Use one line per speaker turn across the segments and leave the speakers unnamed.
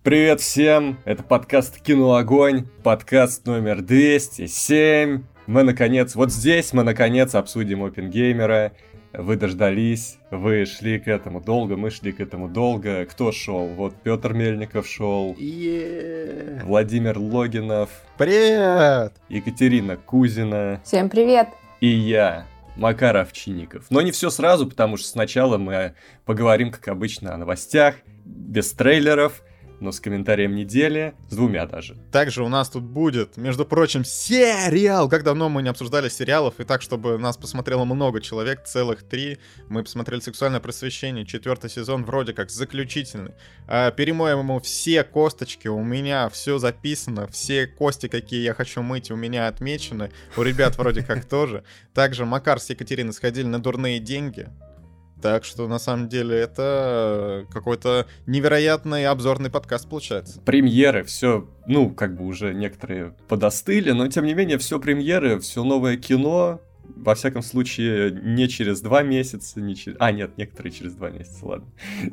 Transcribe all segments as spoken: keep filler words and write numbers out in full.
Привет всем, это подкаст «Кино Огонь», подкаст номер двести семь. Мы наконец, вот здесь мы наконец обсудим Оппенгеймера. Вы дождались, вы шли к этому долго, мы шли к этому долго. Кто шел? Вот Петр Мельников шел,
yeah.
Владимир Логинов.
Привет!
Екатерина Кузина.
Всем привет!
И я, Макар Овчинников. Но не все сразу, потому что сначала мы поговорим, как обычно, о новостях, без трейлеров, но с комментарием недели, с двумя даже.
Также у нас тут будет, между прочим, сериал! Как давно мы не обсуждали сериалов, и так, чтобы нас посмотрело много человек, целых три. Мы посмотрели «Сексуальное просвещение», четвертый сезон, вроде как заключительный. А, перемоем ему все косточки, у меня все записано, все кости, какие я хочу мыть, у меня отмечены. У ребят вроде как тоже. Также Макар с Екатериной сходили на дурные деньги. Так что, на самом деле, это какой-то невероятный обзорный подкаст получается.
Премьеры, все, ну, как бы уже некоторые подостыли, но, тем не менее, все премьеры, все новое кино, во всяком случае, не через два месяца, не через... А, нет, некоторые через два месяца, ладно.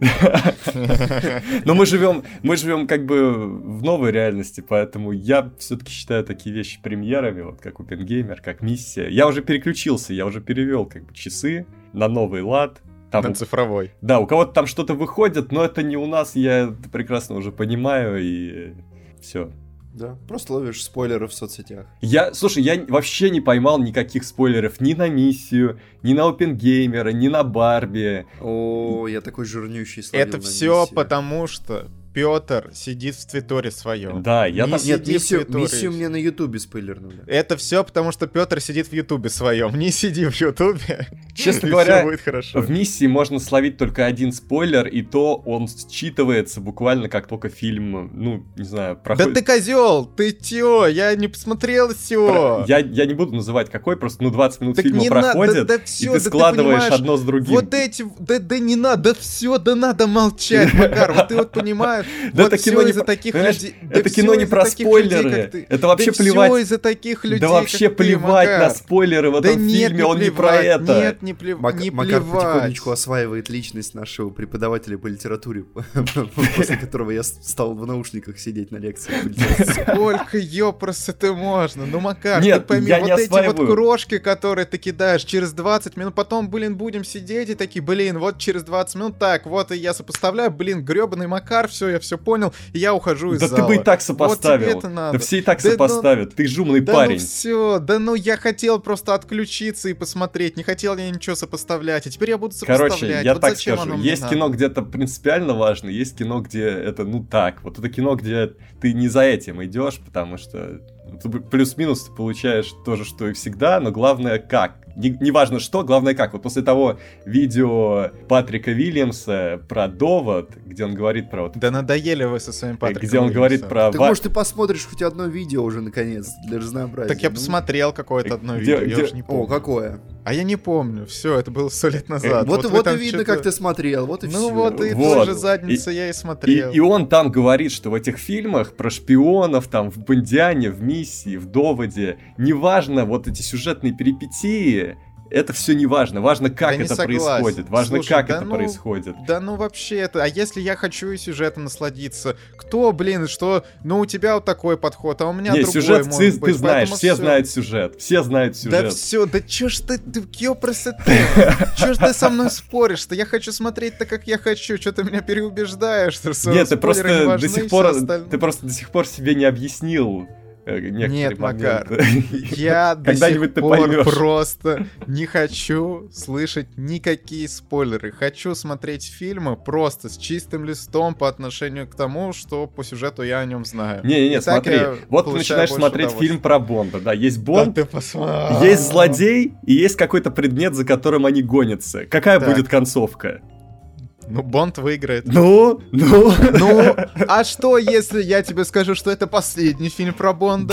Но мы живем, мы живем как бы в новой реальности, поэтому я все-таки считаю такие вещи премьерами, вот как Оппенгеймер, как Миссия. Я уже переключился, я уже перевел как бы часы на новый лад.
Там, на цифровой.
Да, у кого-то там что-то выходит, но это не у нас, я это прекрасно уже понимаю, и все.
Да, просто ловишь спойлеры в соцсетях.
Я, слушай, я вообще не поймал никаких спойлеров ни на Миссию, ни на Оппенгеймера, ни на Барби.
О, я такой жирнющий словил.
Это все потому, что Петр сидит в твиттере своем.
Да, я
не,
там...
Нет, миссию, миссию мне на Ютубе спойлернули.
Это все потому, что Петр сидит в Ютубе своем. Не сиди в Ютубе.
Честно говоря,
будет хорошо.
В Миссии можно словить только один спойлер, и то он считывается буквально как только фильм, ну, не знаю, проходит...
Да ты козел! Ты чё? Я не посмотрел все!
Я, я не буду называть какой, просто, ну, двадцать минут
так
фильма проходит,
надо, да, да всё,
и ты
да
складываешь
ты
одно с другим.
Вот эти... Да, да не надо, да все, да надо молчать, Макар. Вот ты вот понимаешь...
Да
вот
это кино не
из-за таких людей.
Это кино не про спойлеры. Это вообще плевать.
Все из-за таких людей.
Да вообще плевать на спойлеры в этом фильме, он не про это.
Нет, не плевать.
Макар потихонечку осваивает личность нашего преподавателя по литературе, после которого я стал в наушниках сидеть на лекции.
Сколько ёпроса ты можно? Ну, Макар,
ты
пойми, вот эти вот крошки, которые ты кидаешь через двадцать минут, потом, блин, будем сидеть и такие, блин, вот через двадцать минут, так, вот и я сопоставляю, блин, грёбаный Макар, все, я все понял, и я ухожу из
да
зала.
Да ты бы и так сопоставил. Вот да все и так да сопоставят. Ну, ты ж умный
да
парень.
Ну все, да ну я хотел просто отключиться и посмотреть, не хотел я ничего сопоставлять, а теперь я буду сопоставлять.
Короче, я
вот
так скажу, есть кино, где это принципиально важно, есть кино, где это ну так. Вот это кино, где ты не за этим идешь, потому что плюс-минус ты получаешь то же, что и всегда, но главное как. Не, не важно что, главное как. Вот после того видео Патрика Вильямса про довод, где он говорит про вот...
Да надоели вы со своим Патриком
Где он
Вильямсом.
говорит про...
Так может ты посмотришь хоть одно видео уже наконец, для разнообразия.
Так я
ну...
посмотрел какое-то одно
где,
видео,
где...
я уж не помню.
О, какое?
А я не помню, все, это было сто лет назад.
Вот, вот, вот и видно,
что-то...
как ты смотрел, вот и
ну,
все.
Ну вот и
вот.
тоже задница
и,
я и смотрел.
И, и он там говорит, что в этих фильмах про шпионов, там, в Бондиане, в Миссии, в Доводе, неважно вот эти сюжетные перипетии, это все не важно. Важно, как
да
это
согласен.
происходит. Важно,
Слушай,
как
да
это
ну,
происходит.
Да ну вообще это... А если я хочу и сюжетом насладиться? Кто, блин, что... Ну у тебя вот такой подход, а у меня
не,
другой
сюжет
может
ты,
быть.
ты знаешь, все
всё...
знают сюжет. Все знают сюжет.
Да все, да чё ж ты... ты ёпросы ты? Чё ж ты со мной споришь-то? Я хочу смотреть так, как я хочу. Чё ты меня переубеждаешь? Что
нет, ты просто
важны,
до сих пор... Ты просто до сих пор себе не объяснил.
Нет, Макар, я до сих пор просто не хочу слышать никакие спойлеры. Хочу смотреть фильмы просто с чистым листом по отношению к тому, что по сюжету я о нем знаю.
Не-не-не, смотри, вот ты начинаешь смотреть фильм про Бонда, да, есть Бонд,
да
есть злодей и есть какой-то предмет, за которым они гонятся. Какая так. будет концовка?
Ну, Бонд выиграет.
Ну, ну.
Ну, а что, если я тебе скажу, что это последний фильм про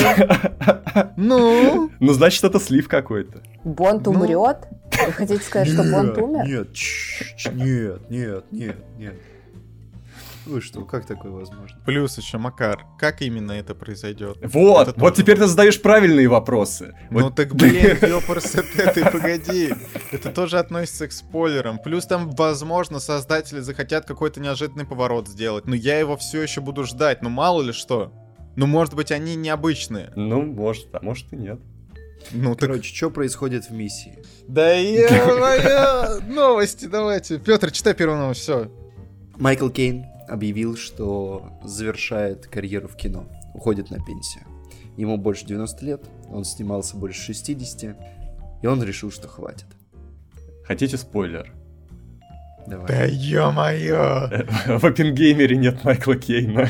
Бонда? Ну?
Ну, значит, это слив какой-то.
Бонд умрет? Вы хотите сказать, что Бонд умер?
Нет, нет, нет, нет, нет. Вы что, как такое возможно?
Плюс еще, Макар, как именно это произойдет?
Вот,
Это
вот
тоже-
теперь ты задаешь правильные вопросы.
Ну
Вот
так, блин, ёпрст, ты погоди. Это тоже относится к спойлерам. Плюс там, возможно, создатели захотят какой-то неожиданный поворот сделать. Но я его все еще буду ждать. Ну мало ли что. Ну, может быть, они необычные.
Ну, может, а может и нет.
Ну, так...
Короче, что происходит в миссии?
Да я новости давайте. Петр, читай первую новость, все.
Майкл Кейн объявил, что завершает карьеру в кино, уходит на пенсию. Ему больше девяноста лет, он снимался больше шестидесяти, и он решил, что хватит.
Хотите спойлер?
Давай.
Да ё-моё.
В Оппенгеймере нет Майкла Кейна.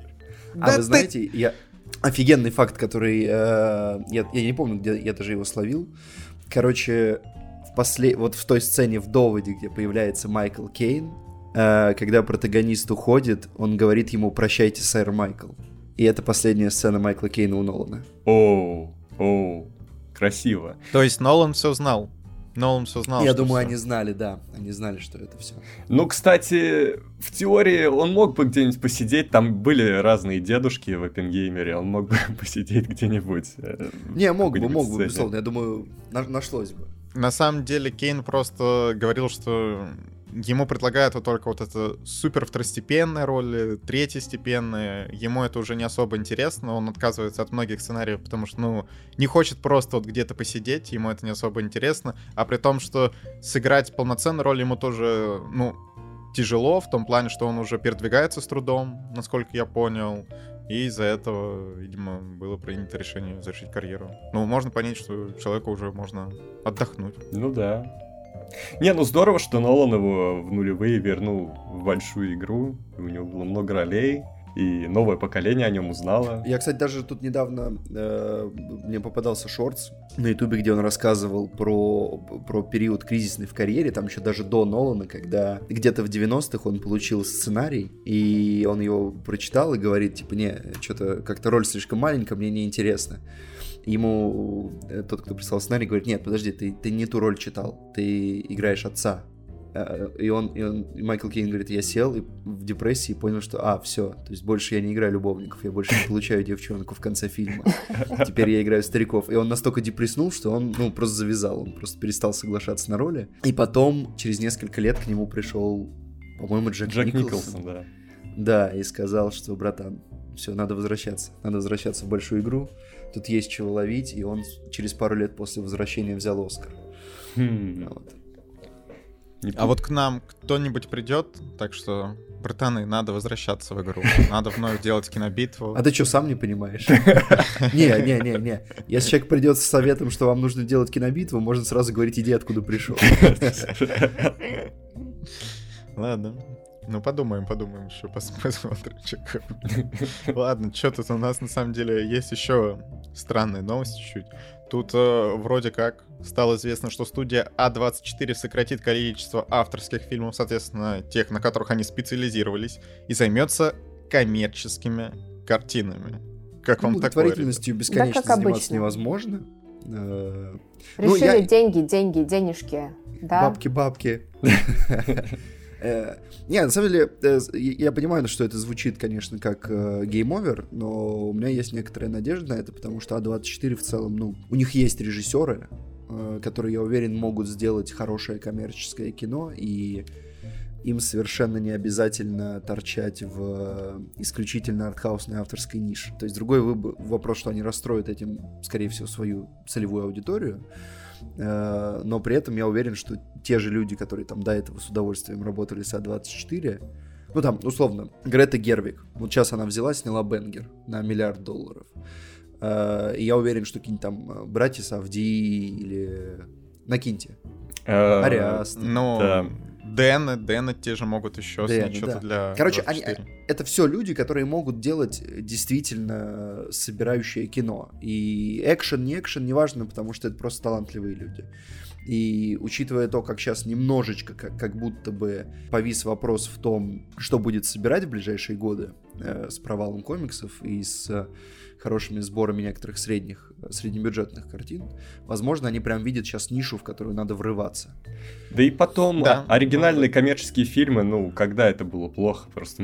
А
Да
вы
ты-
знаете, я... офигенный факт, который... э, я, я не помню, где я даже его словил. Короче, в после... вот в той сцене в доводе, где появляется Майкл Кейн, э, когда протагонист уходит, он говорит ему «Прощайте, сэр Майкл». И это последняя сцена Майкла Кейна у Нолана.
Оу, оу, красиво.
То есть Нолан все знал. Нолан все знал.
я
что
думаю,
всё.
они знали, да. Они знали, что это все.
Ну, кстати, в теории он мог бы где-нибудь посидеть, там были разные дедушки в Оппенгеймере, он мог бы посидеть где-нибудь. э,
Не,
в
мог бы,
какой-нибудь
мог бы,
сцене.
безусловно. Я думаю, на- нашлось бы.
На самом деле Кейн просто говорил, что ему предлагают вот только вот это супер второстепенные роли, третьестепенные. Ему это уже не особо интересно, он отказывается от многих сценариев, потому что, ну, не хочет просто вот где-то посидеть, ему это не особо интересно. А при том, что сыграть полноценную роль ему тоже, ну, тяжело, в том плане, что он уже передвигается с трудом, насколько я понял. И из-за этого, видимо, было принято решение завершить карьеру. Ну, можно понять, что человеку уже можно отдохнуть.
Ну да. Не, ну здорово, что Нолан его в нулевые вернул в большую игру, и у него было много ролей, и новое поколение о нем узнало.
Я, кстати, даже тут недавно э, мне попадался шортс на ютубе, где он рассказывал про, про период кризисный в карьере, там еще даже до Нолана, когда где-то в девяностых он получил сценарий, и он его прочитал и говорит, типа, не, что-то как-то роль слишком маленькая, мне неинтересно. Ему э, тот, кто прислал сценарий, говорит, нет, подожди, ты, ты не ту роль читал, ты играешь отца. И он, и он, и Майкл Кейн говорит, я сел и в депрессии и понял, что, а, все, то есть больше я не играю любовников, я больше не получаю девчонку в конце фильма, теперь я играю стариков. И он настолько депресснул, что он, ну, просто завязал, он просто перестал соглашаться на роли. И потом, через несколько лет к нему пришел, по-моему, Джек,
Джек
Николсон.
Николсон, да.
Да, и сказал, что, братан, все, надо возвращаться, надо возвращаться в большую игру, тут есть чего ловить, и он через пару лет после возвращения взял Оскар.
Хм.
Вот.
Не
А вот к нам кто-нибудь придет, так что, братаны, надо возвращаться в игру. Надо вновь делать кинобитву.
А ты что, сам не понимаешь? Не, не, не, не. Если человек придет с советом, что вам нужно делать кинобитву, можно сразу говорить, иди откуда пришел.
Ладно. Ну, подумаем, подумаем еще, пос- посмотрим, что как. Ладно, что тут у нас на самом деле есть еще странные новости чуть-чуть. Тут э, вроде как стало известно, что студия А двадцать четыре сократит количество авторских фильмов, соответственно, тех, на которых они специализировались, и займется коммерческими картинами. Как вам
Ну,
такое? ребят?
благотворительностью бесконечно
Да, как
заниматься
обычно.
невозможно. Э, Ну,
Решили
я-
деньги, деньги, денежки. Да?
Бабки, бабки. Э, Не, на самом деле, э, я понимаю, что это звучит, конечно, как гейм-овер, но у меня есть некоторая надежда на это, потому что А двадцать четыре в целом, ну, у них есть режиссеры, э, которые, я уверен, могут сделать хорошее коммерческое кино, и им совершенно не обязательно торчать в исключительно артхаусной авторской нише. То есть другой выбор, вопрос, что они расстроят этим, скорее всего, свою целевую аудиторию, э, но при этом я уверен, что те же люди, которые там до этого с удовольствием работали с А двадцать четыре, ну там, условно, Грета Гервиг, вот сейчас она взяла, сняла «Бенгер» на миллиард долларов. Э, и я уверен, что какие-нибудь там братья Сафдии или... Накиньте.
Э,
Ариас.
Ну,
Да.
Дэны, Дэны те же могут еще
Дэны,
снять что-то
да.
для
Короче,
двадцать четыре.
они, это все люди, которые могут делать действительно собирающее кино. И экшен, не экшен, неважно, потому что это просто талантливые люди. И учитывая то, как сейчас немножечко, как, как будто бы повис вопрос в том, что будет собирать в ближайшие годы э, с провалом комиксов и с э, хорошими сборами некоторых средних, среднебюджетных картин, возможно, они прям видят сейчас нишу, в которую надо врываться.
Да и потом,
Да.
а- оригинальные коммерческие фильмы, ну, когда это было плохо? Просто мы давно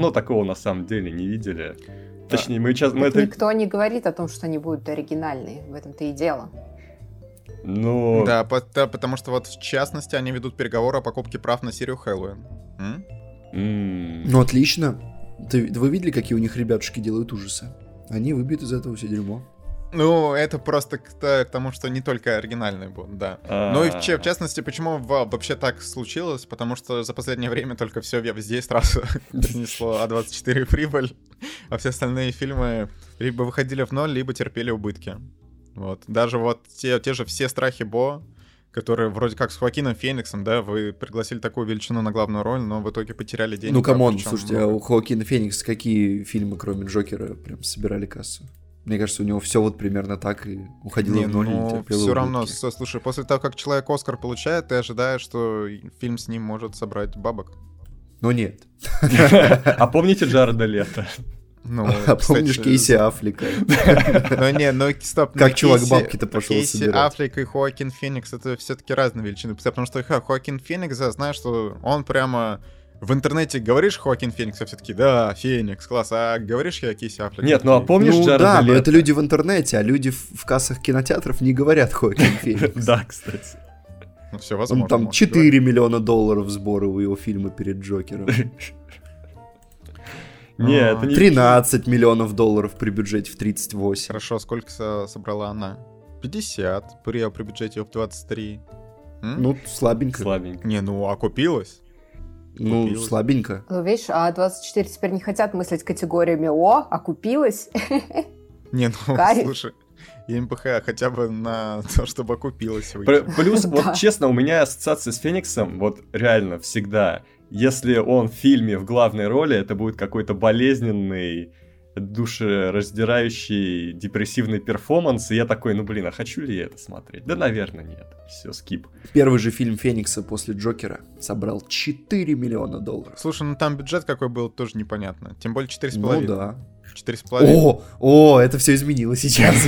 давно такого на самом деле не видели. Точнее, мы сейчас... Мы это...
Никто не говорит о том, что они будут оригинальные. В этом-то и дело.
Ну...
Да, по- да, потому что вот в частности они ведут переговоры о покупке прав на серию Хэллоуин. М?
М.
Ну, отлично. Ты, вы видели, какие у них ребятушки делают ужасы? Они выбьют из этого все дерьмо.
Ну, это просто к, к тому, что не только оригинальные будут, да.
А.
Ну и в, че- в частности, почему во- вообще так случилось? Потому что за последнее время только все везде сразу принесло А двадцать четыре прибыль, а все остальные фильмы либо выходили в ноль, либо терпели убытки. Вот. Даже вот те, те же «Все страхи Бо», которые вроде как с Хоакином Фениксом, да, вы пригласили такую величину на главную роль, но в итоге потеряли деньги.
Ну, камон,
причем
слушайте, а
много.
у Хоакина Феникса какие фильмы, кроме Джокера, прям собирали кассу? Мне кажется, у него все вот примерно так и уходило
Не,
в ноль, и
ну,
терпело
все равно,
убытки.
с- слушай, после того, как человек Оскар получает, ты ожидаешь, что фильм с ним может собрать бабок.
Но нет.
А помните Джареда Лето?
Ну,
А помнишь
кстати,
Кейси Аффлека?
Ну не, ну стоп.
Как
ну,
чувак
Кейси-
бабки-то пошел
Кейси
собирать.
Аффлек и Хоакин Феникс — это все-таки разные величины. Потому что ха, Хоакин Феникс, я знаю, что он прямо в интернете говоришь Хоакин Феникс, а все-таки да, Феникс, класс. А говоришь я Кейси Аффлек?
Нет, ну а помнишь
Ну
Джареда
да, но
Лето?
это люди в интернете, а люди в, в кассах кинотеатров не говорят Хоакин Феникс.
Да, кстати.
Ну все,
Он
возможно.
там
может,
четыре миллиона долларов сборы у его фильма перед Джокером.
Не, это не...
тринадцать миллионов долларов при бюджете в тридцать восемь.
Хорошо, сколько со- собрала она? пятьдесят, при, при бюджете в двадцать три. М?
Ну, слабенько.
Слабенько.
Не, ну окупилась.
Ну,
купилось.
слабенько.
Ну, видишь, а двадцать четыре теперь не хотят мыслить категориями «О, окупилась».
Не, ну,
Кайф.
слушай, МПХ хотя бы на то, чтобы окупилась.
Пр-
выйти.
Плюс,
Да.
вот честно, у меня ассоциация с Фениксом, вот реально всегда, если он в фильме в главной роли, это будет какой-то болезненный, душераздирающий, депрессивный перформанс, и я такой, ну блин, а хочу ли я это смотреть? Да, наверное, нет. Все, скип.
Первый же фильм Феникса после Джокера собрал четыре миллиона долларов.
Слушай, ну там бюджет какой был, тоже непонятно. Тем более четыре с
Ну
половиной.
да.
четыре с половиной.
О, о, это все изменило сейчас.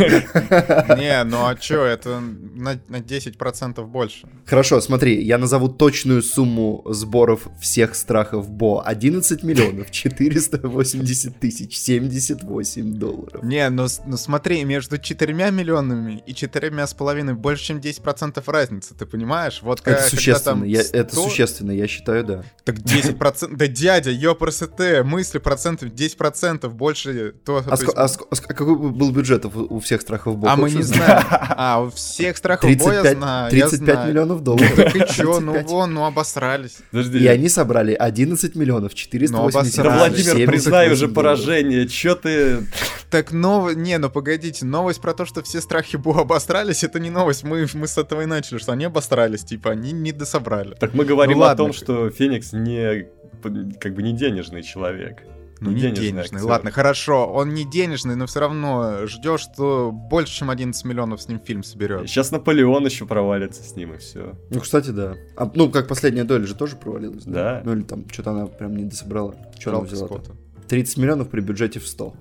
Не, ну а чё, это на, на десять процентов больше.
Хорошо, смотри, я назову точную сумму сборов всех страхов Бо. одиннадцать миллионов четыреста восемьдесят тысяч семьдесят восемь долларов.
Не, ну, с- ну смотри, между четырьмя миллионами и четырьмя с половиной больше, чем десять процентов разницы, ты понимаешь? Вот ка-
Это
когда
существенно,
там
я- это
сто,
существенно, я считаю, да.
Так десять процентов, да дядя, ёпрст, мысли процентов, десять процентов больше, то,
А,
то
ск-
есть-
а ск- а ск- а какой был бюджет у, у всех страхов Бо?
А мы
Хочешь
не
узнать?
знаем. А, у всех страхов боя
тридцать пять,
знаю, я
тридцать пять
знаю.
миллионов долларов.
Так и чё, ну
тридцать пять.
вон, ну обосрались.
Подожди.
И они собрали одиннадцать миллионов четыреста восемьдесят
Да,
Ну, обосрались.
Владимир,
семьдесят
признай
восемь
уже
долларов.
поражение. Чё ты...
Так новость, не, ну погодите, новость про то, что все страхи Бо обосрались, это не новость, мы, мы с этого и начали, что они обосрались, типа, они не дособрали.
Так мы говорим
Ну
о
ладно.
том, что Феникс не... как бы не денежный человек.
Ну, не
денежный
денежный.
актер.
Ладно, хорошо, он не денежный, но все равно ждешь, что больше, чем одиннадцать миллионов с ним фильм соберет.
Сейчас Наполеон еще провалится с ним, и все.
Ну, кстати, да. А, ну, как последняя дуэль же тоже провалилась.
Да.
Ну, или там, что-то она прям не дособрала. Что она
Жалко
взяла-то?
Скотта.
тридцать миллионов при бюджете в сто.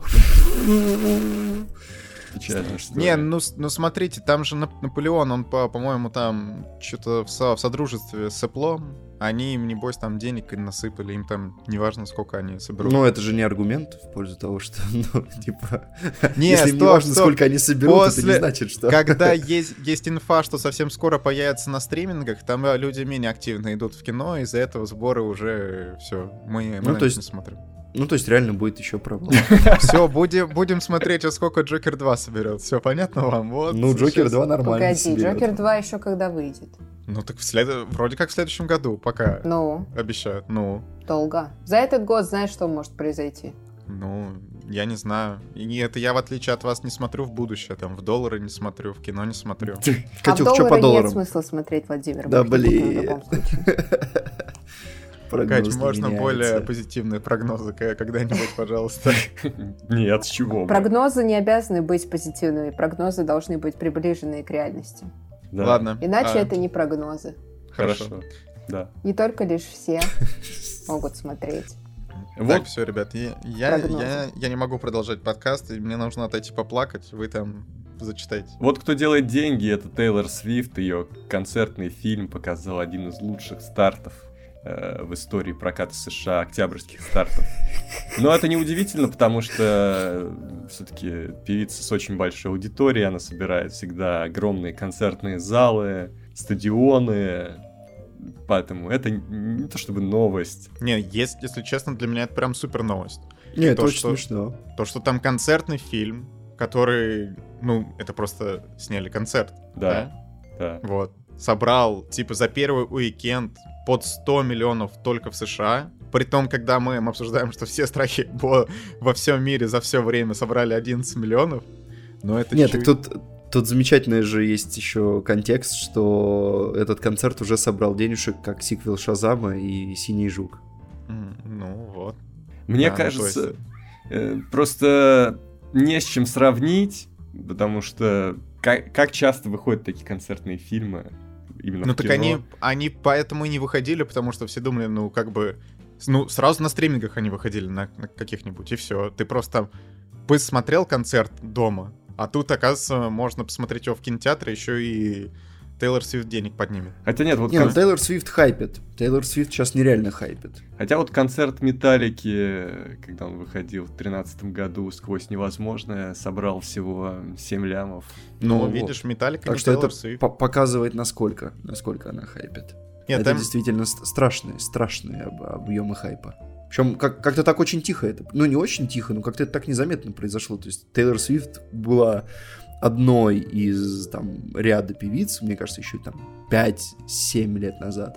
Печально, что
Не, ну, с- ну смотрите, там же Нап- Наполеон, он, по- по-моему, там что-то в, со- в содружестве с Apple, они им, небось, там денег насыпали, им там неважно, сколько они соберут.
Ну, это же не аргумент в пользу того, что, ну, типа,
Не,
если им не
стоп,
важно,
стоп.
сколько они соберут, это
После-
не значит, что...
Когда есть, есть инфа, что совсем скоро появится на стримингах, там э, люди менее активно идут в кино, из-за этого сборы уже все. Мы, мы
Ну,
на
то
это
есть-
не смотрим.
Ну, то есть реально будет еще провал.
Все, будем, будем смотреть, во сколько Джокер два соберет. Все понятно вам? Вот.
Ну, Джокер
сейчас.
два нормально
Погоди,
соберет.
Джокер два еще когда выйдет?
Ну так в след... вроде как в следующем году, пока
Ну,
обещают. Ну,
долго. За этот год знаешь, что может произойти?
ну, я не знаю. И это я, в отличие от вас, не смотрю в будущее. Там в доллары не смотрю, в кино не смотрю.
Катюх,
а в
что по
доллары нет
долларам?
смысла смотреть, Владимир.
Да,
мы их не купим
блин.
в любом случае.
Прогноз
Кать,
не
можно
меняется.
более позитивные прогнозы к- когда-нибудь, пожалуйста?
Нет, с чего бы.
Прогнозы не обязаны быть позитивными. Прогнозы должны быть приближенные к реальности.
Да.
Ладно.
Иначе
а,
это не прогнозы.
Хорошо. Да.
Не только лишь все могут смотреть.
Так,
Вот,
все, ребят, я, я,
Прогнозы.
я, я не могу продолжать подкаст, и мне нужно отойти поплакать, вы там зачитайте.
вот кто делает деньги, это Тейлор Свифт. Ее концертный фильм показал один из лучших стартов э, в истории проката США октябрьских стартов. Но это не удивительно, потому что все-таки певица с очень большой аудиторией, она собирает всегда огромные концертные залы, стадионы, поэтому это не то чтобы новость.
Не, есть, если честно, для меня это прям супер новость.
Не, это
то,
очень
что,
смешно.
То, что там концертный фильм, который, ну, это просто сняли концерт.
Да,
да.
да.
Вот. Собрал, типа, за первый уикенд под сто миллионов только в США. При том, когда мы обсуждаем, что все страхи во, во всем мире за все время собрали одиннадцать миллионов. Но это
Нет,
чуть...
так тут, тут замечательный же есть еще контекст, что этот концерт уже собрал денежек, как сиквел Шазама и Синий жук.
Mm, ну, вот.
Мне
да,
кажется,
ну, есть...
э, просто не с чем сравнить, потому что как, как часто выходят такие концертные фильмы именно
Ну
в
так
кино?
они, они поэтому и не выходили, потому что все думали, ну как бы, ну сразу на стримингах они выходили на, на каких-нибудь, и все. Ты просто посмотрел концерт дома, а тут, оказывается, можно посмотреть его в кинотеатре, еще и Тейлор Свифт денег поднимет.
Хотя нет, вот
Не, ну
кон-
Тейлор Свифт хайпит. Тейлор Свифт сейчас нереально хайпит.
Хотя вот концерт Металлики, когда он выходил в тринадцатом году сквозь невозможное, собрал всего семь лямов.
Ну,
вот.
видишь, Металлика
Так
не
что
Тейлор
это
Свифт.
по- показывает, насколько, насколько она хайпит.
Нет,
это
там...
действительно ст- страшные, страшные об- объемы хайпа. Причем как- как-то так очень тихо это. Ну, не очень тихо, но как-то это так незаметно произошло. То есть Тейлор Свифт была одной из там ряда певиц, мне кажется, еще там пять-семь лет назад.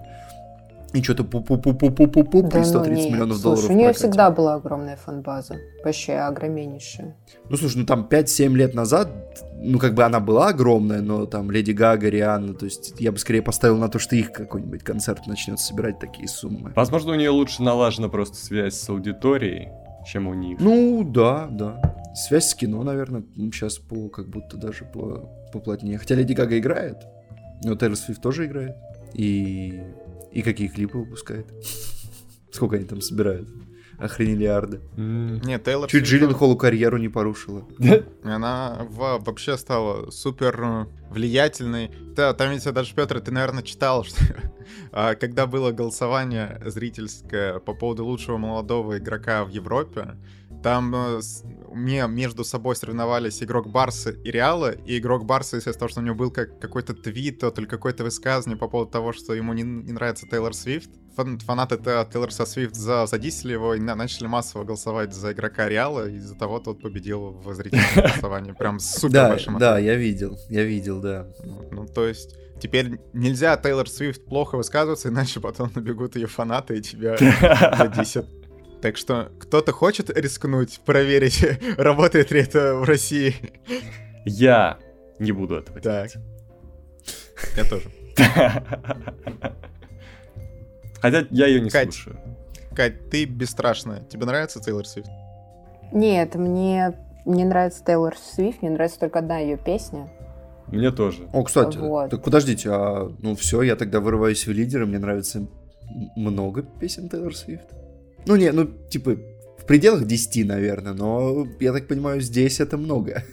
И что-то пу-пу-пу-пу-пу-пу-пу,
Да
и сто
ну
тридцать
нет,
миллионов
слушай,
долларов
у нее
в прокате.
всегда была огромная фан-база. Вообще огромнейшая.
Ну, слушай, ну там пять-семь лет назад, ну, как бы она была огромная, но там Леди Гага, Рианна, то есть я бы скорее поставил на то, что их какой-нибудь концерт начнет собирать такие суммы.
Возможно, у нее лучше налажена просто связь с аудиторией, чем у них.
Ну, да, да. Связь с кино, наверное, сейчас по, как будто даже по, поплотнее. Хотя Леди Гага играет, но Тейлор Свифт тоже играет. И, и какие клипы выпускает. Сколько они там собирают? Охренелиарды.
Mm.
Нет, Тейлор
Чуть
Свифт,
Джилленхолу карьеру не порушила.
она в- вообще стала супер э, влиятельной. Да, там ведь даже, Петр, ты, наверное, читал, что а, когда было голосование зрительское по поводу лучшего молодого игрока в Европе, там э, с- мне между собой соревновались игрок Барса и Реала, и игрок Барса, естественно, потому что у него был как, какой-то твит, то ли какое-то высказывание по поводу того, что ему не, не нравится Тейлор Свифт. Фан- фанаты Т- Тейлор Свифт за- задисили его и на- начали массово голосовать за игрока Реала, и из-за того тот победил в зрительном голосовании. Прям супер
Да,
большим
да,
отрывом.
я видел, я видел, да.
Ну, ну, то есть, теперь нельзя Тейлор Свифт плохо высказываться, иначе потом набегут ее фанаты и тебя задисят. Так что, кто-то хочет рискнуть, проверить, работает ли это в России?
Я не буду этого
Так.
делать.
Я тоже.
Хотя я ее не
Кать.
слушаю.
Кать, ты бесстрашная. Тебе нравится Тейлор Свифт?
Нет, мне не нравится Тейлор Свифт, мне нравится только одна ее песня.
Мне тоже.
О, кстати,
Вот.
так подождите, а ну все, я тогда вырываюсь в лидеры, мне нравится м- много песен Тейлор Свифт. Ну не, ну типа в пределах десяти, наверное, но я так понимаю, здесь это много.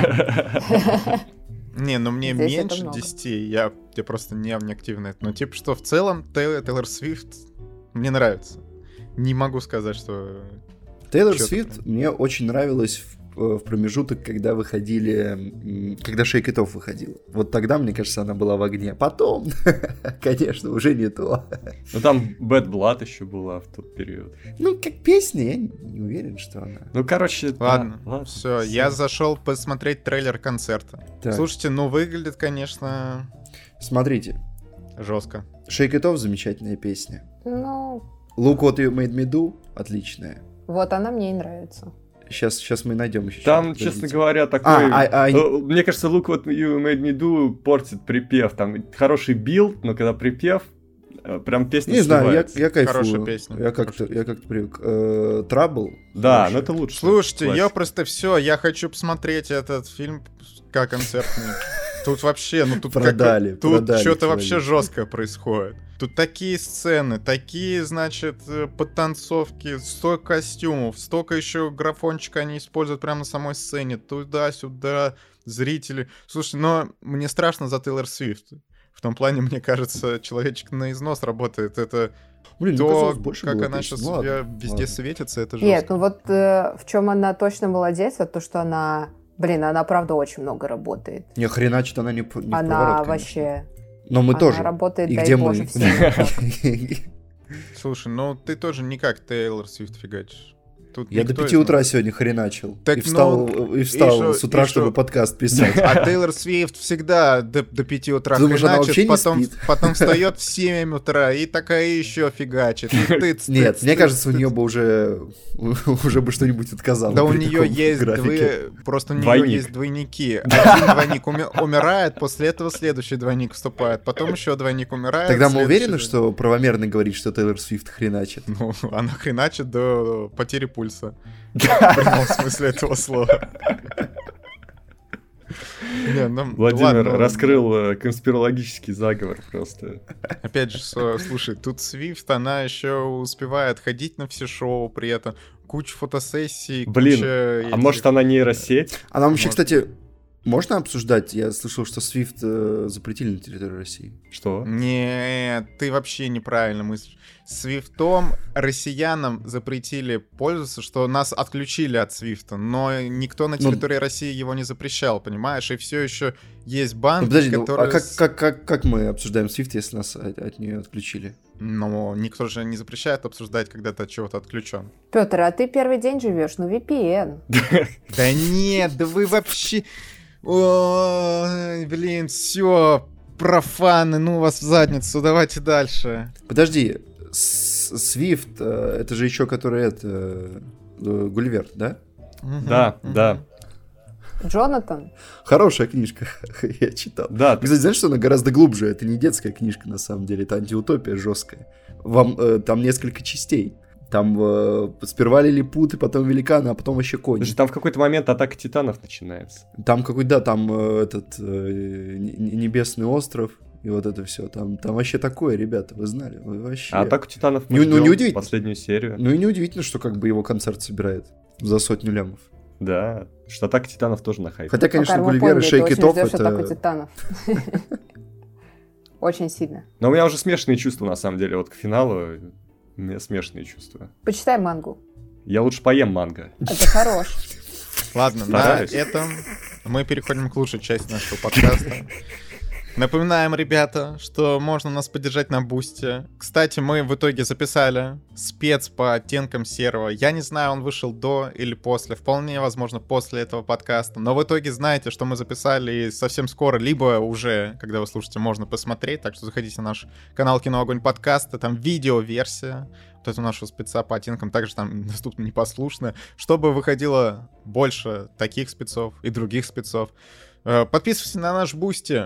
Не, ну мне
Здесь это
меньше
много.
десяти, я, я просто не, не активно. Ну, типа, что в целом Тейлор, Тейлор Свифт мне нравится. Не могу сказать, что...
Тейлор
Чё
Свифт
такое?
мне очень нравилось в, в промежуток, когда выходили, м, когда Shake It Off выходил. Вот тогда, мне кажется, она была в огне. Потом, конечно, уже не то.
Ну там Bad Blood еще была в тот период.
Ну, как песня, я не уверен, что она.
Ну, короче, да,
Ладно,
ладно,
все, я зашел посмотреть трейлер концерта.
Так.
Слушайте, ну выглядит, конечно,
Смотрите,
жестко.
Shake It Off замечательная песня.
Ну,
Look What You Made Me Do отличная.
вот она мне и нравится.
Сейчас, сейчас мы найдем еще.
Там,
что-то,
честно
подождите.
говоря, такой...
А, а, а-
э, Мне кажется, Look What You Made Me Do портит припев. Там хороший билд, но когда припев, э, прям песня
Не знаю, я,
сливается.
я кайфую.
Хорошая песня.
Я как-то,
Хорошая
я как-то привык. Э, Trouble.
Да,
хорошая.
но это лучше.
Слушайте, я
Классика.
просто все, я хочу посмотреть этот фильм как концертный. Тут вообще, ну тут
Продали,
как, тут
продали
что-то вообще
человека.
жесткое происходит. Тут такие сцены, такие, значит, э, подтанцовки, столько костюмов, столько еще графончика они используют прямо на самой сцене, туда-сюда, зрители. Слушай, но мне страшно за Тейлор Свифт. В том плане, мне кажется, человечек на износ работает. Это
Блин,
то,
мне казалось, больше
как
было
она
песен.
сейчас
Ну, ладно,
везде
ладно.
светится, это жестко.
Нет, ну вот э, в чем она точно молодец, это то, что она, блин, она правда очень много работает.
Не, хреначит она не, п- не в
Она
проворот, конечно.
вообще...
Но мы
она
тоже.
работает,
И
дай
где
боже,
мы?
всем.
Слушай, ну ты тоже не как Тейлор Свифт фигачишь. Тут
Я до
никто
пяти
из
утра
нас-
сегодня хреначил.
Так,
И встал,
ну,
и встал
и шо-
с утра,
и шо?
чтобы подкаст писать.
А Тейлор Свифт всегда до, до пяти утра
Ты думаешь, она
хреначит,
вообще не
потом,
спит?
потом встает в семь утра и такая еще фигачит. И тыц,
Нет,
тыц,
мне
тыц,
кажется, у
тыц.
нее бы уже уже бы что-нибудь отказало.
Да у
при
нее
таком
есть
графике.
двое, просто у нее
Двойник.
есть двойники. Один двойник уми- умирает, после этого следующий двойник вступает, потом еще двойник умирает.
Тогда мы
следующий
уверены,
двойник-
что правомерно говорить, что Тейлор Свифт хреначит?
Ну, она хреначит до потери пульса. В прямом смысле этого слова. Не, ну,
Владимир
ладно,
раскрыл э, конспирологический заговор просто.
Опять же, со- слушай, тут Свифт, она еще успевает ходить на все шоу, при этом куча фотосессий,
Блин,
куча
А
этих-
может она нейросеть?
А нам вообще,
Может.
кстати, можно обсуждать? Я слышал, что Свифт э, запретили на территории России.
Что?
Нет, ты вообще неправильно мыслишь. Свифтом россиянам запретили пользоваться, что нас отключили от Свифта, но никто на
Ну,
территории России его не запрещал, понимаешь? И все еще есть
Ну,
банки,
подожди, ну,
которые...
а как,
с-
как, как, как мы обсуждаем Свифт, если нас от, от нее отключили?
Но никто же не запрещает обсуждать, когда ты от чего-то отключен.
Петр, а ты первый день живешь, ну ви пи эн.
Да нет, да вы вообще... Ой, блин, все, профаны, ну вас в задницу, давайте дальше.
Подожди, С- Свифт, э, это же еще который это э, Гулливер, да?
Мгм,
Да,
мгм.
да,
Джонатан?
Хорошая книжка, я читал.
да. ты-
Кстати, знаешь, что она гораздо глубже? Это не детская книжка, на самом деле, это антиутопия жесткая. Вам, э, там несколько частей. Там э, сперва лилипуты, потом великаны, а потом вообще кони.
Слушай, там в какой-то момент атака титанов начинается.
Там какой-то, да, там э, этот э, не- не- небесный остров, и вот это все. Там, там вообще такое, ребята, вы знали? Вы вообще...
А атаку титанов мы
Ну, ну,
ждем
неудивительно.
последнюю серию.
Ну и неудивительно, что как бы его концерт собирает за сотню лямов.
Да, что атака титанов тоже на хайпе.
Хотя, конечно,
Пока мы
Гулливер и
поняли,
Шейк
ты
It
очень
Off
ждешь атаку
это...
титанов. Очень сильно.
Но у меня уже смешанные чувства, на самом деле, вот к финалу. У меня смешанные чувства.
Почитай мангу.
Я лучше поем манго.
Это хорош.
Ладно,
Стараюсь.
на этом мы переходим к лучшей части нашего подкаста. Напоминаем, ребята, что можно нас поддержать на Бусти. Кстати, мы в итоге записали спец по оттенкам серого. Я не знаю, он вышел до или после. Вполне возможно, после этого подкаста. Но в итоге знаете, что мы записали и совсем скоро, либо уже, когда вы слушаете, можно посмотреть. Так что заходите на наш канал Кино Огонь подкаста. Там видео-версия вот этого нашего спеца по оттенкам также там доступна непослушно, чтобы выходило больше таких спецов и других спецов. Э, Подписывайтесь на наш Бусти.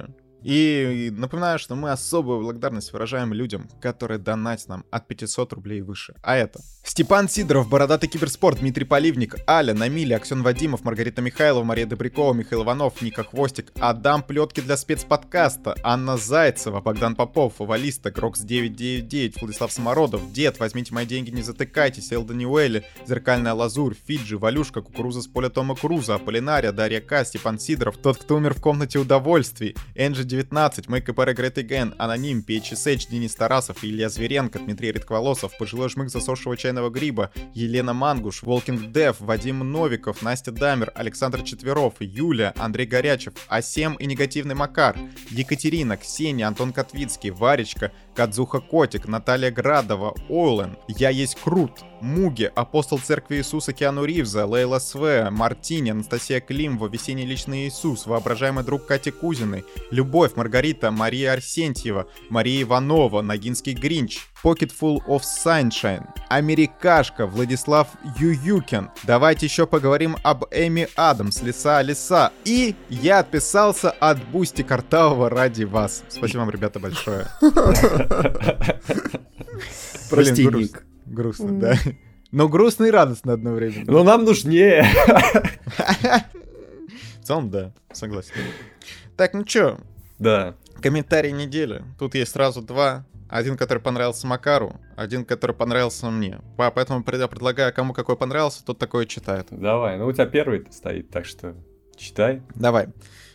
И напоминаю, что мы особую благодарность выражаем людям, которые донатят нам от пятисот рублей и выше. А это Степан Сидоров, Бородатый Киберспорт, Дмитрий Поливник, Аля, Намиля, Аксен Вадимов, Маргарита Михайлова, Мария Добрякова, Михаил Иванов, Ника Хвостик, Адам Плетки для спецподкаста, Анна Зайцева, Богдан Попов, Овалиста, Крокс девять девять девять, Владислав Самородов, Дед, Возьмите мои деньги, не затыкайтесь, Эл Даниуэли, Зеркальная Лазурь, Фиджи, Валюшка, Кукуруза с поля Тома Круза, Аполлинария, Дарья К, Степан Сидоров, Тот, кто умер в комнате удовольствий, Энджи девятнадцать, Make a Party Great Again, Аноним, пи эйч эс эйч, Денис Тарасов, Илья Зверенко, Дмитрий Редкволосов, Пожилой жмык засохшего чайного гриба, Елена Мангуш, Волкинг Дев, Вадим Новиков, Настя Дамер, Александр Четверов, Юля, Андрей Горячев, Асем и Негативный Макар, Екатерина, Ксения, Антон Котвицкий, Варечка, Кадзуха Котик, Наталья Градова, Ойлен, Я есть Крут, Муги, Апостол Церкви Иисуса Киану Ривза, Лейла Све, Мартини, Анастасия Климова, Весенний Личный Иисус, Воображаемый друг Кати Кузиной, Любовь, Маргарита, Мария Арсентьева, Мария Иванова, Ногинский Гринч, Pocket Full of Sunshine, Америкашка, Владислав Ююкин. Давайте еще поговорим об Эми Адамс, Лиса Лиса. И я отписался от Бусти Картавого ради вас. Спасибо вам, ребята, большое.
Прости,
Блин,
Ник.
Грустно,
М.
да. Но грустно и радостно одновременно.
Но нам нужнее.
В целом, да, согласен. Так, ну чё,
Да.
комментарий недели. Тут есть сразу два. Один, который понравился Макару, один, который понравился мне. По- Поэтому я предлагаю, кому какой понравился, тот такой читает.
Давай. Ну, у тебя первый стоит, так что читай.
Давай.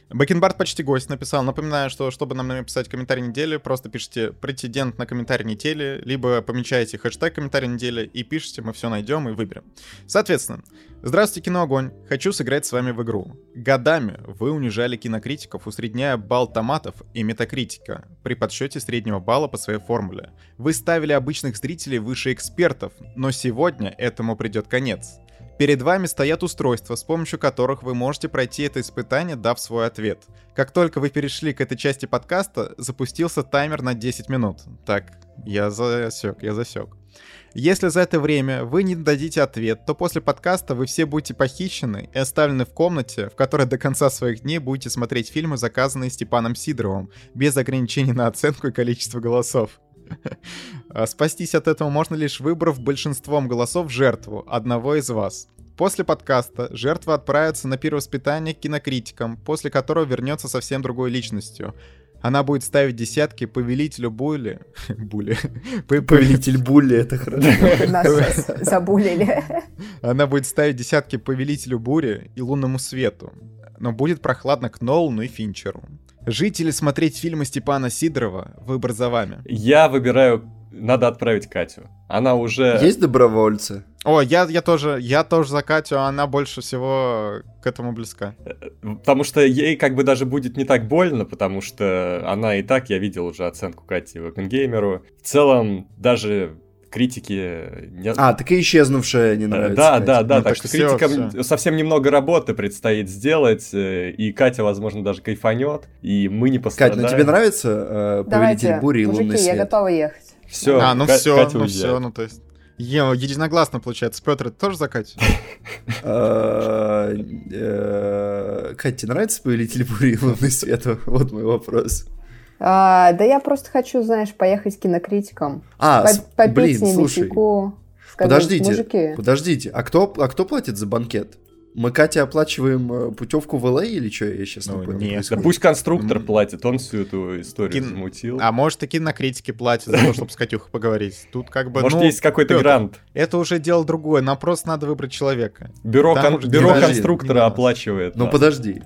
Бакенбард почти гость написал. Напоминаю, что чтобы нам написать комментарий недели, просто пишите претендент на комментарий недели, либо помечаете хэштег комментарий недели и пишите, мы все найдем и выберем. Соответственно, здравствуйте, Киноогонь. Хочу сыграть с вами в игру. Годами вы унижали кинокритиков, усредняя балл томатов и метакритика при подсчете среднего балла по своей формуле. Вы ставили обычных зрителей выше экспертов, но сегодня этому придет конец. Перед вами стоят устройства, с помощью которых вы можете пройти это испытание, дав свой ответ. Как только вы перешли к этой части подкаста, запустился таймер на десять минут. Так, я засек, я засек. Если за это время вы не дадите ответ, то после подкаста вы все будете похищены и оставлены в комнате, в которой до конца своих дней будете смотреть фильмы, заказанные Степаном Сидоровым, без ограничений на оценку и количество голосов. Спастись от этого можно лишь выбрав большинством голосов жертву, одного из вас. После подкаста жертва отправится на перевоспитание к кинокритикам, после которого вернется совсем другой личностью. Она будет ставить десятки повелителю Були... Були...
Повелитель Були, это хорошо.
Нас забулили.
Она будет ставить десятки повелителю Бури и лунному свету. Но будет прохладно к Нолану и Финчеру. Жить или смотреть фильмы Степана Сидорова, выбор за вами.
Я выбираю, надо отправить Катю. Она уже...
Есть добровольцы?
О, я, я тоже, я тоже за Катю, она больше всего к этому близка.
Потому что ей как бы даже будет не так больно, потому что она и так, я видел уже оценку Кати в Оппенгеймеру. В целом, даже... критики... Не...
А, так и исчезнувшая не нравится.
Да,
Катя.
да, да,
ну,
так,
так
что
всё,
критикам
всё.
совсем немного работы предстоит сделать, и Катя, возможно, даже кайфанет, и мы не
Кать,
пострадаем.
ну тебе нравится э, Повелитель
Давайте,
Бури и Лунный
мужики, я
свет?
готова ехать.
Все,
а, ну
Ка-
все,
Катя
ну
уезжает.
все, ну то есть... Е- единогласно получается. Петр, ты тоже за Катю?
Э, э, Кать, тебе нравится Повелитель Бури и Лунный свет? Вот мой вопрос.
А, да я просто хочу, знаешь, поехать к кинокритикам.
А,
По-
с-
попить
блин,
с ними
слушай.
чайку. Сказать,
Подождите,
мужики.
подождите, а кто, а кто платит за банкет? Мы Кате оплачиваем э, путевку в эл эй или что? Я сейчас
Ну,
не понял.
нет.
Да
происходит.
пусть конструктор
М.
платит, он всю эту историю
Кин-
замутил.
А может, и кинокритики платят за то, чтобы с Катюхой поговорить. Тут как бы,
Может,
ну,
есть какой-то
Пётр,
грант.
это уже дело другое. Нам просто надо выбрать человека.
Бюро,
Там
кон-
уже
бюро
подожди,
конструктора
не надо.
оплачивает.
Ну
нас.
подожди.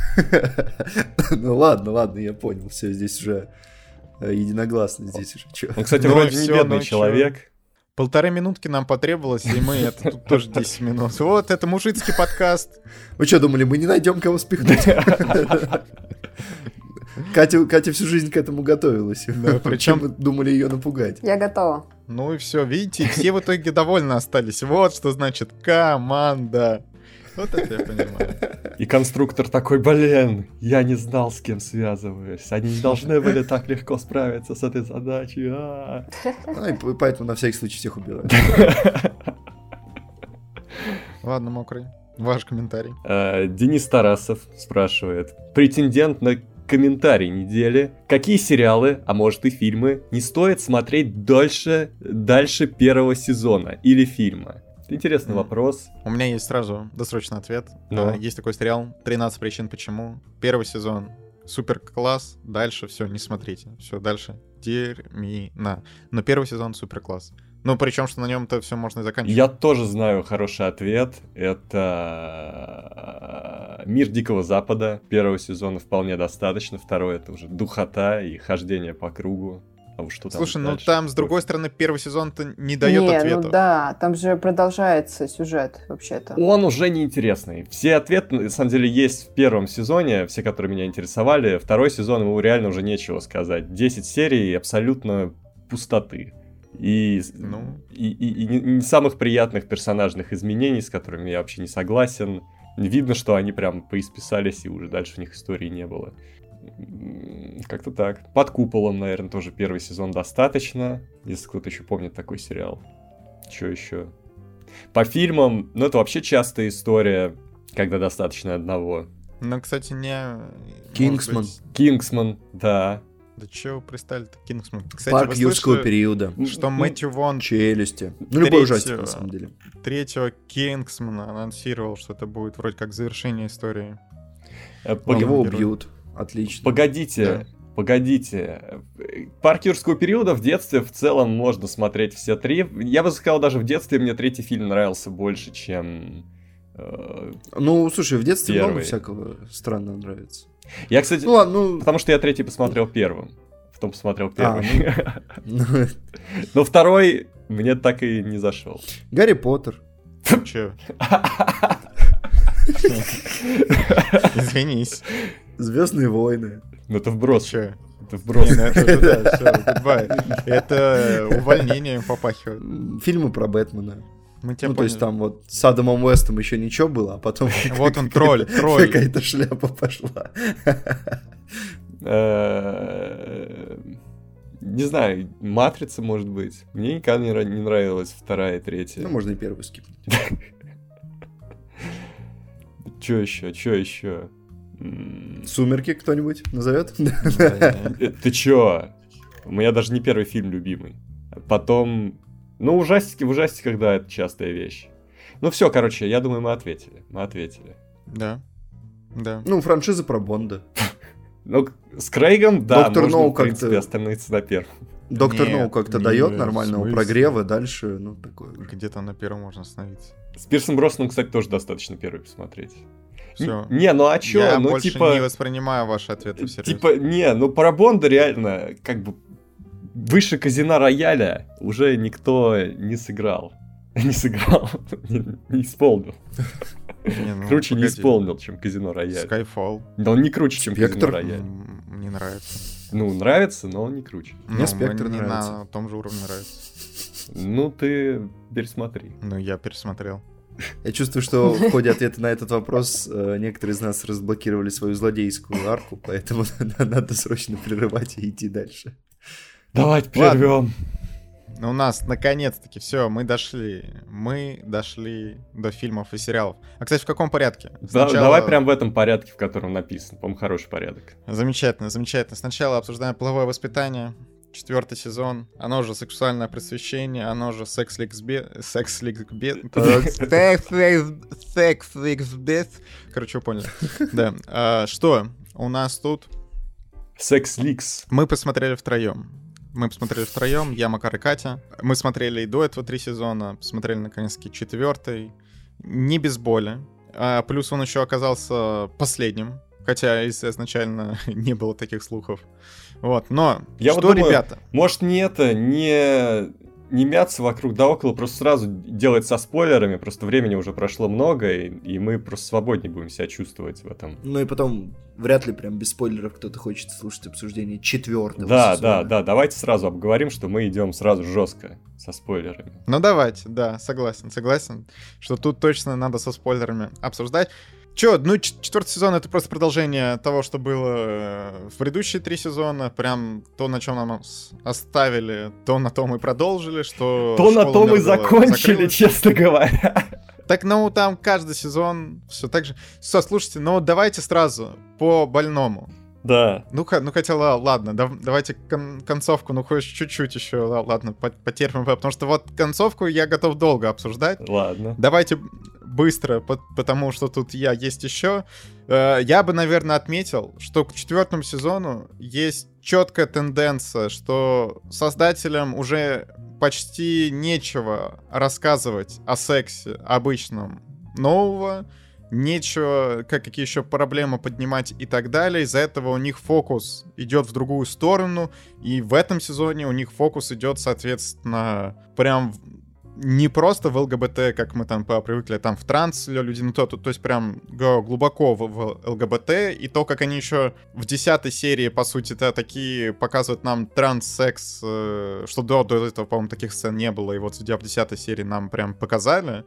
Ну ладно, ладно, я понял. Все, здесь уже э, единогласно. Здесь уже чё.
Он, кстати,
Ну и
вроде не
всё,
бедный
ну чё?
человек.
Полторы минутки нам потребовалось, и мы это тут тоже десять минут. Вот, это мужицкий подкаст.
Вы что, думали, мы не найдем кого спихнуть? Катя, Катя всю жизнь к этому готовилась.
Да,
Причем
причём-
мы думали ее напугать.
Я готова.
Ну и все, видите, все в итоге довольны остались. Вот что значит команда. Вот это я понимаю.
И конструктор такой, блин, я не знал, с кем связываюсь. Они не должны были так легко справиться с этой задачей. А.
Ну, и п- поэтому на всякий случай всех убивают.
Ладно, мокрый. Ваш комментарий.
Э, Денис Тарасов спрашивает. Претендент на комментарий недели. Какие сериалы, а может и фильмы, не стоит смотреть дольше, дальше первого сезона или фильма? Интересный
Мгм.
вопрос.
У меня есть сразу досрочный ответ.
Ну.
А, Есть такой сериал «тринадцать причин почему». Первый сезон супер класс, дальше все, не смотрите. Все, дальше дерьмина. Но первый сезон супер класс. Ну, причем, что на нем-то все можно и заканчивать.
Я тоже знаю хороший ответ. Это «Мир Дикого Запада». Первого сезона вполне достаточно. Второй — это уже духота и хождение по кругу. А уж что там
Слушай, ну
дальше?
там, с другой стороны, первый сезон-то не дает
Не,
ответов.
ну да, там же продолжается сюжет вообще-то.
Он уже неинтересный. Все ответы, на самом деле, есть в первом сезоне, все, которые меня интересовали. Второй сезон, ему реально уже нечего сказать. десять серий абсолютно пустоты. И,
Ну.
и, и- и не, не самых приятных персонажных изменений, с которыми я вообще не согласен. Видно, что они прям поисписались, и уже дальше у них истории не было. М, Как-то так. «Под куполом», наверное, тоже первый сезон достаточно. Если кто-то еще помнит такой сериал. Че еще? По фильмам, ну это вообще частая история, когда достаточно одного.
Ну, кстати, не...
Кингсман.
может быть-
«Кингсман», да.
Да чего вы пристали-то, Кингсман? Кстати,
Парк
вы
юрского
слышали,
периода.
что Мэтью Вон
Челюсти. Ну, любой ужастик,
Третьего.
на самом деле.
третьего Кингсмана анонсировал, что это будет вроде как завершение истории.
Э,
Ну,
пог-
его
герой.
убьют. Отлично.
Погодите,
Да.
погодите. «Парк юрского периода» в детстве в целом можно смотреть все три. Я бы сказал, даже в детстве мне третий фильм нравился больше, чем э,
Ну, слушай, в детстве
Первый.
много всякого странного нравится.
Я, кстати,
Ну ладно, ну...
потому что я третий посмотрел первым. Потом посмотрел
А,
первый.
ну,
Но второй мне так и не зашел.
Гарри Поттер.
Че? Извинись.
Звездные войны.
Ну это вброс.
Че?
Это вброс.
Не, ну это уже, да, всё, goodbye. Это увольнением попахивает.
М, Фильмы про Бэтмена.
Мы тебя
Ну, то есть
поняли.
там вот с Адамом Уэстом еще ничего было, а потом...
Вот он, тролль, тролль.
Какая-то шляпа пошла.
Э, Не знаю, Матрица, может быть. Мне никогда не нра- не нравилась вторая и третья.
Ну, можно и первый скипнуть.
Чё еще? Чё еще? М,
Сумерки кто-нибудь назовет?
э, Ты чё? У меня даже не первый фильм любимый. Потом... Ну, ужастики, в ужастиках, да, это частая вещь. Ну все, короче, я думаю, мы ответили. Мы ответили.
Да, да.
Ну, франшиза про Бонда.
Ну, с Крейгом, да,
Доктор
можно,
Ноу
в принципе,
как-то-
остановиться на первом.
Доктор
Нет,
Ноу как-то
не,
дает
в
нормального
смысле?
прогрева, дальше, ну, такое.
Где-то на первом можно остановиться.
С Пирсом Броснаном, кстати, тоже достаточно первый посмотреть.
Все.
Не, ну а чё?
Я
ну,
больше
типа...
не воспринимаю ваши ответы всерьез.
Типа, не, ну про Бонда реально, как бы, выше Казино Рояля уже никто не сыграл. Не сыграл, не, не исполнил.
Не, ну,
Круче не
погоди.
исполнил, чем Казино Рояль.
Skyfall.
Да он не круче, чем Казино
Спектр?
Рояль.
М, Мне нравится.
Ну, нравится, но он не круче.
Мне
Ну,
Спектр
не
нравится.
на том же уровне нравится.
Ну, ты пересмотри.
Ну, я пересмотрел.
Я чувствую, что в ходе ответа на этот вопрос э, некоторые из нас разблокировали свою злодейскую арку, поэтому надо срочно прерывать и идти дальше.
Давайте прервем.
Ну, у нас наконец-таки все, мы дошли. Мы дошли до фильмов и сериалов. А, кстати, в каком порядке?
Да-
Сначала-
Давай прям в этом порядке, в котором написано. По-моему, хороший порядок.
Замечательно, замечательно. Сначала обсуждаем половое воспитание. Четвертый сезон. Оно же сексуальное просвещение, оно же секс-ликбез. Секс-ликбез. Секс-ликбез. Короче, вы поняли. Да. А, Что у нас тут?
Секс Ликс.
Мы посмотрели втроем. Мы посмотрели втроем, я, Макар и Катя. Мы смотрели и до этого три сезона, посмотрели наконец-таки четвертый. Не без боли. А, плюс он еще оказался последним, хотя изначально не было таких слухов. Вот, но
Я
что,
вот думаю,
ребята?
Может, не это, не, не мяться вокруг да около, просто сразу делать со спойлерами, просто времени уже прошло много, и, и мы просто свободнее будем себя чувствовать в этом.
Ну и потом, вряд ли прям без спойлеров кто-то хочет слушать обсуждение четвертого
Да,
сезона.
да, да, давайте сразу обговорим, что мы идем сразу жестко со спойлерами.
Ну давайте, да, согласен, согласен, что тут точно надо со спойлерами обсуждать. Чё, ну ч- четвертый сезон — это просто продолжение того, что было э, в предыдущие три сезона. Прям то, на чем нам с- оставили, то на том и продолжили, что...
То на
школа
том и
Нердала
закончили,
закрылась.
честно говоря.
Так, ну, там каждый сезон все так же. Все, слушайте, ну, давайте сразу по больному.
Да.
Ну, ха- ну хотя, ла- ладно, дав- давайте кон- концовку, ну, хоть чуть-чуть еще, ла- ладно, по- потерпим, потому что вот концовку я готов долго обсуждать.
Ладно.
Давайте быстро, по- потому что тут я есть еще. Э, Я бы, наверное, отметил, что к четвертому сезону есть четкая тенденция, что создателям уже почти нечего рассказывать о сексе обычном нового, нечего, как, какие еще проблемы поднимать и так далее. Из-за этого у них фокус идет в другую сторону, и в этом сезоне у них фокус идет, соответственно, прям в- не просто в ЛГБТ, как мы там привыкли, там в транс люди, ну то, то, то есть прям г- глубоко в, в ЛГБТ, и то, как они еще в десятой серии, по сути-то, такие показывают нам транс-секс, э, что до, до этого, по-моему, таких сцен не было, и вот судя в десятой серии нам прям показали,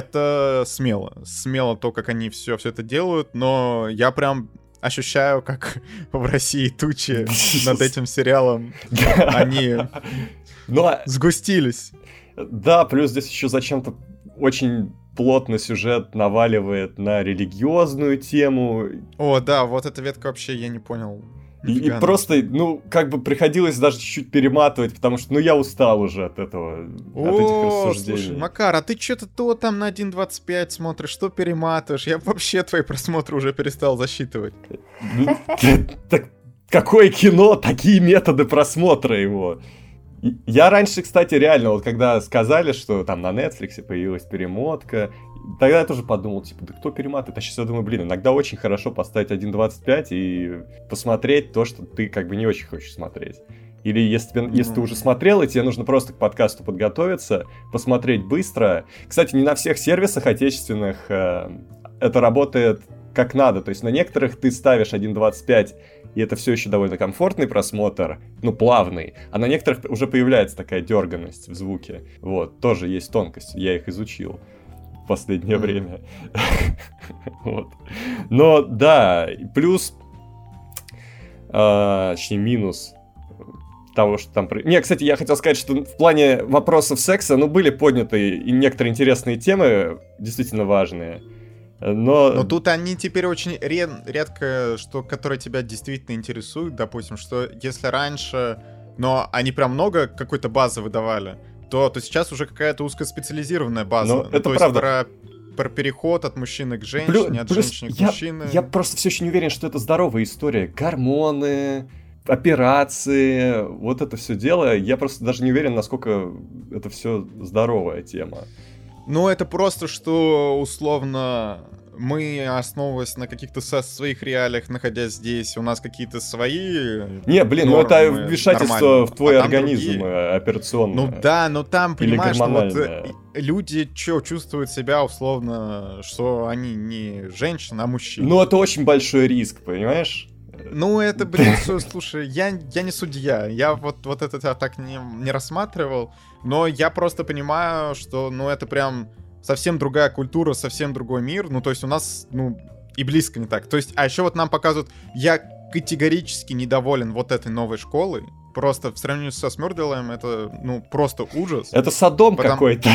это смело, смело то, как они все, все это делают, но я прям ощущаю, как в России тучи над этим сериалом, они
Ну, а-
сгустились.
да, плюс здесь еще зачем-то очень плотно сюжет наваливает на религиозную тему.
О, да, вот эта ветка вообще я не понял.
И, и
Нифига.
просто, ну, как бы приходилось даже чуть-чуть перематывать, потому что, ну, я устал уже от этого, от этих
О,
рассуждений.
слушай, Макар, а ты что-то то там на один двадцать пять смотришь, что перематываешь? Я вообще твои просмотры уже перестал засчитывать.
Ну, так какое кино, такие методы просмотра его. И- Я раньше, кстати, реально, вот когда сказали, что там на Netflix появилась перемотка, тогда я тоже подумал, типа, да кто перематывает? А сейчас я думаю, блин, иногда очень хорошо поставить один двадцать пять и посмотреть то, что ты как бы не очень хочешь смотреть. Или если, тебе, mm-hmm. если ты уже смотрел, и тебе нужно просто к подкасту подготовиться, посмотреть быстро. Кстати, не на всех сервисах отечественных э, это работает как надо. То есть на некоторых ты ставишь один двадцать пять, и это все еще довольно комфортный просмотр, ну, плавный. А на некоторых уже появляется такая дерганность в звуке. Вот, тоже есть тонкость, я их изучил в последнее mm-hmm. время. Вот. Но, да, плюс, э, точнее, минус того, что там... Не, кстати, я хотел сказать, что в плане вопросов секса, ну, были подняты и некоторые интересные темы, действительно важные. Но...
Но тут они теперь очень ред... редко, что, которые тебя действительно интересуют, допустим, что если раньше, но они прям много какой-то базы выдавали, то, то сейчас уже какая-то узкоспециализированная база.
Ну,
ну,
это
то
правда.
Есть про, про переход от мужчины к женщине,
Плюс,
от
плюс
женщины к
я,
мужчине.
Я просто все еще не уверен, что это здоровая история. Гормоны, операции, вот это все дело. Я просто даже не уверен, насколько это все здоровая тема.
Ну, это просто, что, условно, мы, основываясь на каких-то со своих реалиях, находясь здесь, у нас какие-то свои...
Не, блин, ну это вмешательство в твой а организм другие... операционное.
Ну да, но там, понимаешь, ну, вот люди что, чувствуют себя, условно, что они не женщины, а мужчины.
Ну, это очень большой риск, понимаешь?
Ну, это, блин, слушай, я, я не судья, я вот, вот это так не, не рассматривал, но я просто понимаю, что, ну, это прям совсем другая культура, совсем другой мир, ну, то есть у нас, ну, и близко не так. То есть, а еще вот нам показывают, я категорически недоволен вот этой новой школой, просто в сравнении со Смёрделем это, ну, просто ужас.
Это Содом потому... какой-то.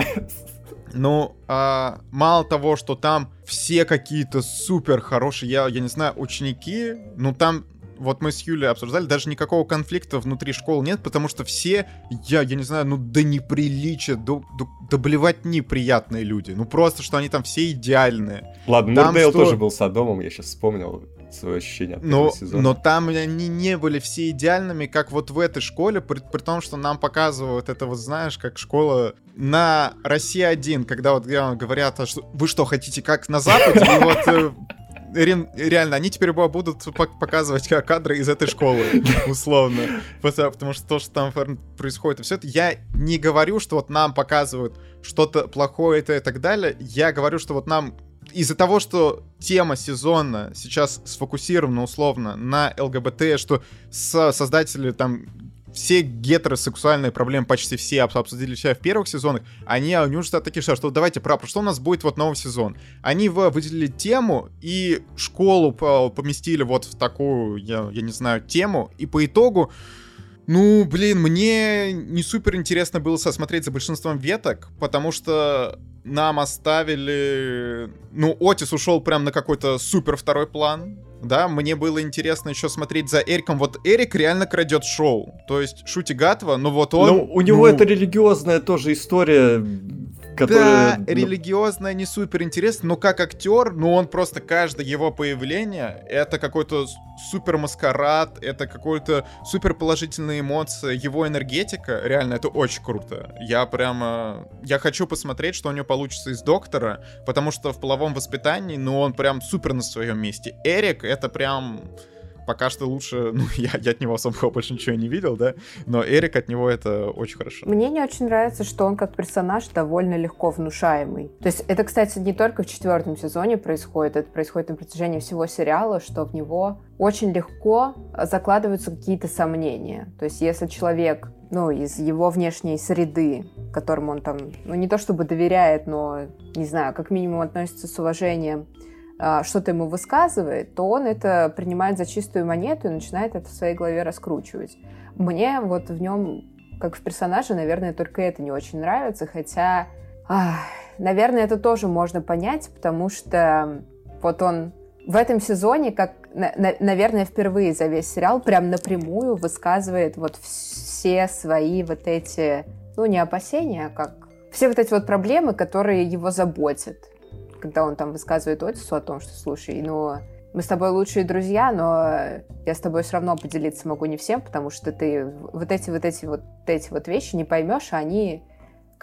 Ну, а, мало того, что там все какие-то супер хорошие, я, я не знаю, ученики, ну там, вот мы с Юлей обсуждали, даже никакого конфликта внутри школы нет, потому что все, я, я не знаю, ну до неприличия, до, до, до блевать неприятные люди. Ну просто, что они там все идеальные.
Ладно, Мурдейл что... тоже был Содомом, я сейчас вспомнил свое ощущение от
но,
первого сезона.
Но там они не были все идеальными, как вот в этой школе, при, при том, что нам показывают это, вот знаешь, как школа на Россия один, когда вот говорят, что вы что, хотите как на Западе? И вот реально, они теперь будут показывать кадры из этой школы, условно. Потому что то, что там происходит, и все это, я не говорю, что вот нам показывают что-то плохое и так далее, я говорю, что вот нам из-за того, что тема сезона сейчас сфокусирована условно на ЛГБТ, что создатели там все гетеросексуальные проблемы, почти все обсудили себя в первых сезонах, они, они уже такие, что давайте, про что у нас будет вот новый сезон. Они выделили тему и школу поместили вот в такую, я, я не знаю, тему, и по итогу, ну, блин, мне не супер интересно было смотреть за большинством веток, потому что нам оставили... Ну, Отис ушел прям на какой-то супер второй план, да, мне было интересно еще смотреть за Эриком. Вот Эрик реально крадет шоу, то есть Шути Гатва, но вот он...
Ну, у него ну... это религиозная тоже история, которая...
Да, религиозная, не супер интересно, но как актер, ну, он просто, каждое его появление, это какой-то супер маскарад, это какой-то супер положительные эмоции, его энергетика, реально, это очень круто. Я прямо... Я хочу посмотреть, что у него получится из Доктора, потому что в половом воспитании, ну, он прям супер на своем месте. Эрик, это прям... Пока что лучше, ну, я, я от него особо больше ничего не видел, да, но Эрик от него это очень хорошо.
Мне не очень нравится, что он как персонаж довольно легко внушаемый. То есть это, кстати, не только в четвертом сезоне происходит, это происходит на протяжении всего сериала, что в него очень легко закладываются какие-то сомнения. То есть если человек, ну, из его внешней среды, которому он там, ну, не то чтобы доверяет, но, не знаю, как минимум относится с уважением, что-то ему высказывает, то он это принимает за чистую монету и начинает это в своей голове раскручивать. Мне вот в нем, как в персонаже, наверное, только это не очень нравится, хотя, ах, наверное, это тоже можно понять, потому что вот он в этом сезоне, как, на, на, наверное, впервые за весь сериал прям напрямую высказывает вот все свои вот эти, ну, не опасения, а как все вот эти вот проблемы, которые его заботят. Когда он там высказывает Отису о том, что, слушай, ну, мы с тобой лучшие друзья, но я с тобой все равно поделиться могу не всем, потому что ты вот эти вот эти вот эти вот вещи не поймешь, а они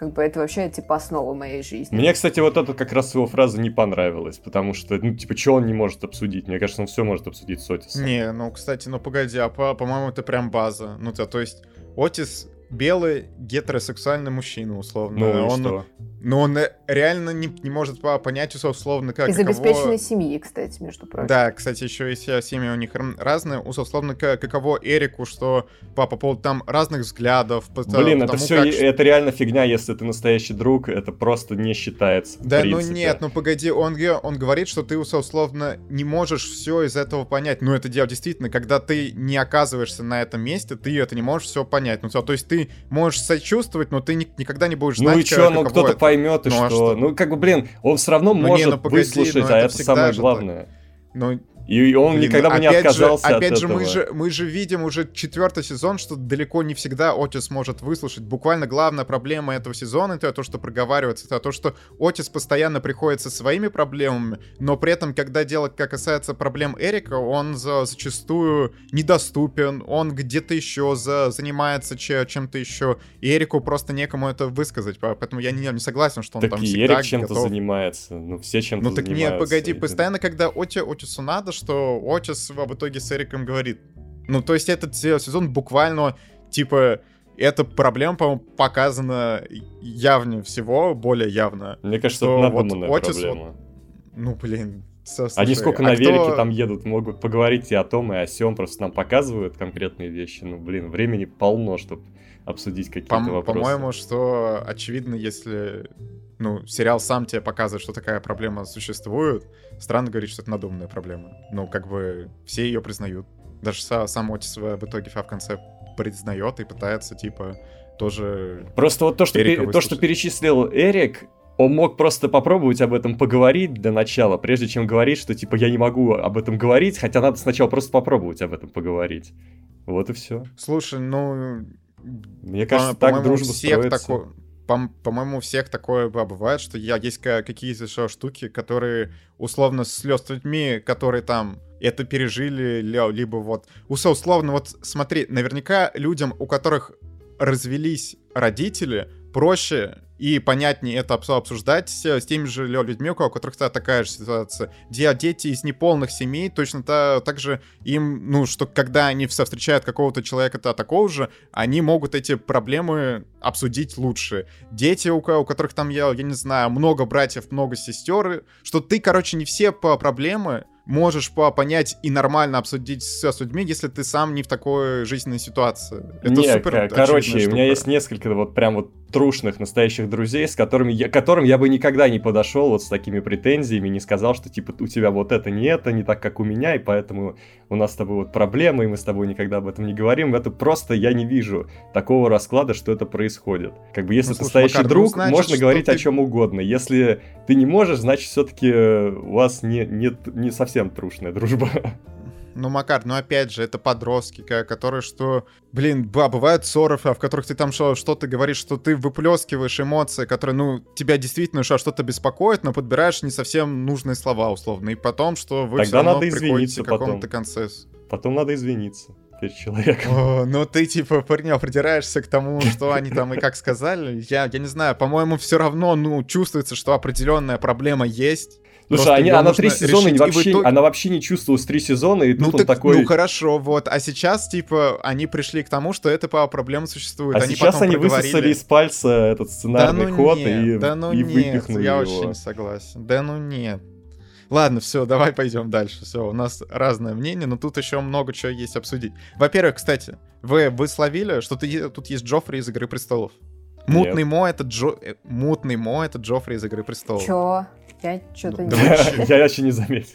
Как бы это вообще, типа, основа моей жизни.
Мне, кстати, вот эта как раз его фраза не понравилась, потому что, ну, типа, что он не может обсудить? Мне кажется, он все может обсудить с Отисом.
Не, ну, кстати, ну, погоди, а по- по-моему, это прям база. Ну, то, то есть, Отис белый гетеросексуальный мужчина, условно.
Ну, и
он,
что?
Но он реально не, не может по- понять, условно, как...
Из
каково...
обеспеченной семьи, кстати, между прочим.
Да, кстати, еще и семьи у них разные. Условно, как, каково Эрику, что по, по поводу там разных взглядов. По,
Блин,
по
это
тому,
все,
как...
это реально фигня, если ты настоящий друг, это просто не считается.
Да, ну нет, ну погоди, он, он говорит, что ты условно не можешь все из этого понять. Ну это дело действительно, когда ты не оказываешься на этом месте, ты это не можешь все понять. Ну то есть ты можешь сочувствовать, но ты ни, никогда не будешь знать,
ну и что, ну кто-то
это.
поймет, и
ну,
что?
А что?
Ну как бы, блин, он все равно
ну,
может
не, ну, погоди,
выслушать,
ну,
а
это
это самое главное.
Ну,
И он
Блин,
никогда бы не отказался
же,
от
опять
этого.
же, мы же, мы же видим уже четвертый сезон, что далеко не всегда Отис может выслушать. Буквально главная проблема этого сезона — это то, что проговаривается, это то, что Отис постоянно приходит со своими проблемами, но при этом, когда дело как касается проблем Эрика, он за, зачастую недоступен, он где-то еще за, занимается че, чем-то еще, и Эрику просто некому это высказать, поэтому я не, не согласен, что он
так
там
и
всегда
Эрик чем-то
готов...
занимается, ну все чем-то
Ну так
занимаются.
нет, погоди,
И-
постоянно, когда Оти, Отису надо, что Отис в итоге с Эриком говорит. Ну, то есть этот сезон буквально, типа, эта проблема, по-моему, показана явнее всего, более явно.
Мне кажется,
что
это
вот
надуманная
Отис
проблема.
вот- Ну, блин, со-
Они
слушай,
сколько
а
на
кто-
велике там едут, могут поговорить и о том, и о сём, просто нам показывают конкретные вещи. Ну, блин, времени полно, чтобы обсудить какие-то
По-
вопросы.
По-моему, что очевидно, если ну, сериал сам тебе показывает, что такая проблема существует, странно говорить, что это надуманная проблема. Ну, как бы все ее признают. Даже са- сам Отис в в итоге в конце признает и пытается, типа, тоже...
Просто вот то, что,
Эрика
пе- то, что
выслушать.
перечислил Эрик, он мог просто попробовать об этом поговорить для начала, прежде чем говорить, что типа я не могу об этом говорить, хотя надо сначала просто попробовать об этом поговорить. Вот и все.
Слушай, ну...
Мне кажется,
по-
так
по-моему,
дружба
всех
строится.
тако- по- По-моему, у всех такое б- бывает, что я, есть ка- какие-то еще штуки, которые условно с с людьми, которые там это пережили, ли- либо вот... Уса- Условно, вот смотри, наверняка людям, у которых развелись родители, проще и понятнее это обс- обсуждать с, с теми же лю- людьми, у которых та- такая же ситуация. Где дети из неполных семей, точно та, так же им, ну, что когда они все встречают какого-то человека-то такого же, они могут эти проблемы обсудить лучше. Дети, у, ко- у которых там, я, я не знаю, много братьев, много сестер, что ты, короче, не все по проблемы можешь по понять и нормально обсудить с, с людьми, если ты сам не в такой жизненной ситуации. Это
Не,
супер
ко- короче,
очевидная
у меня
штука.
есть несколько вот прям вот трушных настоящих друзей, с которыми я, которым я бы никогда не подошел вот с такими претензиями, не сказал, что типа у тебя вот это не это, не так, как у меня, и поэтому у нас с тобой вот проблемы, и мы с тобой никогда об этом не говорим. Это просто я не вижу такого расклада, что это происходит. Как бы если
Ну,
ты
слушай,
настоящий
Макар, ну,
друг,
значит,
можно
что
говорить
ты-
о чем угодно. Если ты не можешь, значит все-таки у вас не, не, не совсем трушная дружба.
Ну, Макар, ну опять же, это подростки, ка- которые что... Блин, ба, бывают ссоры, а в которых ты там шо- что-то говоришь, что ты выплескиваешь эмоции, которые, ну, тебя действительно шо- что-то беспокоит, но подбираешь не совсем нужные слова, условно. И потом, что вы
Тогда
все равно
надо
приходите
извиниться
к какому-то
потом.
консенсусу.
Потом надо извиниться перед человеком.
О, ну ты типа парня придираешься к тому, что они там и как сказали. Я, я не знаю, по-моему, все равно, ну, чувствуется, что определенная проблема есть.
Слушай,
Просто
они,
её
она
нужно
три сезона
решить, и в
вообще,
итоге-
она вообще не чувствовалась три сезона, и тут
Ну,
он
так,
такой...
ну хорошо, вот. А сейчас, типа, они пришли к тому, что эта по- проблема существует.
А
они
сейчас
потом
они
проговорили.
высосали из пальца этот
Да
сценарный
ну
ход
нет,
и,
да ну
и
нет,
выпихнули
я
его.
очень не согласен. Да ну нет. Ладно, все, давай пойдем дальше. Все, у нас разное мнение, но тут еще много чего есть обсудить. Во-первых, кстати, вы, вы словили, что ты- тут есть Джоффри из «Игры престолов». Мутный Мо — это Джо... э, Мутный Мо — это Джоффри из «Игры престолов».
Чё? Я что-то
Ну,
не...
да вы чё?
Я вообще не заметил.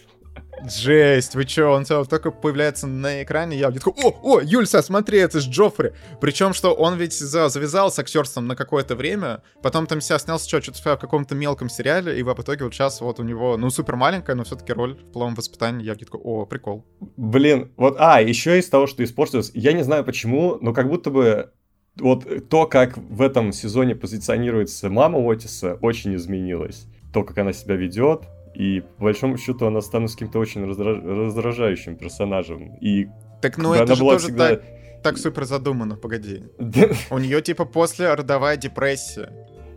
Жесть, вы чё, он всё только появляется на экране, я такой, о, о, Юльса, смотри, это ж Джоффри. Причем, что он ведь за- завязал с актерством на какое-то время, потом там себя снялся что, что-то в каком-то мелком сериале, и в итоге вот сейчас вот у него, ну, супер маленькая, но все-таки роль в половом воспитании. Я такой, о, прикол.
Блин, вот, а, еще из того, что испортилось, я не знаю почему, но как будто бы вот то, как в этом сезоне позиционируется мама Отиса, очень изменилось. То, как она себя ведет, и по большому счету она становится каким-то очень раздра- раздражающим персонажем. И
Так, ну,
как бы
это
она
же
была
тоже
всегда...
так, так супер задумано, погоди. У нее, типа, после родовая депрессия.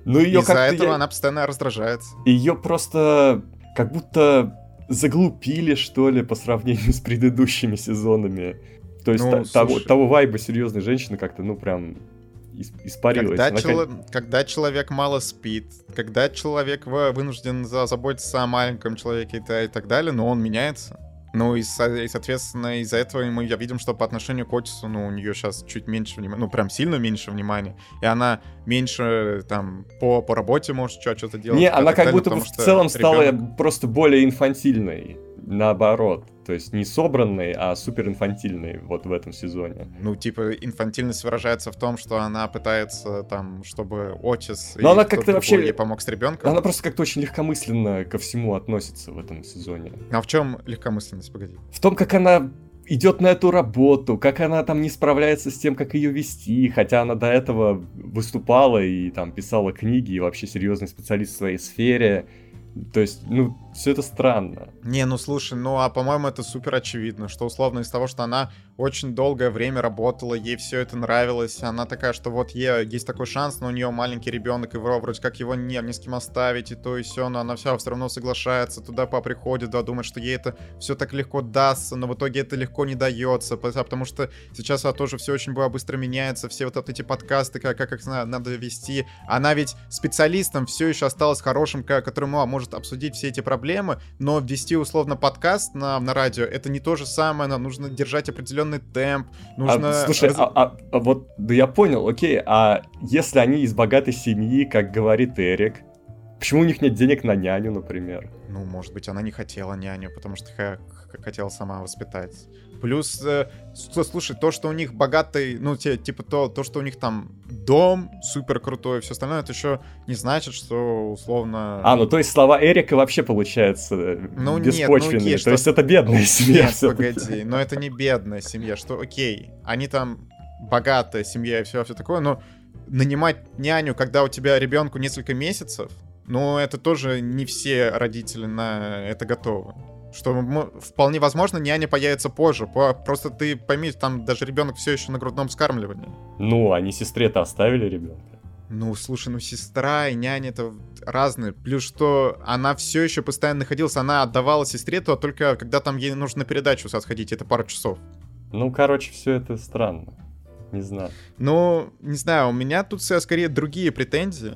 Ну, ее
из-за
как-то
этого
я...
она постоянно раздражается.
Ее просто как будто заглупили, что ли, по сравнению с предыдущими сезонами. То есть
Ну,
та- того,
слушай.
того вайба серьезной женщины как-то, ну, прям ис- испарилась.
Когда,
Она
чело-
как-
когда человек мало спит, когда человек во- вынужден за- заботиться о маленьком человеке и, та- и так далее, но он меняется. Ну и, со- и, соответственно, из-за этого мы я видим, что по отношению к Отису, ну, у нее сейчас чуть меньше внимания, ну, прям сильно меньше внимания, и она меньше, там, по, по работе может чё- что-то делать.
Не,
и
она
так
как
далее,
будто бы
потому
в
что
целом стала
ребёнок-
просто более инфантильной, наоборот. То есть не собранной, а супер инфантильной вот в этом сезоне.
Ну, типа, инфантильность выражается в том, что она пытается, там, чтобы Отис
Но
и
она
кто-то
как-то
другой
вообще-
ей помог с ребенком.
Она просто как-то очень легкомысленно ко всему относится в этом сезоне.
А в чем легкомысленность, погоди?
В том, как она идет на эту работу, как она там не справляется с тем, как ее вести, хотя она до этого выступала и там писала книги, и вообще серьезный специалист в своей сфере. То есть, ну, все это странно.
Не, ну слушай, ну а по-моему это супер очевидно, что условно из того, что она очень долгое время работала, ей все это нравилось, она такая, что вот ей есть такой шанс, но у нее маленький ребенок, и вроде как его не, не с кем оставить, и то и все, но она все все равно соглашается, туда по приходит, да, думает, что ей это все так легко дастся, но в итоге это легко не дается, потому что сейчас а, тоже все очень быстро меняется, все вот эти подкасты, как, как их надо вести, она ведь специалистом все еще осталась хорошим, который может обсудить все эти проблемы, но ввести условно подкаст на, на радио, это не то же самое, нам нужно держать определенный темп, нужно...
А, слушай,
раз...
а, а, а вот, да я понял, окей, а если они из богатой семьи, как говорит Эрик, почему у них нет денег на няню, например?
Ну, может быть, она не хотела няню, потому что х- х- хотела сама воспитать. Плюс, э, слушай, то, что у них богатый, ну, те, типа то, то, что у них там дом супер крутой, все остальное, это еще не значит, что условно...
А, ну то есть слова Эрика вообще, получается,
ну,
беспочвенные,
нет, ну, окей,
то
что...
есть это бедная семья.
Нет, погоди, но это не бедная семья, что окей, они там богатая семья и все, все такое, но нанимать няню, когда у тебя ребенку несколько месяцев, ну, это тоже не все родители на это готовы. Что вполне возможно, няня появится позже. Просто ты пойми, там даже ребенок все еще на грудном вскармливании.
Ну, они сестре-то оставили ребенка.
Ну, слушай, ну сестра и няня это разные. Плюс что она все еще постоянно находилась, она отдавала сестре то только когда там ей нужно на передачу сходить, это пару часов.
Ну, короче, все это странно. Не знаю.
Ну, не знаю, у меня тут скорее другие претензии.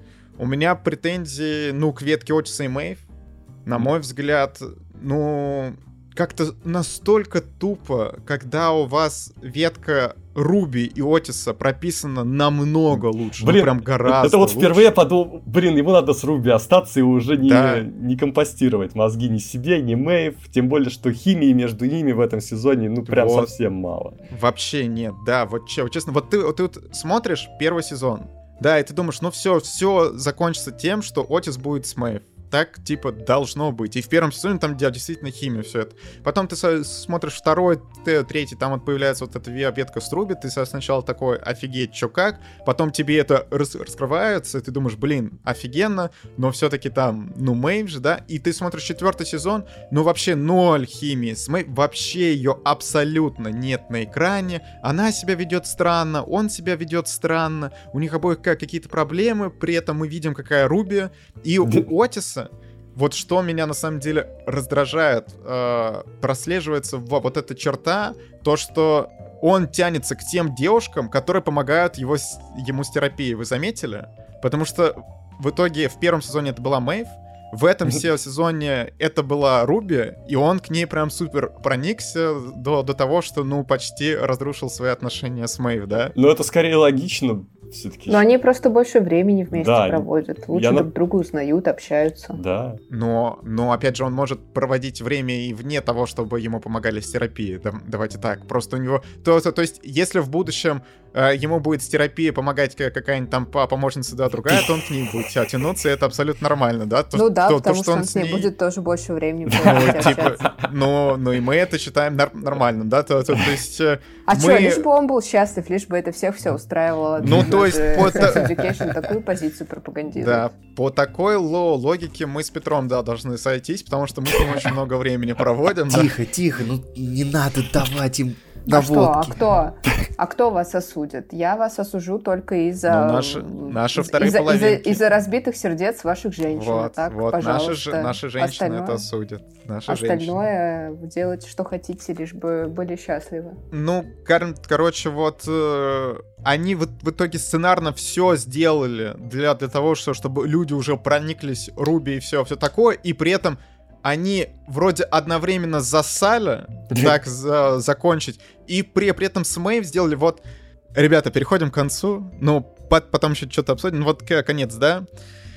У меня претензии, ну, к ветке Отиса и Мэйв. На мой взгляд, ну, как-то настолько тупо, когда у вас ветка Руби и Отиса прописана намного лучше.
Блин,
ну, прям гораздо
это вот
лучше.
впервые я подумал, блин, ему надо с Руби остаться и уже не,
Да.
не компостировать мозги ни себе, ни Мэйв, тем более, что химии между ними в этом сезоне, ну, прям
Вот.
совсем мало.
Вообще нет, да, вот, че- вот честно, вот ты, вот ты вот смотришь первый сезон, да, и ты думаешь, ну все, все закончится тем, что Отис будет с Мэйв. Так, типа, должно быть. И в первом сезоне там де- действительно химия, все это. Потом ты со- смотришь второй, т- третий, там вот появляется вот эта ве- ветка с Руби, ты со- сначала такой, офигеть, чё как, потом тебе это рас- раскрывается, и ты думаешь, блин, офигенно, но все-таки там, ну, Мэйв же, да, и ты смотришь четвертый сезон, ну, вообще ноль химии с Мэйв, вообще ее абсолютно нет на экране, она себя ведет странно, он себя ведет странно, у них обоих как- какие-то проблемы, при этом мы видим, какая Руби, и у Отиса вот что меня на самом деле раздражает, э, прослеживается в, вот эта черта, то, что он тянется к тем девушкам, которые помогают его, с- ему с терапией. Вы заметили? Потому что в итоге в первом сезоне это была Мэйв, в этом се- сезоне это была Руби, и он к ней прям супер проникся до, до того, что, ну, почти разрушил свои отношения с Мэйв, да?
Но это скорее логично, все-таки.
Но они просто больше времени вместе
Да,
проводят. Лучше
я на-
друг друга узнают, общаются.
Да.
Но, но, опять же, он может проводить время и вне того, чтобы ему помогали с терапией. Да- давайте так. Просто у него... То, то, то есть, если в будущем э, ему будет с терапией помогать ка- какая-нибудь там по- помощница, да, другая, то он к ней будет тя- тянуться, и это абсолютно нормально, да? То,
Ну да,
то- то,
потому
что
что он
он
с ней будет тоже больше времени
Ну,
проводить,
типа,
общаться.
ну, ну и мы это считаем нар- нормальным, да? То, то- то есть... э,
А
мы-
что, лишь бы он был счастлив, лишь бы это всех все устраивало.
Ну,
Нужно
то есть,
же
по-
Sex Education такую позицию пропагандирует.
Да, по такой ло- логике мы с Петром, да, должны сойтись, потому что мы с ним очень много времени проводим. да.
Тихо, тихо, ну не надо давать им на
а что, а
водке.
кто? А кто вас осудит? Я вас осужу только из-за...
Ну, наши, наши вторые
из-за,
половинки.
Из-за, из-за разбитых сердец ваших женщин.
Вот,
так,
вот
пожалуйста.
наши, наши женщины
Остальное,
это осудят. Наши
остальное
женщины.
делайте, что хотите, лишь бы были счастливы.
Ну, кор- короче, вот э, они в, в итоге сценарно все сделали для, для того, что, чтобы люди уже прониклись Руби и все, все такое, и при этом они вроде одновременно засали, так за, закончить, и при, при этом с Мэйв сделали вот... Ребята, переходим к концу, ну, под, потом еще что-то обсудим, ну, вот конец, да?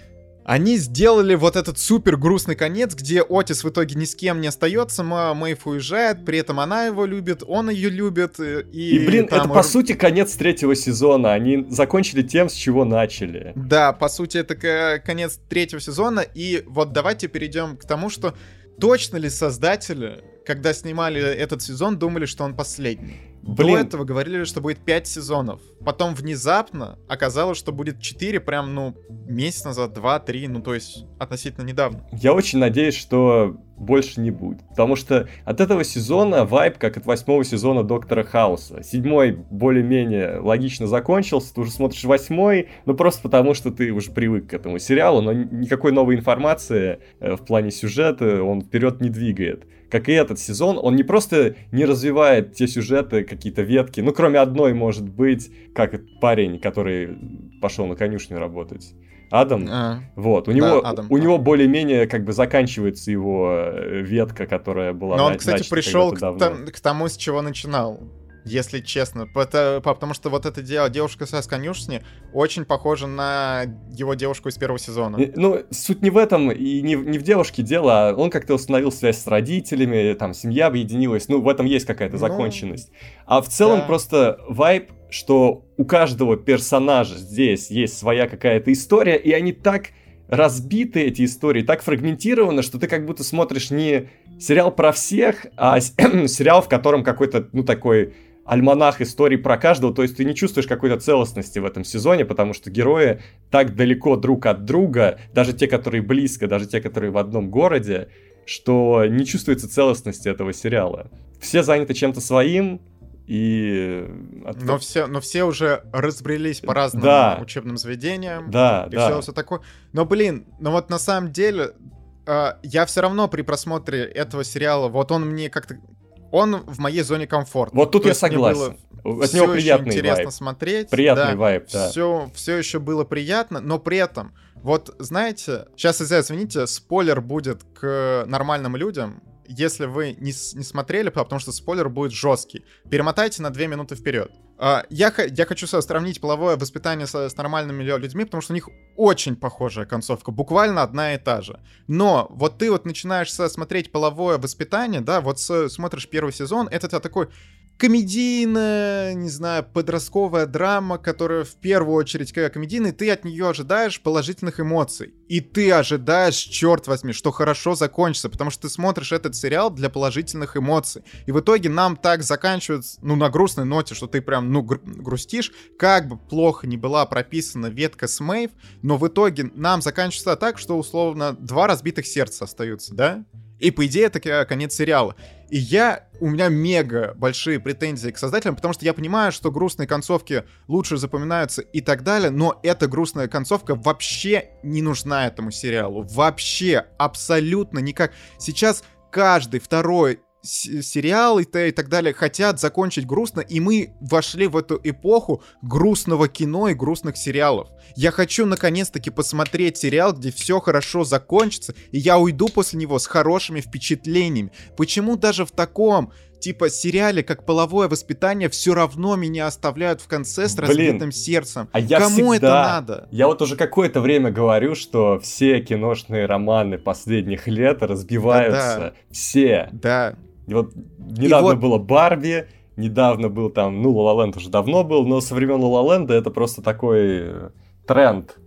Они сделали вот этот супер грустный конец, где Отис в итоге ни с кем не остается, Мэйв уезжает, при этом она его любит, он ее любит. И,
и блин, это по сути конец третьего сезона, они закончили тем, с чего начали.
Да, по сути это конец третьего сезона, и вот давайте перейдем к тому, что точно ли создатели, когда снимали этот сезон, думали, что он последний? Блин. До этого говорили, что будет пять сезонов. Потом внезапно оказалось, что будет четыре, прям, ну, месяц назад, два-три, ну, то есть относительно недавно.
Я очень надеюсь, что больше не будет. Потому что от этого сезона вайб, как от восьмого сезона Доктора Хауса. Седьмой более-менее логично закончился, ты уже смотришь восьмой, ну, просто потому что ты уже привык к этому сериалу, но никакой новой информации в плане сюжета он вперед не двигает. Как и этот сезон, он не просто не развивает те сюжеты, какие-то ветки, ну, кроме одной, может быть, как парень, который пошел на конюшню работать. Адам,
а,
вот, у,
да,
него,
Адам.
у него более-менее как бы заканчивается его ветка, которая была...
Но он,
на,
кстати, пришел к, там, к тому, с чего начинал. Если честно, потому, потому что вот это дело, девушка со конюшни очень похожа на его девушку из первого сезона.
Ну, суть не в этом и не, не в девушке дело, а он как-то установил связь с родителями, там, семья объединилась, ну, в этом есть какая-то законченность. Ну, а в целом да. просто вайб, что у каждого персонажа здесь есть своя какая-то история, и они так разбиты, эти истории, так фрагментированы, что ты как будто смотришь не сериал про всех, а сериал, в котором какой-то, ну, такой... альманах историй про каждого, то есть ты не чувствуешь какой-то целостности в этом сезоне, потому что герои так далеко друг от друга, даже те, которые близко, даже те, которые в одном городе, что не чувствуется целостности этого сериала. Все заняты чем-то своим, и...
Но все, но все уже разбрелись по разным
да.
учебным заведениям,
да,
и
да.
все, все такое. Но, блин, ну вот на самом деле, э, я все равно при просмотре этого сериала, вот он мне как-то... Он в моей зоне комфорта.
Вот тут То я согласен.
От него приятный интересно вайб. Смотреть.
Приятный да, вайб, да.
Все, все еще было приятно, но при этом, вот знаете, сейчас, извините, спойлер будет к нормальным людям. Если вы не, не смотрели, потому что спойлер будет жесткий, перемотайте на две минуты вперед. Uh, я, я хочу сравнить половое воспитание с, с нормальными людьми, потому что у них очень похожая концовка, буквально одна и та же. Но вот ты вот начинаешь смотреть половое воспитание, да, вот с, смотришь первый сезон, это такой комедийная, не знаю, подростковая драма, которая в первую очередь как комедийная, ты от нее ожидаешь положительных эмоций. И ты ожидаешь, черт возьми, что хорошо закончится, потому что ты смотришь этот сериал для положительных эмоций. И в итоге нам так заканчивается, ну, на грустной ноте, что ты прям, ну, гру- грустишь, как бы плохо не была прописана ветка с Мэйв, но в итоге нам заканчивается так, что, условно, два разбитых сердца остаются, да? И, по идее, это конец сериала. И я, у меня мега большие претензии к создателям, потому что я понимаю, что грустные концовки лучше запоминаются и так далее, но эта грустная концовка вообще не нужна этому сериалу. Вообще, абсолютно никак. Сейчас каждый второй сериалы и так далее хотят закончить грустно, и мы вошли в эту эпоху грустного кино и грустных сериалов. Я хочу наконец-таки посмотреть сериал, где все хорошо закончится, и я уйду после него с хорошими впечатлениями. Почему даже в таком типа сериале, как «Половое воспитание», все равно меня оставляют в конце с разбитым Блин, сердцем?
А я
Кому
всегда,
это надо?
Я вот уже какое-то время говорю, что все киношные романы последних лет разбиваются. Да-да. Все.
Да.
И вот недавно и вот... было «Барби», недавно был там, ну, «Ла Ла Ленд» уже давно был, но со времен «Ла Ла Ленда» это просто такой тренд.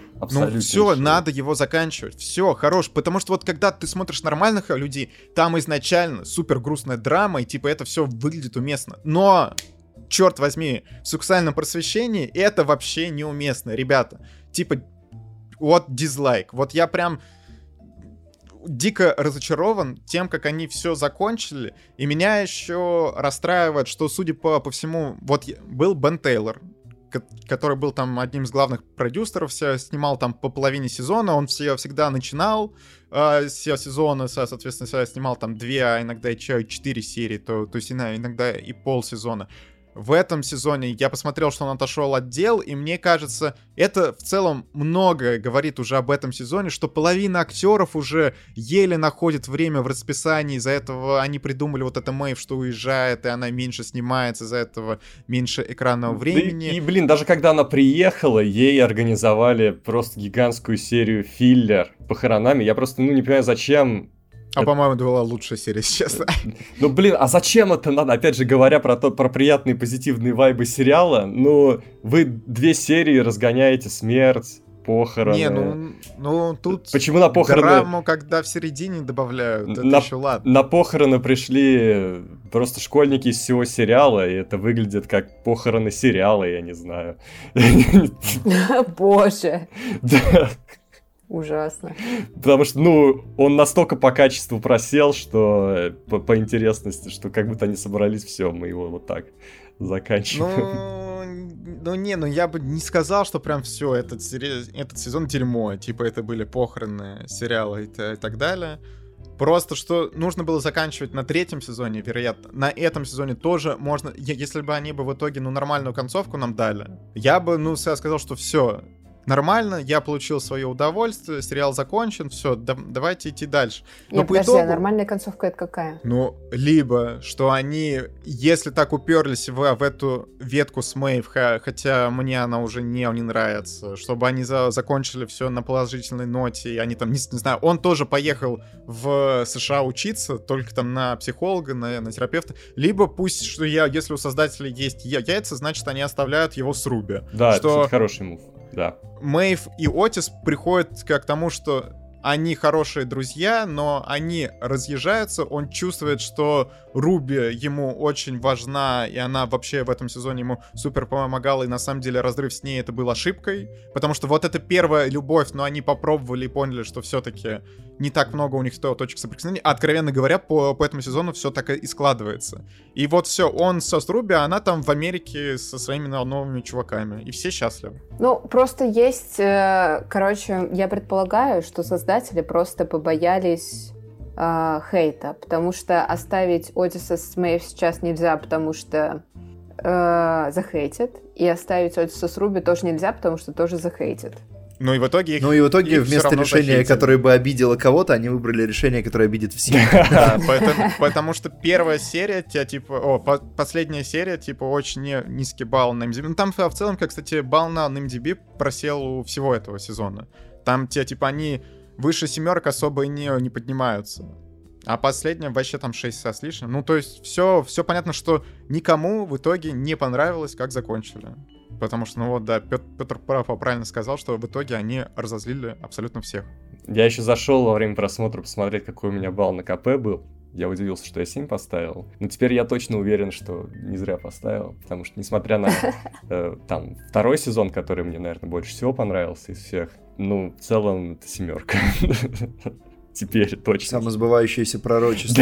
Ну все, надо его заканчивать. Все, хорош. Потому что вот когда ты смотришь нормальных людей, там изначально супер грустная драма, и типа это все выглядит уместно. Но, черт возьми, в сексуальном просвещении это вообще неуместно, ребята. Типа, вот дизлайк. Вот я прям... дико разочарован тем, как они все закончили, и меня еще расстраивает, что, судя по, по всему, вот был Бен Тейлор, который был там одним из главных продюсеров, все снимал там по половине сезона, он все всегда начинал э, все сезоны, соответственно, снимал там две, а иногда и четыре серии, то, то есть иногда и полсезона. В этом сезоне я посмотрел, что он отошел от дел, и мне кажется, это в целом многое говорит уже об этом сезоне, что половина актеров уже еле находит время в расписании, из-за этого они придумали вот это Мэйв, что уезжает, и она меньше снимается, из-за этого меньше экранного времени.
И, и, блин, даже когда она приехала, ей организовали просто гигантскую серию филлер похоронами. Я просто, ну, не понимаю, зачем...
А, это... по-моему, это была лучшая серия сейчас.
Ну, блин, а зачем это надо? Опять же, говоря про, то, про приятные позитивные вайбы сериала, ну, вы две серии разгоняете смерть, похороны.
Не, ну, ну тут
почему на похороны...
драму, когда в середине добавляют, это
на,
еще ладно.
На похороны пришли просто школьники из всего сериала, и это выглядит как похороны сериала, я не знаю.
Боже.
Да.
Ужасно.
Потому что, ну, он настолько по качеству просел, что по, по интересности, что как будто они собрались, все, мы его вот так заканчиваем.
Ну, ну не, ну я бы не сказал, что прям все, этот, сери... этот сезон дерьмо. Типа это были похороны сериала и, т- и так далее. Просто что нужно было заканчивать на третьем сезоне, вероятно. На этом сезоне тоже можно... Если бы они бы в итоге, ну, нормальную концовку нам дали, я бы, ну, сказал, что все... Нормально, я получил свое удовольствие, сериал закончен, все, да, давайте идти дальше.
Но Нет, по подожди, итогу, а нормальная концовка это какая?
Ну, либо, что они, если так уперлись в, в эту ветку с Мэйв, хотя мне она уже не, не нравится, чтобы они за, закончили все на положительной ноте, и они там, не, не знаю, он тоже поехал в США учиться, только там на психолога, на, на терапевта, либо пусть, что я, если у создателей есть яйца, значит, они оставляют его с Руби.
Да,
что...
это хороший мув. Да.
Мэйв и Отис приходят к тому, что они хорошие друзья, но они разъезжаются, он чувствует, что Руби ему очень важна, и она вообще в этом сезоне ему супер помогала, и на самом деле разрыв с ней это был ошибкой, потому что вот это первая любовь, но они попробовали и поняли, что все-таки не так много у них точек соприкосновения, а, откровенно говоря, по, по этому сезону все так и складывается. И вот все, он со с Руби, а она там в Америке со своими новыми чуваками, и все счастливы.
Ну, просто есть, э, короче, я предполагаю, что создатели просто побоялись э, хейта, потому что оставить Отиса с Мэйв сейчас нельзя, потому что э, захейтят, и оставить Отиса с Руби тоже нельзя, потому что тоже захейтят.
Ну и в итоге их,
Ну и в итоге вместо решения, захейтили. Которое бы обидело кого-то, они выбрали решение, которое обидит всех.
Да, потому что первая серия, тебя типа, о, последняя серия, типа, очень низкий балл на эм ди би. Ну там в целом, как, кстати, балл на эм ди би просел у всего этого сезона. Там те, типа, они выше семерок особо и не, не поднимаются. А последняя вообще там шесть с лишним. Ну, то есть все, все понятно, что никому в итоге не понравилось, как закончили. Потому что, ну вот, да, Петр, Петр правильно сказал, что в итоге они разозлили абсолютно всех.
Я еще зашел во время просмотра посмотреть, какой у меня балл на ка пэ был. Я удивился, что я семь поставил. Но теперь я точно уверен, что не зря поставил. Потому что, несмотря на э, там второй сезон, который мне, наверное, больше всего понравился из всех, ну, в целом, это семерка. Теперь точно.
Самосбывающееся пророчество.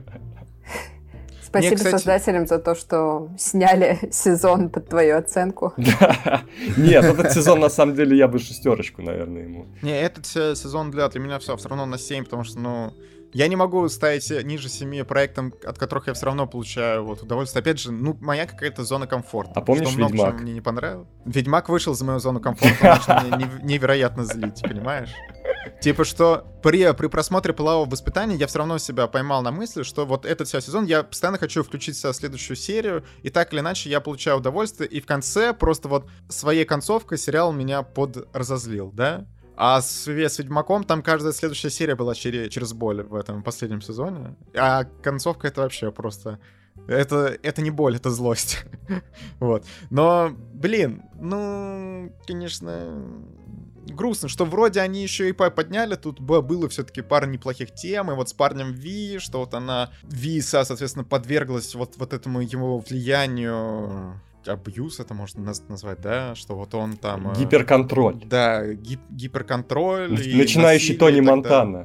Спасибо Мне, кстати... создателям за то, что сняли сезон под твою оценку.
Нет, этот сезон, на самом деле, я бы шестерочку, наверное, ему.
Не, этот сезон для, для меня все, все равно на семь, потому что, ну... Я не могу ставить ниже семи проектам, от которых я все равно получаю вот удовольствие. Опять же, ну, моя какая-то зона комфорта.
А помнишь
что много
Ведьмак?
Чего мне не понравилось. Ведьмак вышел за мою зону комфорта, он начал меня невероятно злить, понимаешь? Типа, что при, при просмотре полового воспитания я все равно себя поймал на мысли, что вот этот вся сезон я постоянно хочу включить в следующую серию, и так или иначе я получаю удовольствие, и в конце просто вот своей концовкой сериал меня подразозлил, да? А с, с Ведьмаком там каждая следующая серия была через, через боль в этом последнем сезоне. А концовка это вообще просто... Это, это не боль, это злость. Вот. Но, блин, ну, конечно, грустно, что вроде они еще и подняли, тут было все-таки пара неплохих тем, и вот с парнем Ви, что вот она, Ви, соответственно, подверглась вот, вот этому его влиянию... абьюз это можно назвать, да, что вот он там...
Гиперконтроль.
Да, гип- гиперконтроль.
Начинающий Тони Монтана.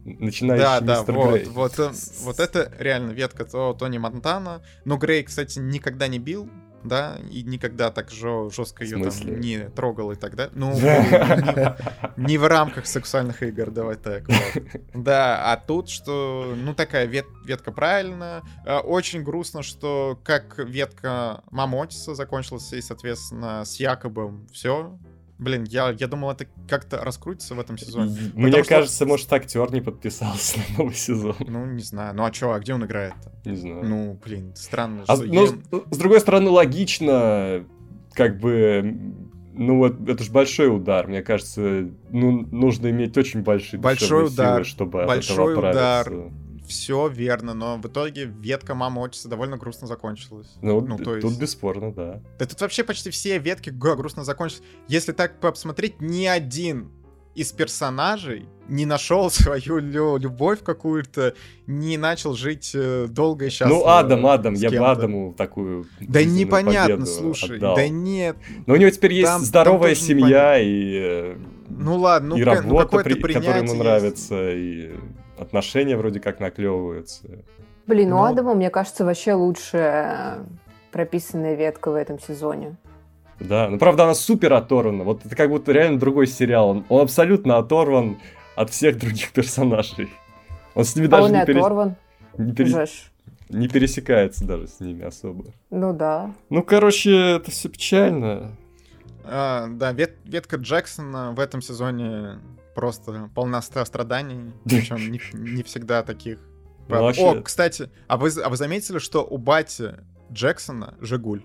начинающий
Да, да,
мистер
вот,
Грей.
вот, э, вот это реально ветка то, Тони Монтана. Но Грей, кстати, никогда не бил, да, и никогда так жё- жестко ее
В смысле?
там не трогал и так далее. Ну, не, не в рамках сексуальных игр, давай так. Вот. Да, а тут что, ну такая вет, ветка правильная. Э, Очень грустно, что как ветка Мама Отиса закончилась, и, соответственно, с Якобом все. Блин, я, я думал, это как-то раскрутится в этом сезоне.
Мне
Потому что-
кажется, может, актер не подписался на новый сезон.
Ну, не знаю. Ну, а чё, а где он играет-то?
Не знаю.
Ну, блин, странно.
А,
что
ну,
я-
с, с другой стороны, логично, как бы, ну вот, это же большой удар, мне кажется, ну, нужно иметь очень большие
Большой
душевные силы,
удар,
чтобы
большой
от этого
удар.
оправиться.
Все верно, но в итоге ветка Мама Отиса довольно грустно закончилась.
Ну,
Ну,
д-
то
тут
есть-
бесспорно, да.
Да тут вообще почти все ветки г- грустно закончились. Если так посмотреть, ни один из персонажей не нашел свою лю- любовь какую-то, не начал жить э, долго и счастливо.
Ну, Адам, Адам,
с
я бы
кем-то.
Адаму такую
Да
жизненную
непонятно,
победу
слушай,
отдал.
да нет.
Но у него теперь есть
Там- там
здоровая
тоже
семья и, э,
Ну ладно, ну,
и
ка- ну,
работа,
какое-то
при- которая ему
принятие
нравится, и отношения вроде как наклевываются.
Блин, у
Ну-
Адама, мне кажется, вообще лучшая прописанная ветка в этом сезоне.
Да, ну правда она супер оторвана. Вот это как будто реально другой сериал. Он, он абсолютно оторван от всех других персонажей. Он с ними
А
даже
он и
не, пере-
оторван.
не, пере-
Жеж.
не пересекается даже с ними особо.
Ну да.
Ну, короче, это все печально.
А, да, вет- ветка Джексона в этом сезоне просто полна ста- страданий, причем не, не всегда таких.
Ну,
О,
вообще-
кстати, а вы, а вы заметили, что у бати Джексона Жигуль?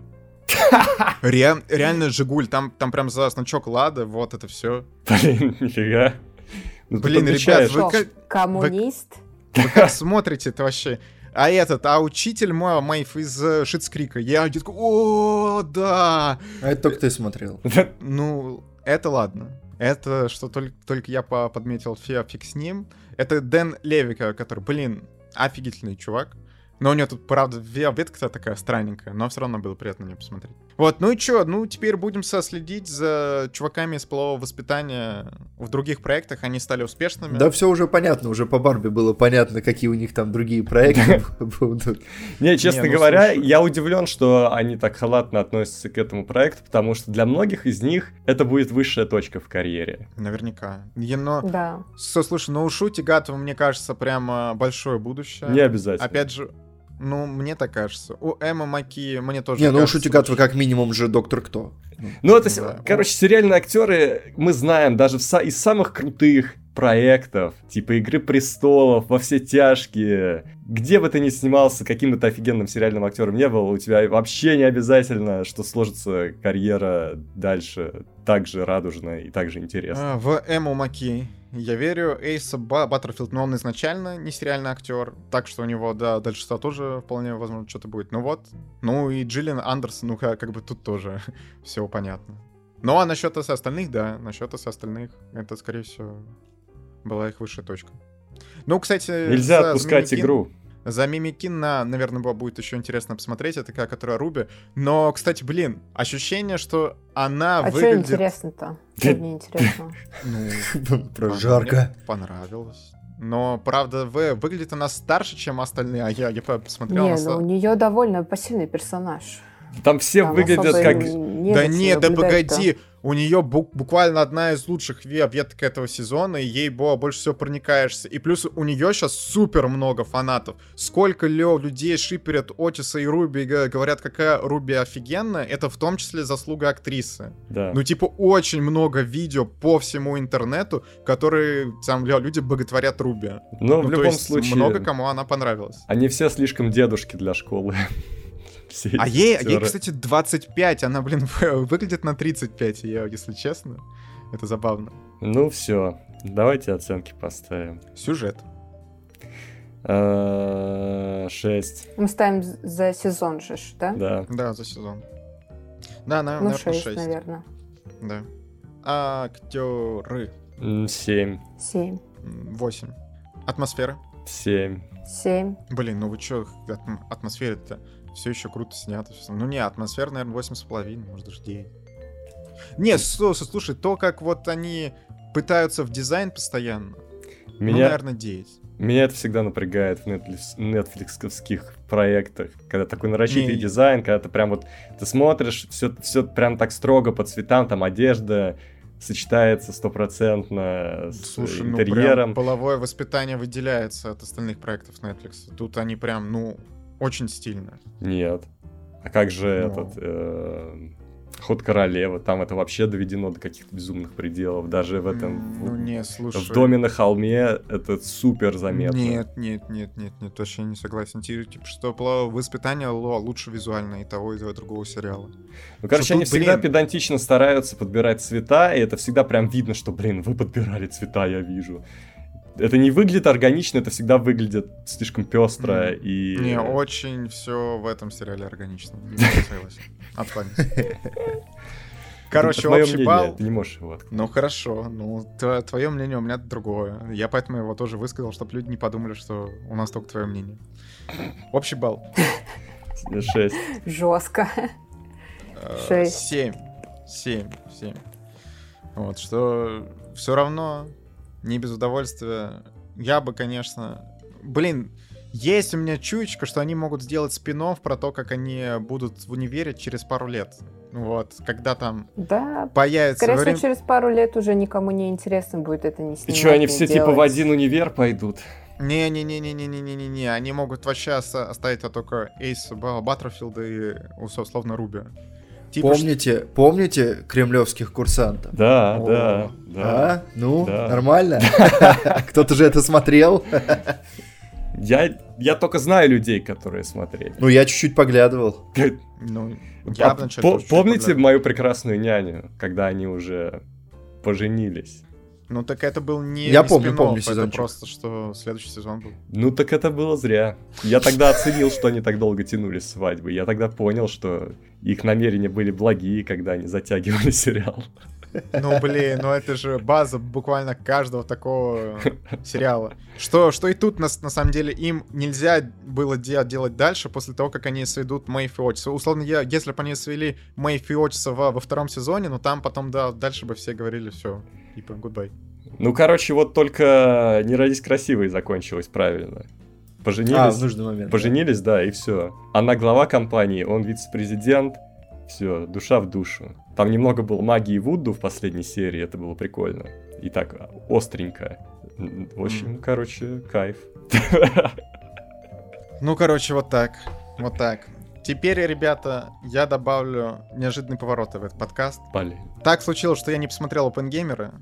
Ре- реально Жигуль, там, там прям за значок Лада, вот это все.
Блин, нифига. Ну, ты
Блин,
подмечаешь.
ребят, вы
Что,
как-
коммунист?
Вы как смотрите это вообще? А этот, а учитель мой, Мэйв из э, Шитскрика, я такой, о, да!
А это только ты смотрел.
Ну, это ладно. Это что только, только я по- подметил, фи- фиг с ним. Это Дэн Левика, который, блин, офигительный чувак. Но у него тут, правда, ве- ветка такая странненькая, но все равно было приятно на нее посмотреть. Вот, ну и чё, ну теперь будем следить за чуваками из полового воспитания в других проектах, они стали успешными.
Да все уже понятно, уже по Барби было понятно, какие у них там другие проекты будут.
Не, честно
Не, ну,
говоря,
слушай.
я удивлен, что они так халатно относятся к этому проекту, потому что для многих из них это будет высшая точка в карьере.
Наверняка. Я, но,
Да.
со- слушай, ну у Шути Гатова, мне кажется, прямо большое будущее.
Не обязательно.
Опять же, ну, мне так кажется. У Эммы Маки мне тоже
Не, ну у
кажется,
Шутигатова как минимум же Доктор Кто.
Ну, это, с-
Да.
короче, сериальные актеры, мы знаем, даже в са- из самых крутых проектов, типа «Игры престолов», «Во все тяжкие», где бы ты ни снимался, каким бы ты офигенным сериальным актером не был, у тебя вообще не обязательно, что сложится карьера дальше так же радужно и так же интересно.
А, в Эмму Маки я верю. Эйса Ба- Баттерфилд, но он изначально не сериальный актер, так что у него, да, дальше тоже вполне возможно что-то будет. Ну вот. Ну и Джиллиан Андерсон, ну как, как бы тут тоже все понятно. Ну а насчет остальных, да, насчет остальных, это, скорее всего, была их высшая точка. Ну, кстати...
Нельзя
за
отпускать
Мимикин-
игру.
За Мимикина, наверное, было- будет еще интересно посмотреть, это такая, которая Руби. Но, кстати, блин, ощущение, что она
А что
выглядит...
интересно-то? Что мне интересно?
Ну,
Про
Она
жарко.
мне понравилось. Но, правда, вы, выглядит она старше, чем остальные, а я, я посмотрел
Не,
на...
ну у нее довольно пассивный персонаж.
Там все
Там
выглядят
особо
как...
не
Да
зачем
нет, да
наблюдать-то.
погоди, у нее буквально одна из лучших ве- веток этого сезона, и ей бо, больше всего проникаешься. И плюс у нее сейчас супер много фанатов. Сколько лё людей шиперят Отиса и Руби и г- говорят, какая Руби офигенная, это в том числе заслуга актрисы.
Да.
Ну, типа, очень много видео по всему интернету, которые там лё, люди боготворят Руби.
Но
Ну,
в
то
любом
есть
случае,
много кому она понравилась.
они все слишком дедушки для школы. Все
А
эти
ей, ей,
актеры.
кстати, двадцать пять. Она, блин, выглядит на тридцать пять, я, если честно. Это забавно.
Ну все, давайте оценки поставим.
Сюжет.
А, Шесть.
Мы ставим за сезон же, ж, да?
Да.
Да, за сезон. Да, на,
Ну,
наверное,
шесть,
шесть.
наверное.
Да. Актеры.
М, Семь.
Семь.
восемь. Атмосфера.
Семь.
Семь.
Блин, ну вы чё, атм- атмосфера-то все еще круто снято. всё. Ну не, атмосфера, наверное, восемь с половиной, может даже девять. Не, слушай, слушай, то, как вот они пытаются в дизайн постоянно. Ну,
Меня,
наверное, девять.
меня это всегда напрягает в Netflix, нетфликсовских проектах, когда такой нарочитый
Не.
дизайн, когда ты прям вот, ты смотришь, все, все прям так строго по цветам, там одежда сочетается стопроцентно с
Слушай, ну прям
интерьером.
половое воспитание выделяется от остальных проектов Netflix. Тут они прям, ну, очень стильно.
Нет. А как же
Ну.
этот... э, Ход королевы, там это вообще доведено до каких-то безумных пределов. Даже в этом...
М, Ну,
в-
не, слушай.
В доме на холме это супер заметно.
Нет, нет, нет, нет, нет, точно не согласен. Ти- Типа, что половое воспитание ло- лучше визуально и того, и того, и другого сериала.
Ну, короче,
Что
они
тут,
всегда
блин.
педантично стараются подбирать цвета, и это всегда прям видно, что, блин, вы подбирали цвета, я вижу. Это не выглядит органично, это всегда выглядит слишком пестро
М.
и...
Не, очень все в этом сериале органично. Не согласен. Откланяюсь. Короче,
Это моё
общий
мнение,
балл.
ты не можешь его... от-
Ну хорошо, ну твое мнение у меня другое. Я поэтому его тоже высказал, чтобы люди не подумали, что у нас только твое мнение. Общий балл.
Шесть.
Жестко.
Э,
Шесть.
Семь. Семь. Семь. Вот, что все равно не без удовольствия. Я бы, конечно... Блин, есть у меня чуечка, что они могут сделать спин-офф про то, как они будут в универе через пару лет. Вот, когда там
Да,
появится...
скорее
время-
всего, через пару лет уже никому не интересно будет это не
И
снимать.
что, они
не
все
делать.
типа в один универ пойдут?
Не-не-не-не-не-не-не-не, они могут вообще оста- оставить а только Эйса Ба- Баттерфилда и ус- условно Руби. Типа,
Помните, помните кремлевских курсантов?
Да,
О,
да, да.
А? Ну,
Да.
нормально? Кто-то же это смотрел?
Я, я только знаю людей, которые смотрели.
Ну, я чуть-чуть поглядывал.
ну,
А
я вначале
по-
тоже чуть
помните
поглядывал.
мою прекрасную няню, когда они уже поженились?
Ну так это был не
Я
не
помню,
спин-офф,
помню
это
сезончик.
просто, что следующий сезон был.
Ну так это было зря. Я тогда оценил, что они так долго тянули свадьбы. Я тогда понял, что их намерения были благие, когда они затягивали сериал.
Ну блин, ну это же база буквально каждого такого сериала. Что, что и тут на, на самом деле им нельзя было де- делать дальше после того, как они сведут Мэйв и Отиса. Условно, я, если бы они свели Мэйв и Отиса во, во втором сезоне, ну там потом, да, дальше бы все говорили, все, типа, goodbye.
Ну, короче, вот только «Не родись красивой» закончилось правильно.
А,
Поженились,
в нужный момент.
поженились, да, и все. Она глава компании, он вице-президент. Все, душа в душу. Там немного было магии Вуду в последней серии, это было прикольно. И так, остренько. В общем,
Мгм.
короче, кайф.
Ну, короче, вот так. Вот так. Теперь, ребята, я добавлю неожиданные повороты в этот подкаст.
Блин.
Так случилось, что я не посмотрел Опенгеймера,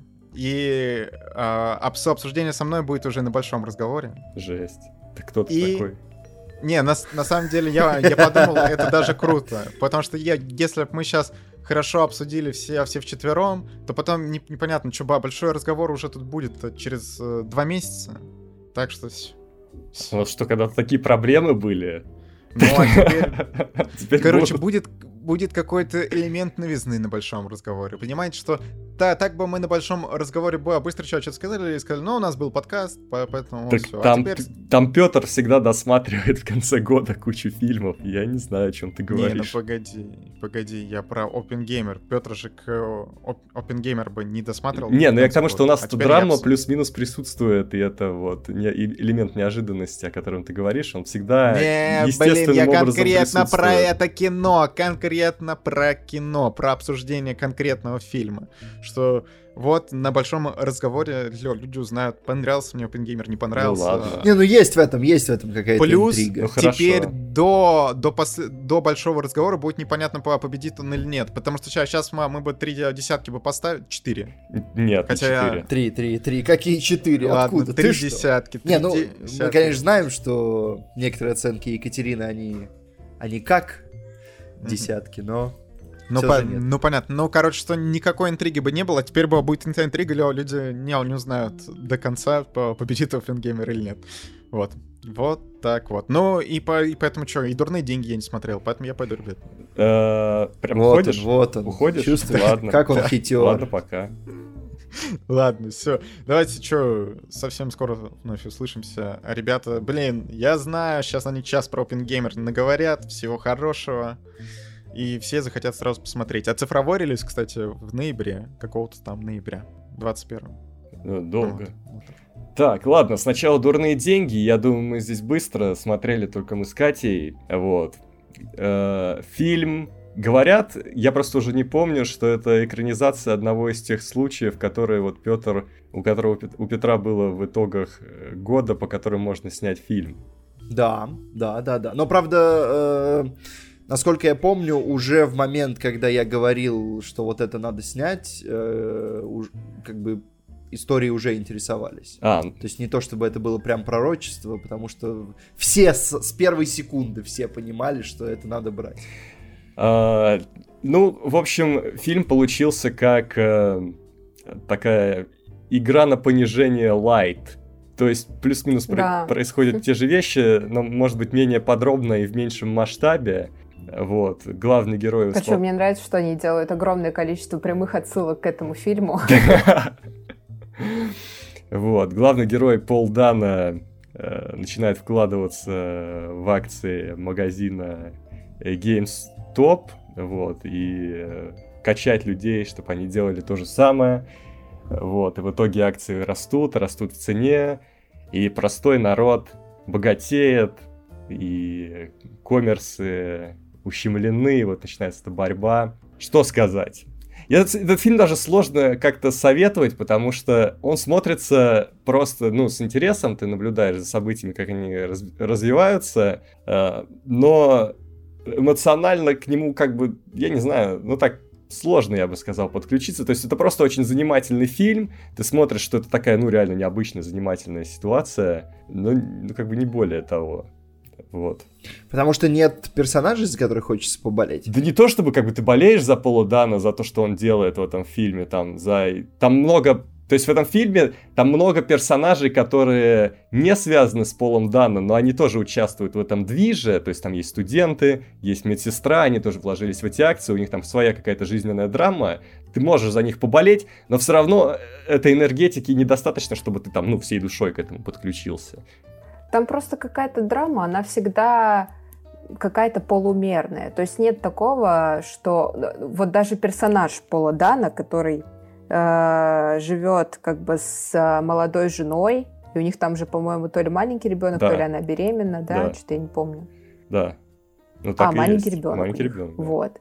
и а, обс- обсуждение со мной будет уже на большом разговоре.
Жесть. Ты кто ты
И-
такой?
Не, на, с- на самом деле я, я подумал, это даже круто, потому что я, если бы мы сейчас хорошо обсудили все, все вчетвером, то потом не- непонятно, что, ба, большой разговор уже тут будет э, через э, два месяца. Так что... с- с-
Вот что, когда такие проблемы были.
Ну, а теперь...
Теперь
Короче,
будут.
будет, будет какой-то элемент новизны на большом разговоре. Понимаете, что да, так бы мы на большом разговоре бы быстро что-то сказали и сказали, ну, у нас был подкаст, по- поэтому
Так
все.
там,
А теперь...
там Петр всегда досматривает в конце года кучу фильмов. Я не знаю, о чем ты
Не, ну
говоришь.
погоди, погоди, я про Опенгеймер. Петр же к Опенгеймер бы не досматривал.
Не, ну я
в
к
конце
тому, что у
года.
нас
А
тут
теперь я
драма
всё.
плюс-минус присутствует, и это вот не- и- элемент неожиданности, о котором ты говоришь, он всегда
Не,
естественным
блин, я
образом
конкретно про
присутствует.
это кино, конкретно про кино, про обсуждение конкретного фильма. Что вот на большом разговоре лё, люди узнают, понравился мне Опенгеймер, не понравился.
ладно.
Не, ну есть в этом, есть в этом какая-то
Плюс
интрига.
Ну, хорошо.
теперь до, до, пос- до большого разговора будет непонятно, по- победит он или нет. Потому что сейчас, сейчас мы, мы бы три десятки бы поставили, четыре.
Нет,
Хотя
не
я-
четыре.
Три, три, три. Какие четыре?
Ладно,
Откуда?
три
Ты что?
десятки. три
Не, ну,
десятки.
мы, конечно, знаем, что некоторые оценки Екатерины, они, они как
Мгм.
десятки, но...
Ну,
всё
по-
же нет.
ну, понятно. Ну, короче, что никакой интриги бы не было. а Теперь бы будет интрига, лё, люди не, не узнают до конца, по- победит Опенгеймер или нет. Вот. Вот так вот. Ну, и, по, и поэтому что, и дурные деньги я не смотрел, поэтому я пойду, ребят.
Э, Прям
Вот
уходишь?
он, вот он.
Уходишь?
Чувствуешь,
Ладно.
как он
Да.
хитер.
Ладно, пока.
Ладно, все. Давайте, что, совсем скоро вновь услышимся. Ребята, блин, я знаю, сейчас они час про Опенгеймер наговорят. Всего хорошего. И все захотят сразу посмотреть. А цифровой релиз, кстати, в ноябре. Какого-то там ноября. двадцать первого.
Ну, долго.
Вот. Вот так.
Так, ладно, сначала «Дурные деньги». Я думаю, мы здесь быстро смотрели, только мы с Катей. Вот. Э, фильм... Говорят, я просто уже не помню, что это экранизация одного из тех случаев, которые вот Петр, у которого у Петра было в итогах года, по которым можно снять фильм.
Да, да, да, да. Но правда, э, насколько я помню, уже в момент, когда я говорил, что вот это надо снять, э, уж, как бы истории уже интересовались.
А.
То есть не то, чтобы это было прям пророчество, потому что все с, с первой секунды все понимали, что это надо брать.
А, ну, в общем, фильм получился как а, такая игра на понижение light. То есть плюс-минус
да.
про- происходят те же вещи, но, может быть, менее подробно и в меньшем масштабе. Вот. Главный герой...
Причем мне нравится, что они делают огромное количество прямых отсылок к этому фильму.
Вот. Главный герой Пол Дано начинает вкладываться в акции магазина GameStop, вот, и э, качать людей, чтобы они делали то же самое, вот, и в итоге акции растут, растут в цене, и простой народ богатеет, и коммерсы ущемлены, вот начинается эта борьба. Что сказать? Этот, этот фильм даже сложно как-то советовать, потому что он смотрится просто, ну, с интересом, ты наблюдаешь за событиями, как они раз, развиваются, э, но эмоционально к нему как бы, я не знаю, ну так сложно, я бы сказал, подключиться. То есть это просто очень занимательный фильм. Ты смотришь, что это такая, ну, реально необычная, занимательная ситуация, но ну, как бы не более того. Вот.
Потому что нет персонажей, за которых хочется поболеть.
Да не то, чтобы как бы ты болеешь за Пола Дано, за то, что он делает в этом фильме, там, за... Там много... То есть в этом фильме там много персонажей, которые не связаны с Полом Дано, но они тоже участвуют в этом движе. То есть там есть студенты, есть медсестра, они тоже вложились в эти акции, у них там своя какая-то жизненная драма. Ты можешь за них поболеть, но все равно этой энергетики недостаточно, чтобы ты там, ну, всей душой к этому подключился.
Там просто какая-то драма, она всегда какая-то полумерная. То есть нет такого, что... Вот даже персонаж Пола Дано, который... живет как бы с молодой женой, и у них там же, по-моему, то ли маленький ребенок, да. то ли она беременна, да? да, что-то я не помню.
Да. Ну, так
а,
и
маленький
есть.
ребенок.
Маленький ребенок. Да.
Вот.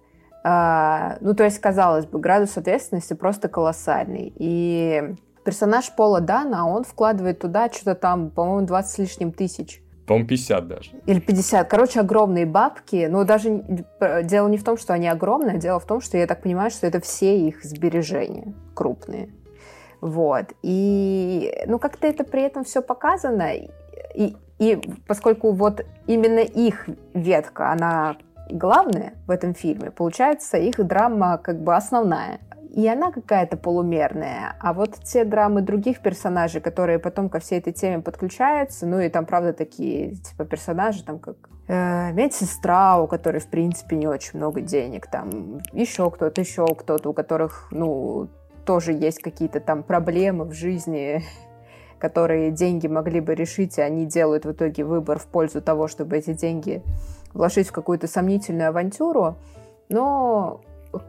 А, ну, то есть, казалось бы, градус ответственности просто колоссальный. И персонаж Пола Дано, он вкладывает туда что-то там, по-моему, двадцать с лишним тысяч.
По-моему, пятьдесят даже.
Или пятьдесят. Короче, огромные бабки. Но даже дело не в том, что они огромные, дело в том, что я так понимаю, что это все их сбережения крупные. Вот. И, ну, как-то это при этом все показано. И, и поскольку вот именно их ветка, она главная в этом фильме, получается, их драма как бы основная. И она какая-то полумерная, а вот те драмы других персонажей, которые потом ко всей этой теме подключаются, ну и там, правда, такие, типа, персонажи, там, как э, медсестра, у которой, в принципе, не очень много денег, там, еще кто-то, еще кто-то, у которых, ну, тоже есть какие-то там проблемы в жизни, которые деньги могли бы решить, и они делают в итоге выбор в пользу того, чтобы эти деньги вложить в какую-то сомнительную авантюру, но...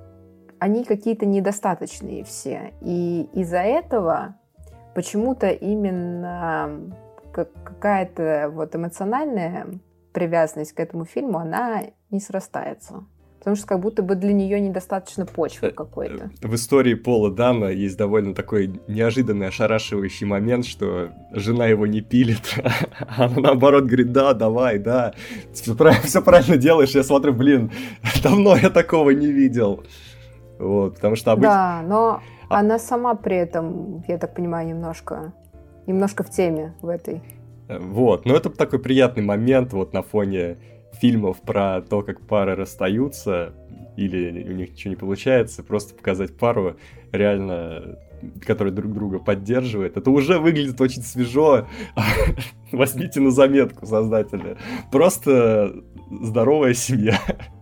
они какие-то недостаточные все. И из-за этого почему-то именно какая-то вот эмоциональная привязанность к этому фильму, она не срастается. Потому что как будто бы для нее недостаточно почвы какой-то.
В истории Пола Дано есть довольно такой неожиданный, ошарашивающий момент, что жена его не пилит, а она наоборот говорит: да, давай, да, все правильно, все правильно делаешь. Я смотрю, блин, давно я такого не видел. Вот, потому что обычно...
Да, но а... она сама при этом, я так понимаю, немножко, немножко в теме в этой.
Вот, но это такой приятный момент вот на фоне фильмов про то, как пары расстаются или у них ничего не получается, просто показать пару реально, которая друг друга поддерживает. Это уже выглядит очень свежо. Возьмите на заметку, создатели. Просто здоровая семья.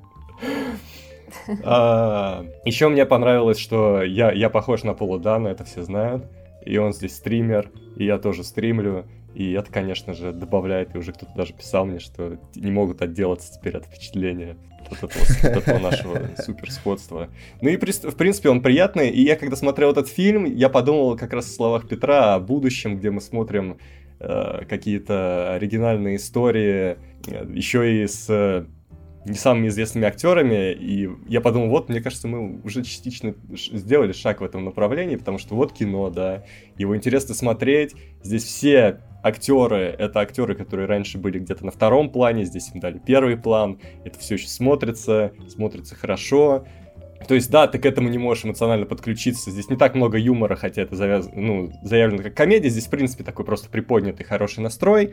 А, еще мне понравилось, что я, я похож на Пола Дано, это все знают. И он здесь стример, и я тоже стримлю. И это, конечно же, добавляет, и уже кто-то даже писал мне, что не могут отделаться теперь от впечатления от этого, от этого нашего суперсходства. Ну и, в принципе, он приятный. И я, когда смотрел этот фильм, я подумал как раз в словах Петра о будущем, где мы смотрим э, какие-то оригинальные истории, э, еще и с э, не самыми известными актерами. И я подумал, вот, мне кажется, мы уже частично сделали шаг в этом направлении, потому что вот кино, да, его интересно смотреть. Здесь все актеры, это актеры, которые раньше были где-то на втором плане, здесь им дали первый план, это все еще смотрится, смотрится хорошо. То есть, да, ты к этому не можешь эмоционально подключиться, здесь не так много юмора, хотя это завяз... ну, заявлено как комедия, здесь, в принципе, такой просто приподнятый, хороший настрой.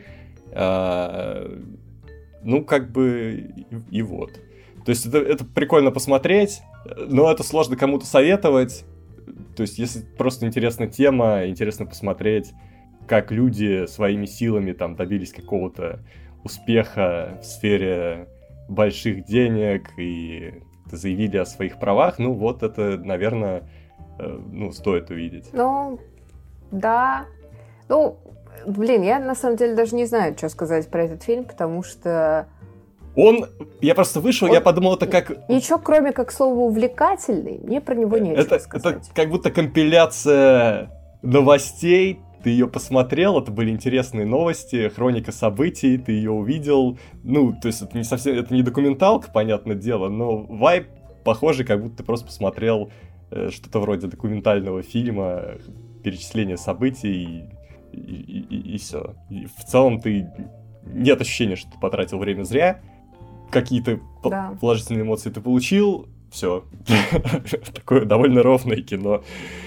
А... Ну, как бы, и, и вот. То есть, это, это прикольно посмотреть, но это сложно кому-то советовать. То есть, если просто интересная тема, интересно посмотреть, как люди своими силами там добились какого-то успеха в сфере больших денег и заявили о своих правах, ну вот это, наверное, э, ну, стоит увидеть.
Ну, да. Ну, блин, я на самом деле даже не знаю, что сказать про этот фильм, потому что...
Он, я просто вышел,
Он...
я подумал, это как...
Ничего, кроме как слова «увлекательный», мне про него нечего
это,
сказать.
Это как будто компиляция новостей. Ты ее посмотрел, это были интересные новости, хроника событий, ты ее увидел. Ну, то есть это не совсем, это не документалка, понятное дело, но вайб похожий, как будто ты просто посмотрел э, что-то вроде документального фильма, перечисление событий и, и, и, и все. И в целом ты нет ощущения, что ты потратил время зря, какие-то да. положительные эмоции ты получил, все. Такое довольно ровное кино.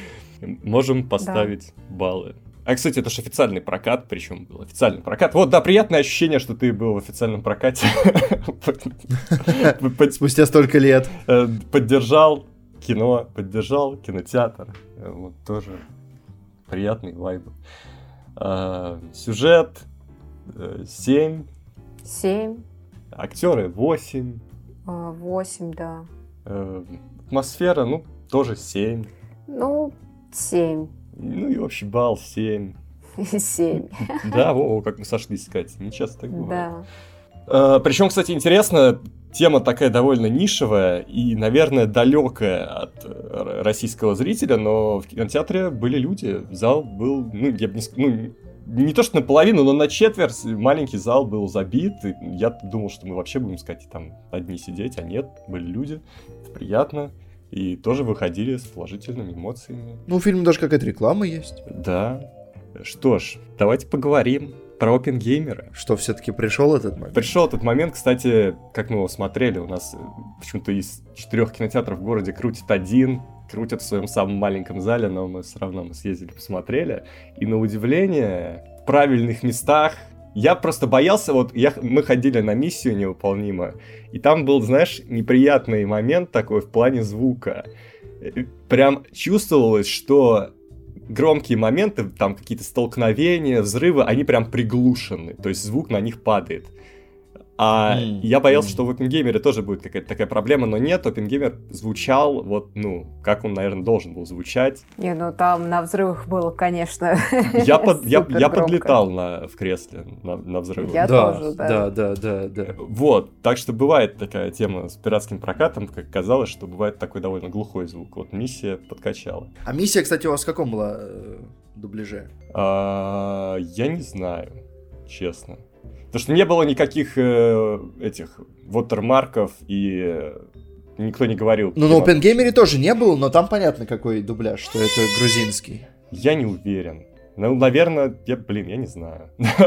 Можем поставить да. баллы. А, кстати, это же официальный прокат, причем был официальный прокат. Вот, да, приятное ощущение, что ты был в официальном прокате.
Спустя столько лет.
Поддержал кино, поддержал кинотеатр. Вот, тоже приятный вайб. Сюжет семь.
семь.
Актеры восемь.
восемь, да.
Атмосфера, ну, тоже семь.
Ну, семь.
Ну и общий балл семь.
семь.
Да, во, как мы сошлись, Катя. Не часто так бывает.
Да.
А, причем, кстати, интересно, тема такая довольно нишевая и, наверное, далекая от российского зрителя, но в кинотеатре были люди. Зал был, ну, я бы не сказал, ну, не то что наполовину, но на четверть маленький зал был забит. И я думал, что мы вообще будем, сказать, там одни сидеть, а нет, были люди. Это приятно. И тоже выходили с положительными эмоциями.
Ну, у фильма даже какая-то реклама есть.
Да. Что ж, давайте поговорим про опенгеймера.
Что, все-таки пришел этот момент?
Пришел этот момент, кстати, как мы его смотрели, у нас почему-то из четырех кинотеатров в городе крутит один, крутят в своем самом маленьком зале, но мы все равно мы съездили, посмотрели. И на удивление, в правильных местах. Я просто боялся, вот я, мы ходили на миссию невыполнимую, и там был, знаешь, неприятный момент такой в плане звука. Прям чувствовалось, что громкие моменты, там какие-то столкновения, взрывы, они прям приглушены, то есть звук на них падает. А mm. я боялся, mm. что в опенгеймере тоже будет какая-то такая проблема, но нет, опенгеймер звучал вот, ну, как он, наверное, должен был звучать.
Не, ну там на взрывах было, конечно,
Я, под, я, я подлетал на, в кресле на, на взрывах.
Я
да,
тоже, да.
Да, да, да, да.
Вот, так что бывает такая тема с пиратским прокатом, как казалось, что бывает такой довольно глухой звук. Вот миссия подкачала.
А миссия, кстати, у вас в каком была э, дубляже?
А, я не знаю, честно. Потому что не было никаких э, этих вотермарков, и э, никто не говорил.
Ну, на опенгеймере тоже не было, но там понятно, какой дубляж, что это грузинский.
Я не уверен. Ну, наверное, я, блин, я не знаю.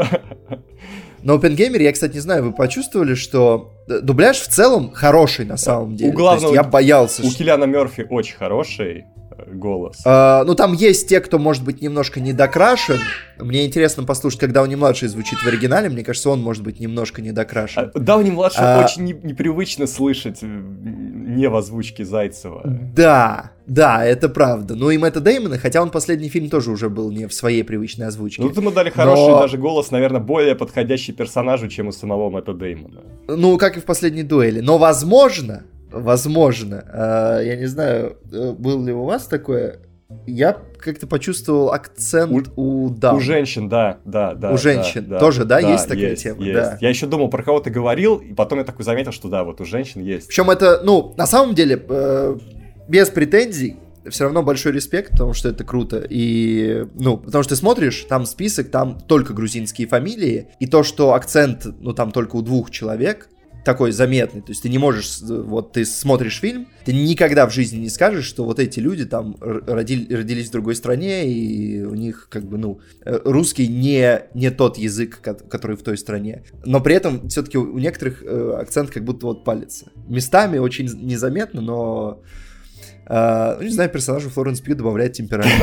На опенгеймере, я, кстати, не знаю, вы почувствовали, что дубляж в целом хороший на самом деле?
У главного,
я боялся.
У
что...
Киллиана Мёрфи очень хороший голос.
А, ну, там есть те, кто, может быть, немножко недокрашен. Мне интересно послушать, как Дауни-младший звучит в оригинале. Мне кажется, он, может быть, немножко недокрашен.
А, Дауни-младшего
а...
очень не, непривычно слышать не в озвучке Зайцева.
Да, да, это правда. Ну, и Мэтта Дэймона, хотя он последний фильм тоже уже был не в своей привычной озвучке.
Ну, ему дали хороший
Но...
даже голос, наверное, более подходящий персонажу, чем у самого Мэтта Дэймона.
Ну, как и в последней дуэли. Но, возможно... Возможно. Я не знаю, было ли у вас такое, я как-то почувствовал акцент у, у дам.
У женщин, да, да, да.
У женщин
да,
тоже, да,
да,
есть такая
есть,
тема?
Есть.
Да.
Я еще думал, про кого ты говорил, и потом я такой заметил, что да, вот у женщин есть.
Причем это, ну, на самом деле, э, без претензий, все равно большой респект, потому что это круто. И, ну, потому что ты смотришь, там список, там только грузинские фамилии, и то, что акцент, ну, там только у двух человек, такой заметный, то есть ты не можешь, вот ты смотришь фильм, ты никогда в жизни не скажешь, что вот эти люди там родили, родились в другой стране, и у них как бы, ну, русский не, не тот язык, который в той стране, но при этом все-таки у некоторых акцент как будто вот палится. Местами очень незаметно, но, ну, не знаю, персонажу Флоренс Пью добавляет темперамент.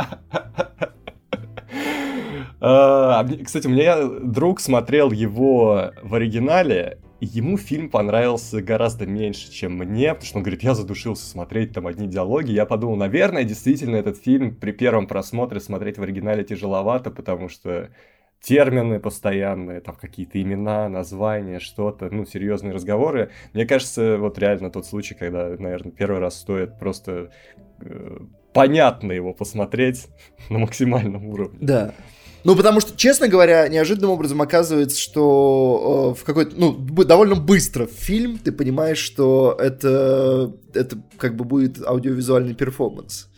Кстати, у меня друг смотрел его в оригинале, и ему фильм понравился гораздо меньше, чем мне, потому что он говорит, я задушился смотреть там одни диалоги. Я подумал, наверное, действительно этот фильм при первом просмотре смотреть в оригинале тяжеловато, потому что термины постоянные, там какие-то имена, названия, что-то, ну, серьезные разговоры. Мне кажется, вот реально тот случай, когда, наверное, первый раз стоит просто э, понятно его посмотреть на максимальном уровне.
Да. Ну, потому что, честно говоря, неожиданным образом оказывается, что э, в какой-то, ну, б- довольно быстро в фильм ты понимаешь, что это, это как бы будет аудиовизуальный перформанс.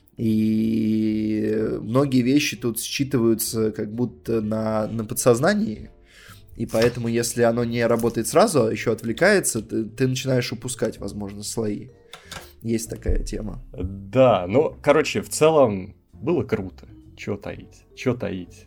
И многие вещи тут считываются как будто на, на подсознании. И поэтому, если оно не работает сразу, а еще отвлекается, ты, ты начинаешь упускать, возможно, слои. Есть такая тема.
Да, ну, короче, в целом было круто. Чё таить? Чё таить?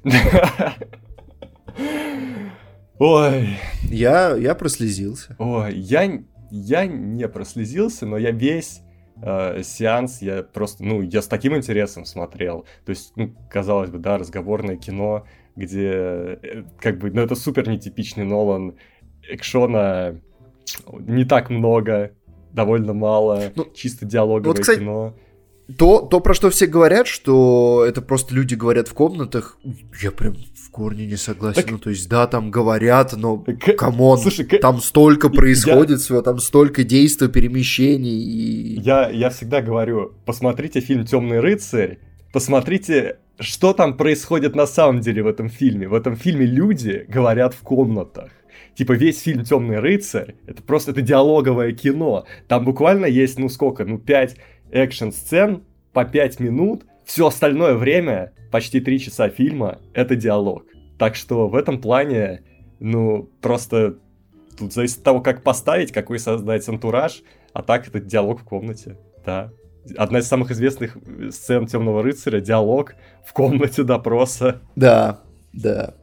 Ой.
Я, я прослезился.
Ой, я, я не прослезился, но я весь э, сеанс, я просто, ну, я с таким интересом смотрел. То есть, ну, казалось бы, да, разговорное кино, где, э, как бы, ну, это супер нетипичный Нолан. Экшона не так много, довольно мало, ну, чисто диалоговое вот, кстати, кино.
То, то, про что все говорят, что это просто люди говорят в комнатах, я прям в корне не согласен. Так... Ну, то есть, да, там говорят, но, камон, Слушай, к... там столько происходит я... всего, там столько действий, перемещений. И...
Я, я всегда говорю, посмотрите фильм «Темный рыцарь», посмотрите, что там происходит на самом деле в этом фильме. В этом фильме люди говорят в комнатах. Типа весь фильм «Темный рыцарь» — это просто это диалоговое кино. Там буквально есть, ну сколько, ну пять экшн-сцен по пять минут. Все остальное время, почти три часа фильма, это диалог. Так что в этом плане, ну, просто тут зависит от того, как поставить, какой создать антураж, а так это диалог в комнате, да. Одна из самых известных сцен «Темного рыцаря» — диалог в комнате допроса.
Да, да.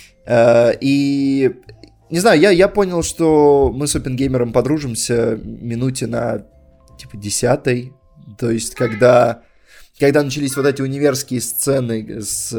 Э, и... Не знаю, я, я понял, что мы с Оппенгеймером подружимся минуте на, типа, десятой. То есть, когда, когда начались вот эти универские сцены с,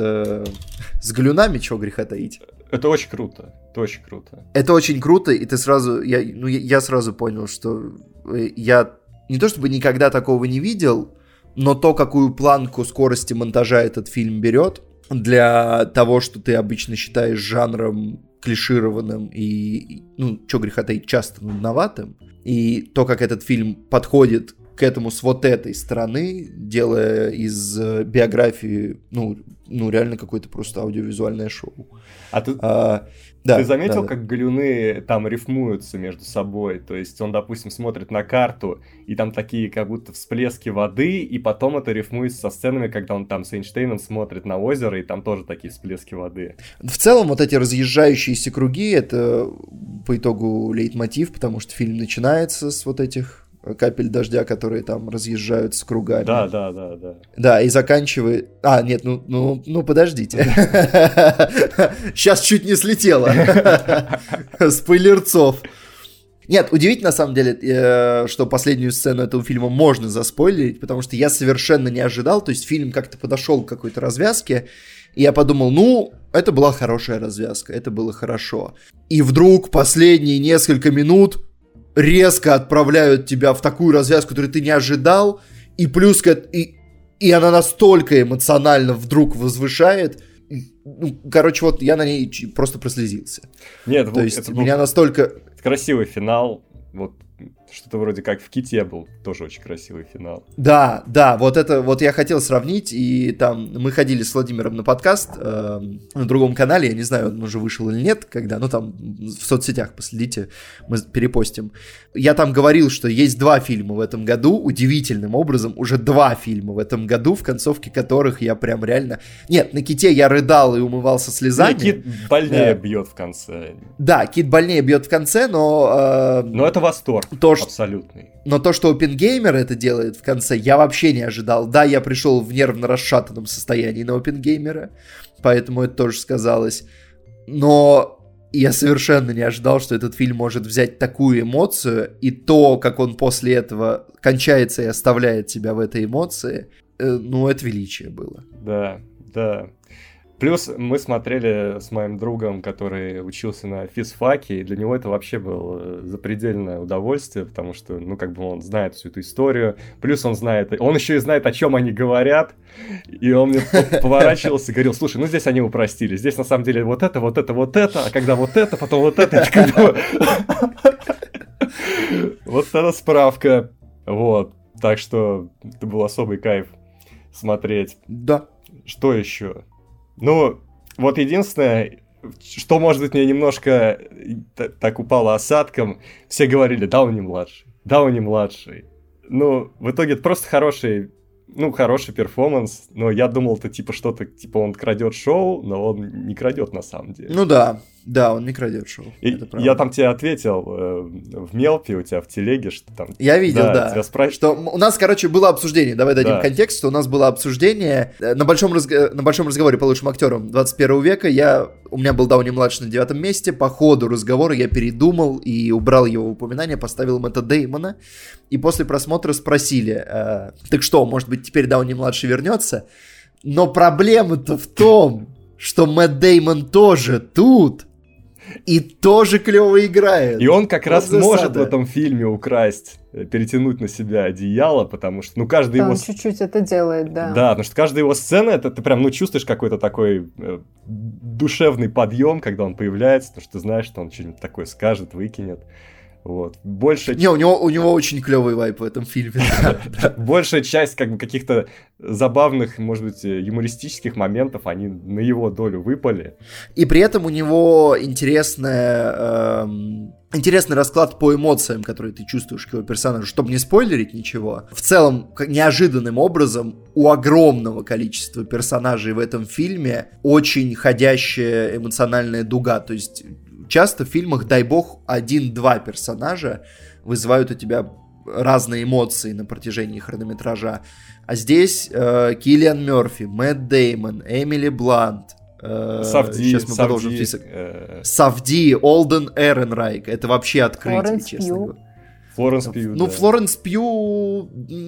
с галюнами, чего греха таить.
Это очень круто, это очень круто.
Это очень круто, и ты сразу, я, ну, я сразу понял, что я не то чтобы никогда такого не видел, но то, какую планку скорости монтажа этот фильм берет, для того, что ты обычно считаешь жанром клишированным и, ну, чё греха таить, часто нудноватым, и то, как этот фильм подходит к этому с вот этой стороны, делая из биографии, ну, ну реально какое-то просто аудиовизуальное шоу.
А ты,
а, да,
ты заметил,
да,
как
да.
галюны там рифмуются между собой? То есть он, допустим, смотрит на карту, и там такие как будто всплески воды, и потом это рифмуется со сценами, когда он там с Эйнштейном смотрит на озеро, и там тоже такие всплески воды.
В целом вот эти разъезжающиеся круги, это по итогу лейтмотив, потому что фильм начинается с вот этих капель дождя, которые там разъезжаются кругами.
Да, да, да, да.
Да, и заканчивает... А, нет, ну, ну, ну подождите. Сейчас чуть не слетело. Спойлерцов. Нет, удивительно, на самом деле, что последнюю сцену этого фильма можно заспойлерить, потому что я совершенно не ожидал, то есть фильм как-то подошел к какой-то развязке, и я подумал, ну, это была хорошая развязка, это было хорошо. И вдруг последние несколько минут резко отправляют тебя в такую развязку, которую ты не ожидал, и плюс и, и она настолько эмоционально вдруг возвышает. Ну, короче, вот я на ней просто прослезился.
Нет,
то
вот
есть
это
меня
был...
настолько...
Красивый финал, вот что-то вроде как в Ките был тоже очень красивый финал.
Да, да, вот это, вот я хотел сравнить, и там мы ходили с Владимиром на подкаст э, на другом канале, я не знаю, он уже вышел или нет, когда, ну там в соцсетях последите, мы перепостим. Я там говорил, что есть два фильма в этом году, удивительным образом, уже два фильма в этом году, в концовке которых я прям реально... Нет, на Ките я рыдал и умывался слезами.
Кит больнее
да.
бьет в конце.
Да, Кит больнее бьет в конце, но... Э,
но это восторг,
то,
абсолютный.
Но то, что Оппенгеймер это делает в конце, я вообще не ожидал. Да, я пришел в нервно расшатанном состоянии на Оппенгеймера, поэтому это тоже сказалось. Но... я совершенно не ожидал, что этот фильм может взять такую эмоцию, и то, как он после этого кончается и оставляет тебя в этой эмоции, э, ну, это величие было.
Да, да. Плюс мы смотрели с моим другом, который учился на физфаке, и для него это вообще было запредельное удовольствие, потому что, ну, как бы он знает всю эту историю, плюс он знает, он еще и знает, о чем они говорят, и он мне поворачивался и говорил, слушай, ну, здесь они упростили, здесь на самом деле вот это, вот это, вот это, а когда вот это, потом вот это, вот это справка, вот, так что это был особый кайф смотреть.
Да.
Что еще? Ну, вот единственное, что, может быть, мне немножко так упало осадком, все говорили, Дауни-младший, Дауни-младший. Ну, в итоге это просто хороший, ну, хороший перформанс, но я думал, это типа что-то, типа он крадет шоу, но он не крадет на самом деле.
Ну да, да, он не крадет шоу.
И я там тебе ответил э, в Мелпе у тебя в телеге, что там...
Я видел, да. да.
Тебя спрашивают...
Что у нас, короче, было обсуждение, давай дадим да. контекст, что у нас было обсуждение на большом, разго... на большом разговоре по лучшим актерам двадцать первого века. Я... У меня был Дауни-младший на девятом месте, по ходу разговора я передумал и убрал его упоминание, поставил Мэтта Дэймона. И после просмотра спросили, э, так что, может быть, теперь Дауни-младший вернется? Но проблема-то в том, что Мэтт Дэймон тоже тут. И тоже клево играет.
И он как
вот
раз
засада.
Может в этом фильме украсть, перетянуть на себя одеяло, потому что, ну, каждый
да,
его...
он чуть-чуть это делает, да.
Да, потому что каждая его сцена, это ты прям, ну, чувствуешь какой-то такой э, душевный подъем, когда он появляется, потому что ты знаешь, что он что-нибудь такое скажет, выкинет. Вот. Больше...
Не, у него, у него очень клевый вайп в этом фильме.
Большая часть как бы каких-то забавных, может быть, юмористических моментов, они на его долю выпали.
И при этом у него интересная, эм, интересный расклад по эмоциям, которые ты чувствуешь к его персонажу. Чтобы не спойлерить ничего, в целом, неожиданным образом у огромного количества персонажей в этом фильме очень ходящая эмоциональная дуга. То есть... часто в фильмах, дай бог, один-два персонажа вызывают у тебя разные эмоции на протяжении хронометража. А здесь э, Киллиан Мёрфи, Мэтт Дэймон, Эмили Блант. Э,
Сафди.
Сейчас мы
Сафди,
продолжим список.
Э...
Сафди, Олден Эренрайк. Это вообще открытие,
Флоренс
честно
Пью.
говоря.
Флоренс Пью,
Ну,
да.
Флоренс Пью,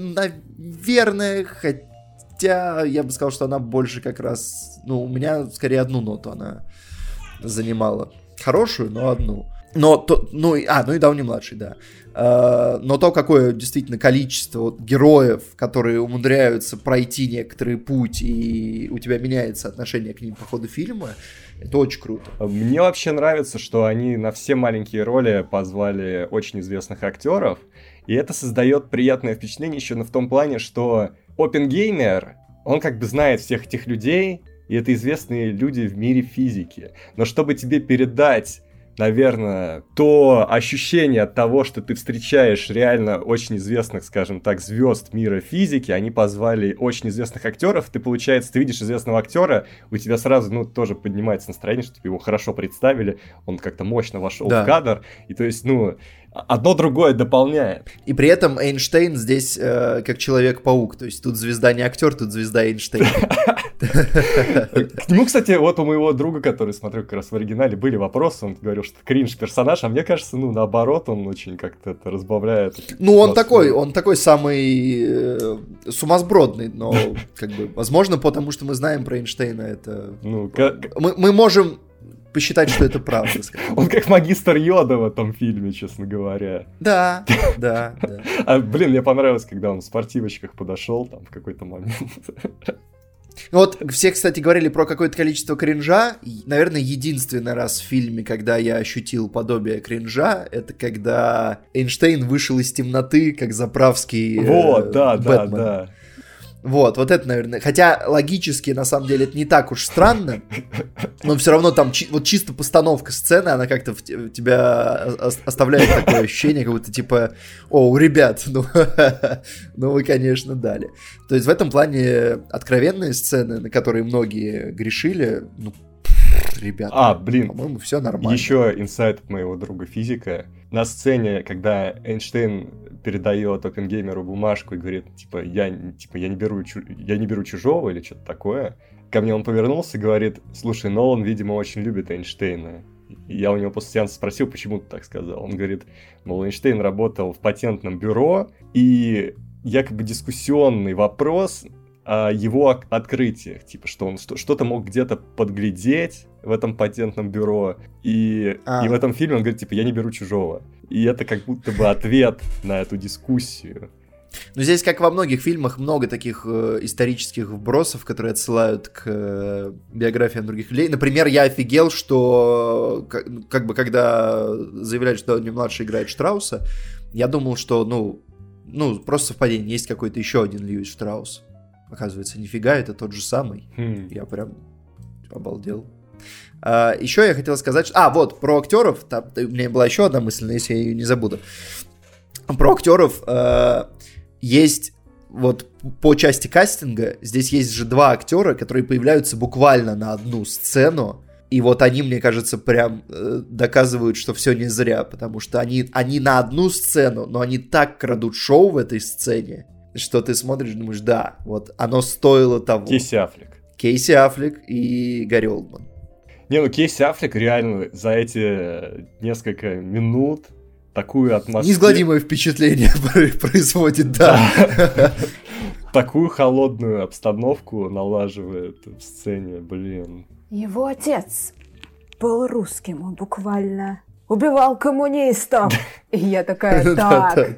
наверное, хотя я бы сказал, что она больше как раз... Ну, у меня скорее одну ноту она занимала. Хорошую, но одну. Но то, ну, а, ну и Дауни-младший, да. Uh, но то, какое действительно количество вот, героев, которые умудряются пройти некоторый путь, и у тебя меняется отношение к ним по ходу фильма, это очень круто.
Мне вообще нравится, что они на все маленькие роли позвали очень известных актеров, и это создает приятное впечатление еще в том плане, что Оппенгеймер, он как бы знает всех этих людей, и это известные люди в мире физики. Но чтобы тебе передать, наверное, то ощущение от того, что ты встречаешь реально очень известных, скажем так, звезд мира физики, они позвали очень известных актеров, ты, получается, ты видишь известного актера, у тебя сразу, ну, тоже поднимается настроение, что его хорошо представили, он как-то мощно вошел да. в кадр, и то есть, ну, одно другое дополняет.
И при этом Эйнштейн здесь э, как Человек-паук, то есть тут звезда не актер, тут звезда Эйнштейн.
К нему, кстати, вот у моего друга, который смотрел как раз в оригинале, были вопросы, он говорил, что кринж-персонаж, а мне кажется, ну, наоборот, он очень как-то это разбавляет.
Ну, он такой, он такой самый э, сумасбродный, но, как бы, возможно, потому что мы знаем про Эйнштейна, это...
Ну, как...
мы, мы можем посчитать, что это правда.
Он как магистр Йода в этом фильме, честно говоря.
Да, да, да.
А, блин, мне понравилось, когда он в спортивочках подошел там в какой-то момент.
Вот все, кстати, говорили про какое-то количество кринжа. Наверное, единственный раз в фильме, когда я ощутил подобие кринжа, это когда Эйнштейн вышел из темноты, как заправский э,
Вот, да,
Бэтмен.
да, да.
Вот, вот это, наверное. Хотя логически, на самом деле, это не так уж странно, но все равно там чи- вот чисто постановка сцены, она как-то в те- в тебя о- оставляет такое ощущение, как будто типа, о, ребят, ну, ну вы, конечно, дали. То есть в этом плане откровенные сцены, на которые многие грешили, ну, ребята,
А, блин,
по-моему, все нормально.
еще инсайт от моего друга физика. На сцене, когда Эйнштейн передает Оппенгеймеру бумажку и говорит, типа, я, типа, я, не, беру, чу- я не беру чужого или что-то такое, ко мне он повернулся и говорит, слушай, Нолан, видимо, очень любит Эйнштейна. И я у него после сеанса спросил, почему ты так сказал. Он говорит, мол, Эйнштейн работал в патентном бюро, и якобы дискуссионный вопрос о его ок- открытиях, типа, что он что- что-то мог где-то подглядеть в этом патентном бюро, и,
А.
и в этом фильме он говорит, типа, я не беру чужого. И это как будто бы ответ на эту дискуссию.
Ну, здесь, как во многих фильмах, много таких э, исторических вбросов, которые отсылают к э, биографиям других людей. Например, я офигел, что как, как бы когда заявляют, что Дауни-младший играет Штрауса, я думал, что, ну, ну, просто совпадение, есть какой-то еще один Льюис Штраус. Оказывается, нифига, это тот же самый.
Хм.
Я прям обалдел. А, еще я хотел сказать, что... А, вот, про актеров, там, у меня была еще одна мысль, но если я ее не забуду. Про актеров э, есть, вот, по части кастинга, здесь есть же два актера, которые появляются буквально на одну сцену, и вот они, мне кажется, прям э, доказывают, что все не зря, потому что они, они на одну сцену, но они так крадут шоу в этой сцене, что ты смотришь и думаешь, да, вот оно стоило того.
Кейси Аффлек.
Кейси Аффлек и Гарри Олдман.
Не, ну Кейси Аффлек реально за эти несколько минут такую атмосферу...
Неизгладимое впечатление производит, да.
Такую холодную обстановку налаживает в сцене, блин.
Его отец был русским, он буквально убивал коммунистов. И я такая, так.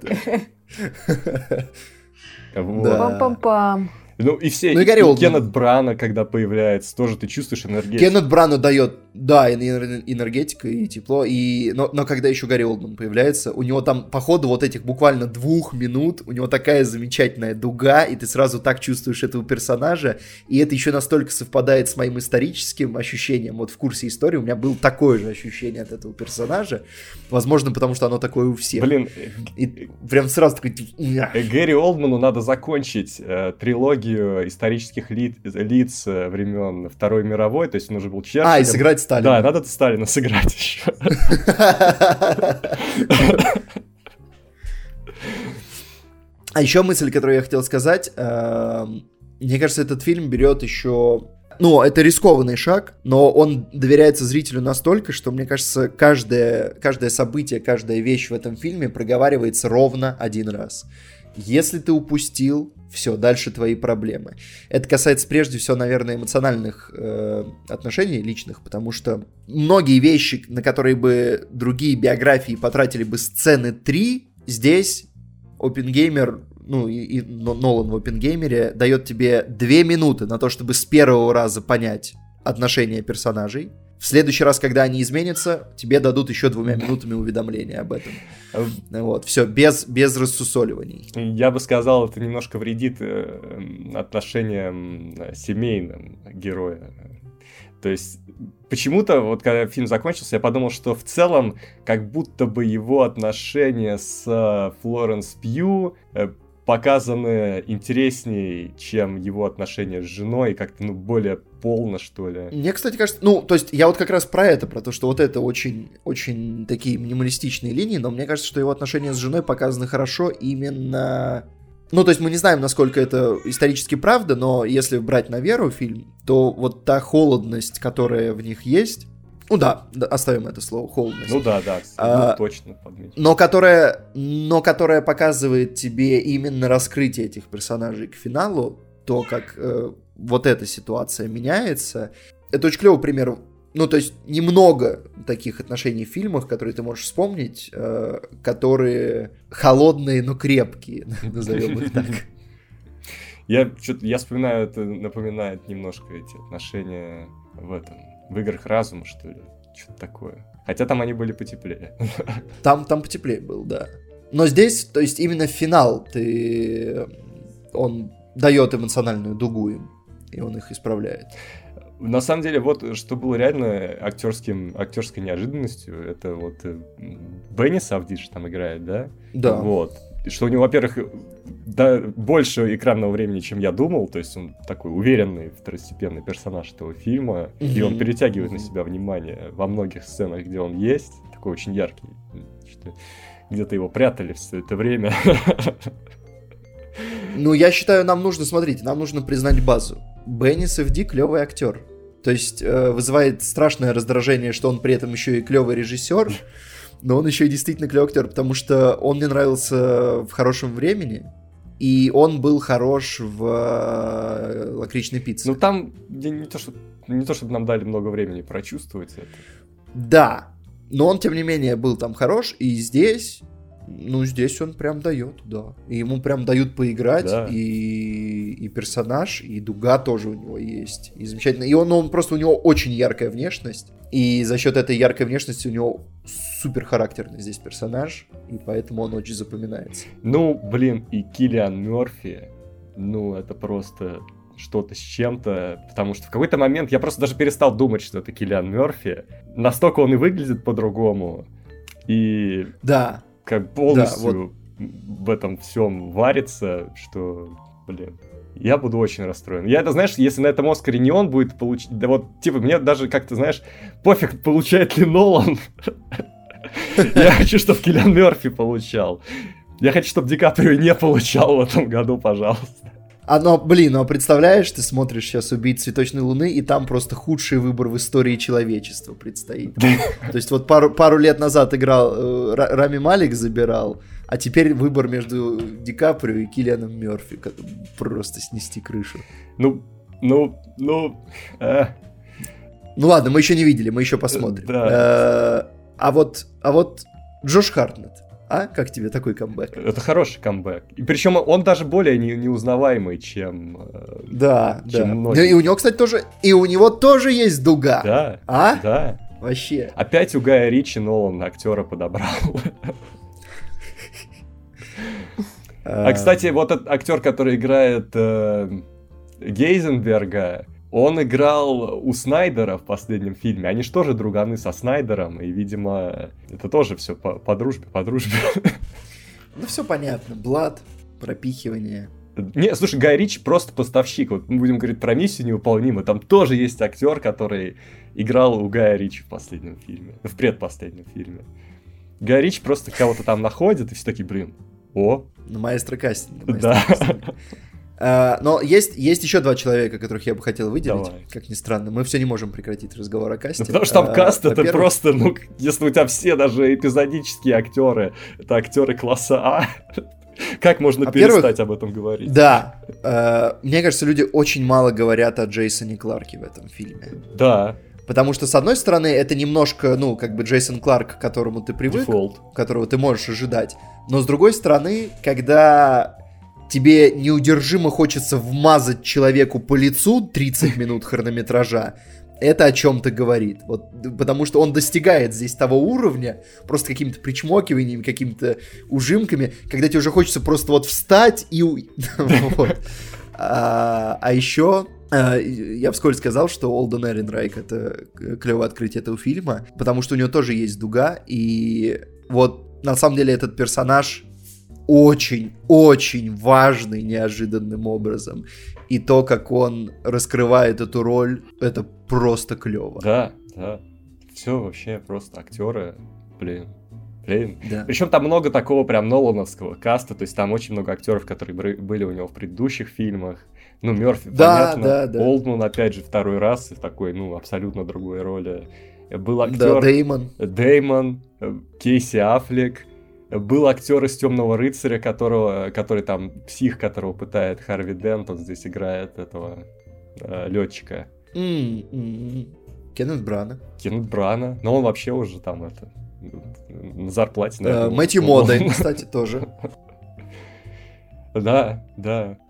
Вот.
Пам-пам-пам.
Ну и все,
Ну и
и,
Гарри
и
Олдман.
Кеннет Брана, когда появляется, тоже ты чувствуешь энергетику.
Кеннет Брану дает, да, и энергетика, и тепло, и... Но, но когда еще Гарри Олдман появляется, у него там по ходу вот этих буквально двух минут, у него такая замечательная дуга, и ты сразу так чувствуешь этого персонажа, и это еще настолько совпадает с моим историческим ощущением. Вот в курсе истории у меня было такое же ощущение от этого персонажа, возможно, потому что оно такое у всех.
Блин,
И прям сразу такой...
э, Гэри Олдману надо закончить э, трилогию исторических ли- лиц э, времен Второй мировой, то есть он уже был Черчиллем.
А, и сыграть Сталина.
Да, надо Сталина сыграть еще.
А еще мысль, которую я хотел сказать, э, мне кажется, этот фильм берет еще... Ну, это рискованный шаг, но он доверяется зрителю настолько, что, мне кажется, каждое, каждое событие, каждая вещь в этом фильме проговаривается ровно один раз. Если ты упустил, все, дальше твои проблемы. Это касается прежде всего, наверное, эмоциональных э, отношений личных, потому что многие вещи, на которые бы другие биографии потратили бы сцены три, здесь Оппенгеймер, ну и, и Нолан в Оппенгеймере дает тебе две минуты на то, чтобы с первого раза понять отношения персонажей. В следующий раз, когда они изменятся, тебе дадут еще двумя минутами уведомления об этом. Вот, все, без, без рассусоливаний.
Я бы сказал, это немножко вредит э, отношениям э, семейным героя. То есть, почему-то, вот когда фильм закончился, я подумал, что в целом, как будто бы его отношения с э, Флоренс Пью э, показаны интереснее, чем его отношения с женой, как-то, ну, более полно, что ли.
Мне, кстати, кажется, ну, то есть, я вот как раз про это, про то, что вот это очень, очень такие минималистичные линии, но мне кажется, что его отношения с женой показаны хорошо именно... Ну, то есть, мы не знаем, насколько это исторически правда, но если брать на веру фильм, то вот та холодность, которая в них есть... Ну да, да, оставим это слово, холодность.
Ну да, да,
а,
ну, точно подметил.
Но которая, но которая показывает тебе именно раскрытие этих персонажей к финалу, то, как э, вот эта ситуация меняется. Это очень клевый пример. Ну, то есть, немного таких отношений в фильмах, которые ты можешь вспомнить, э, которые холодные, но крепкие, назовем их так.
Я, что-то, я вспоминаю, это напоминает немножко эти отношения в этом, в играх разума, что ли, что-то такое. Хотя там они были потеплее.
Там, там потеплее был, да. Но здесь, то есть именно финал, ты... он дает эмоциональную дугу им, и он их исправляет.
На самом деле, вот что было реально актерским, актерской неожиданностью, это вот Бенни Савдиш там играет, да?
Да.
Вот. Что у него, во-первых, да, больше экранного времени, чем я думал, то есть он такой уверенный второстепенный персонаж этого фильма, mm-hmm. и он перетягивает mm-hmm. на себя внимание во многих сценах, где он есть, такой очень яркий, что где-то его прятали все это время.
Ну, я считаю, нам нужно, смотрите, нам нужно признать базу. Бенни Савди клевый актер. То есть э, вызывает страшное раздражение, что он при этом еще и клевый режиссер, но он еще и действительно клевый актер, потому что он мне нравился в «Хорошем времени», и он был хорош в э, «Лакричной пицце».
Ну, там не, не, то, что, не то, чтобы нам дали много времени прочувствовать это.
Да, но он, тем не менее, был там хорош, и здесь... Ну, здесь он прям дает, да. И ему прям дают поиграть, да. и, и персонаж, и дуга тоже у него есть. И замечательно. И он, он просто, у него очень яркая внешность. И за счет этой яркой внешности у него супер характерный здесь персонаж. И поэтому он очень запоминается.
Ну, блин, и Киллиан Мёрфи, ну, это просто что-то с чем-то. Потому что в какой-то момент я просто даже перестал думать, что это Киллиан Мёрфи. Настолько он и выглядит по-другому. И...
Да.
Как полностью да, вот. в этом всем варится, что, блин, я буду очень расстроен. Я, это, знаешь, если на этом Оскаре не он будет получить, да вот, типа, мне даже как-то, знаешь, пофиг, получает ли Нолан. Я хочу, чтобы Киллиан Мёрфи получал. Я хочу, чтобы Ди Каприо не получал в этом году, пожалуйста.
А, но, блин, ну представляешь, ты смотришь сейчас «Убийц цветочной луны», и там просто худший выбор в истории человечества предстоит. То есть вот пару, пару лет назад играл, э, Рами Малик забирал, а теперь выбор между Ди Каприо и Киллианом Мёрфи. Просто снести крышу.
Ну, ну, ну... Э.
Ну ладно, мы еще не видели, мы еще посмотрим.
Да.
Э, а вот, а вот Джош Хартнетт. А? Как тебе такой камбэк?
Это хороший камбэк. И причем он даже более не, неузнаваемый, чем...
Да,
чем
да.
многие.
И у него, кстати, тоже... И у него тоже есть дуга.
Да,
а?
да.
Вообще.
Опять у Гая Ричи Нолан актера подобрал. А, кстати, вот этот актер, который играет Гейзенберга, он играл у Снайдера в последнем фильме. Они же тоже друганы со Снайдером. И, видимо, это тоже все по, по дружбе, по дружбе.
Ну, все понятно. Блад, пропихивание.
Не, слушай, Гай Ричи просто поставщик. Вот мы будем говорить про «Миссию невыполнимую». Там тоже есть актер, который играл у Гая Ричи в последнем фильме. В предпоследнем фильме. Гай Ричи просто кого-то там находит, и все такие, блин, о.
Ну, маэстро кастинга.
Да.
Uh, но есть, есть еще два человека, которых я бы хотел выделить.
Давай.
Как ни странно, мы все не можем прекратить разговор о касте.
Ну, потому что там uh, каст это
во-первых...
просто, ну, если у тебя все даже эпизодические актеры, это актеры класса А, как можно перестать об этом говорить?
Да, uh, мне кажется, люди очень мало говорят о Джейсоне Кларке в этом фильме.
Да.
Потому что, с одной стороны, это немножко, ну, как бы Джейсон Кларк, к которому ты привык,
Default.
Которого ты можешь ожидать. Но, с другой стороны, когда... тебе неудержимо хочется вмазать человеку по лицу тридцать минут хронометража, это о чем-то говорит. Вот, потому что он достигает здесь того уровня, просто какими-то причмокиваниями, какими-то ужимками, когда тебе уже хочется просто вот встать и... А еще... Я вскользь сказал, что Олден Эренрайк — это клевое открытие этого фильма, потому что у него тоже есть дуга, и вот на самом деле этот персонаж... очень-очень важный неожиданным образом. И то, как он раскрывает эту роль, это просто клево.
Да, да. Все вообще просто актеры, блин. Блин.
Да.
Причем там много такого прям нолановского каста, то есть там очень много актеров, которые были у него в предыдущих фильмах. Ну, Мёрфи,
да,
понятно.
Да, да.
Олдман, опять же, второй раз в такой, ну, абсолютно другой роли. Был актер...
Да, Дэймон.
Дэймон, Кейси Аффлек. Был актер из «Темного рыцаря», которого, который там, псих, которого пытает Харви Дент, он здесь играет этого э, летчика.
Mm-hmm. Кеннет Брана.
Кеннет Брана, но он вообще уже там это, на зарплате.
Uh, Мэтью Модейн, кстати, тоже.
Да, да.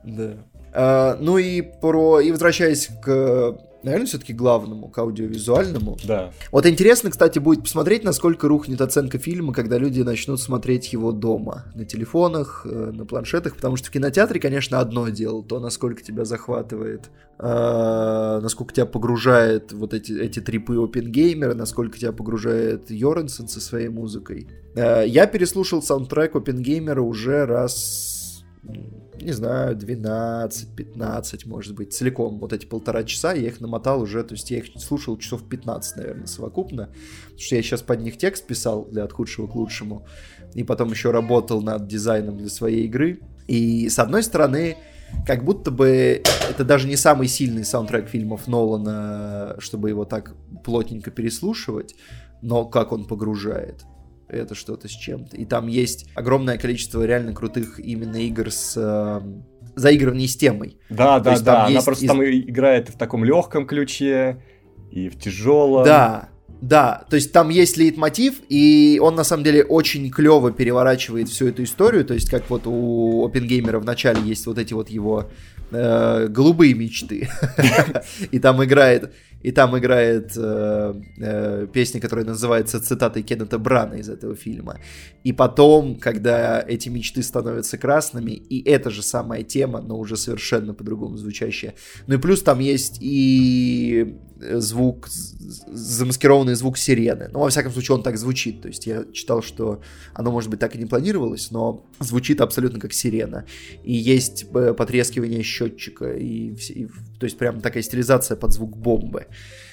Да. А, ну и про... И возвращаясь к... Наверное, все-таки главному, к аудиовизуальному.
Да.
Вот интересно, кстати, будет посмотреть, насколько рухнет оценка фильма, когда люди начнут смотреть его дома, на телефонах, на планшетах, потому что в кинотеатре, конечно, одно дело, то, насколько тебя захватывает, э, насколько тебя погружает вот эти, эти трипы Оппенгеймера, насколько тебя погружает Йоренсен со своей музыкой. Э, я переслушал саундтрек Оппенгеймера уже раз... не знаю, двенадцать-пятнадцать, может быть, целиком. Вот эти полтора часа я их намотал уже, то есть я их слушал часов пятнадцать, наверное, совокупно. Потому что я сейчас под них текст писал для «От худшего к лучшему». И потом еще работал над дизайном для своей игры. И, с одной стороны, как будто бы это даже не самый сильный саундтрек фильмов Нолана, чтобы его так плотненько переслушивать, но как он погружает. Это что-то с чем-то. И там есть огромное количество реально крутых именно игр с э, заигрываний с темой.
Да,
То
да, да. Она
есть...
просто там играет в таком легком ключе, и в тяжелом.
Да, да. То есть там есть лейтмотив, и он на самом деле очень клево переворачивает всю эту историю. То есть как вот у Оппенгеймера в начале есть вот эти вот его э, голубые мечты. И там играет... И там играет э, э, песня, которая называется цитатой Кеннета Брана из этого фильма. И потом, когда эти мечты становятся красными, и эта же самая тема, но уже совершенно по-другому звучащая. Ну и плюс там есть и звук, замаскированный звук сирены. Ну, во всяком случае, он так звучит. То есть я читал, что оно, может быть, так и не планировалось, но звучит абсолютно как сирена. И есть потрескивание счетчика, и, и, то есть прям такая стилизация под звук бомбы.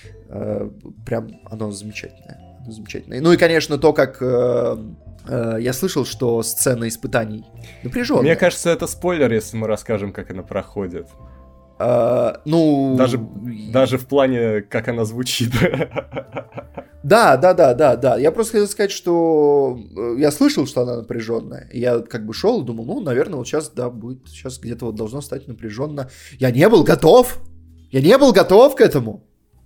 Прям оно замечательное. Оно замечательное. Ну и, конечно, то, как э, э, я слышал, что сцена испытаний напряженная.
Мне кажется, это спойлер, если мы расскажем, как она проходит.
Uh, ну...
Даже, даже в плане, как она звучит.
Да, да, да, да, да. Я просто хотел сказать, что я слышал, что она напряженная. Я как бы шел и думал, ну, наверное, вот сейчас, да, будет, сейчас где-то вот должно стать напряженно. Я не был готов! Я не был готов к этому!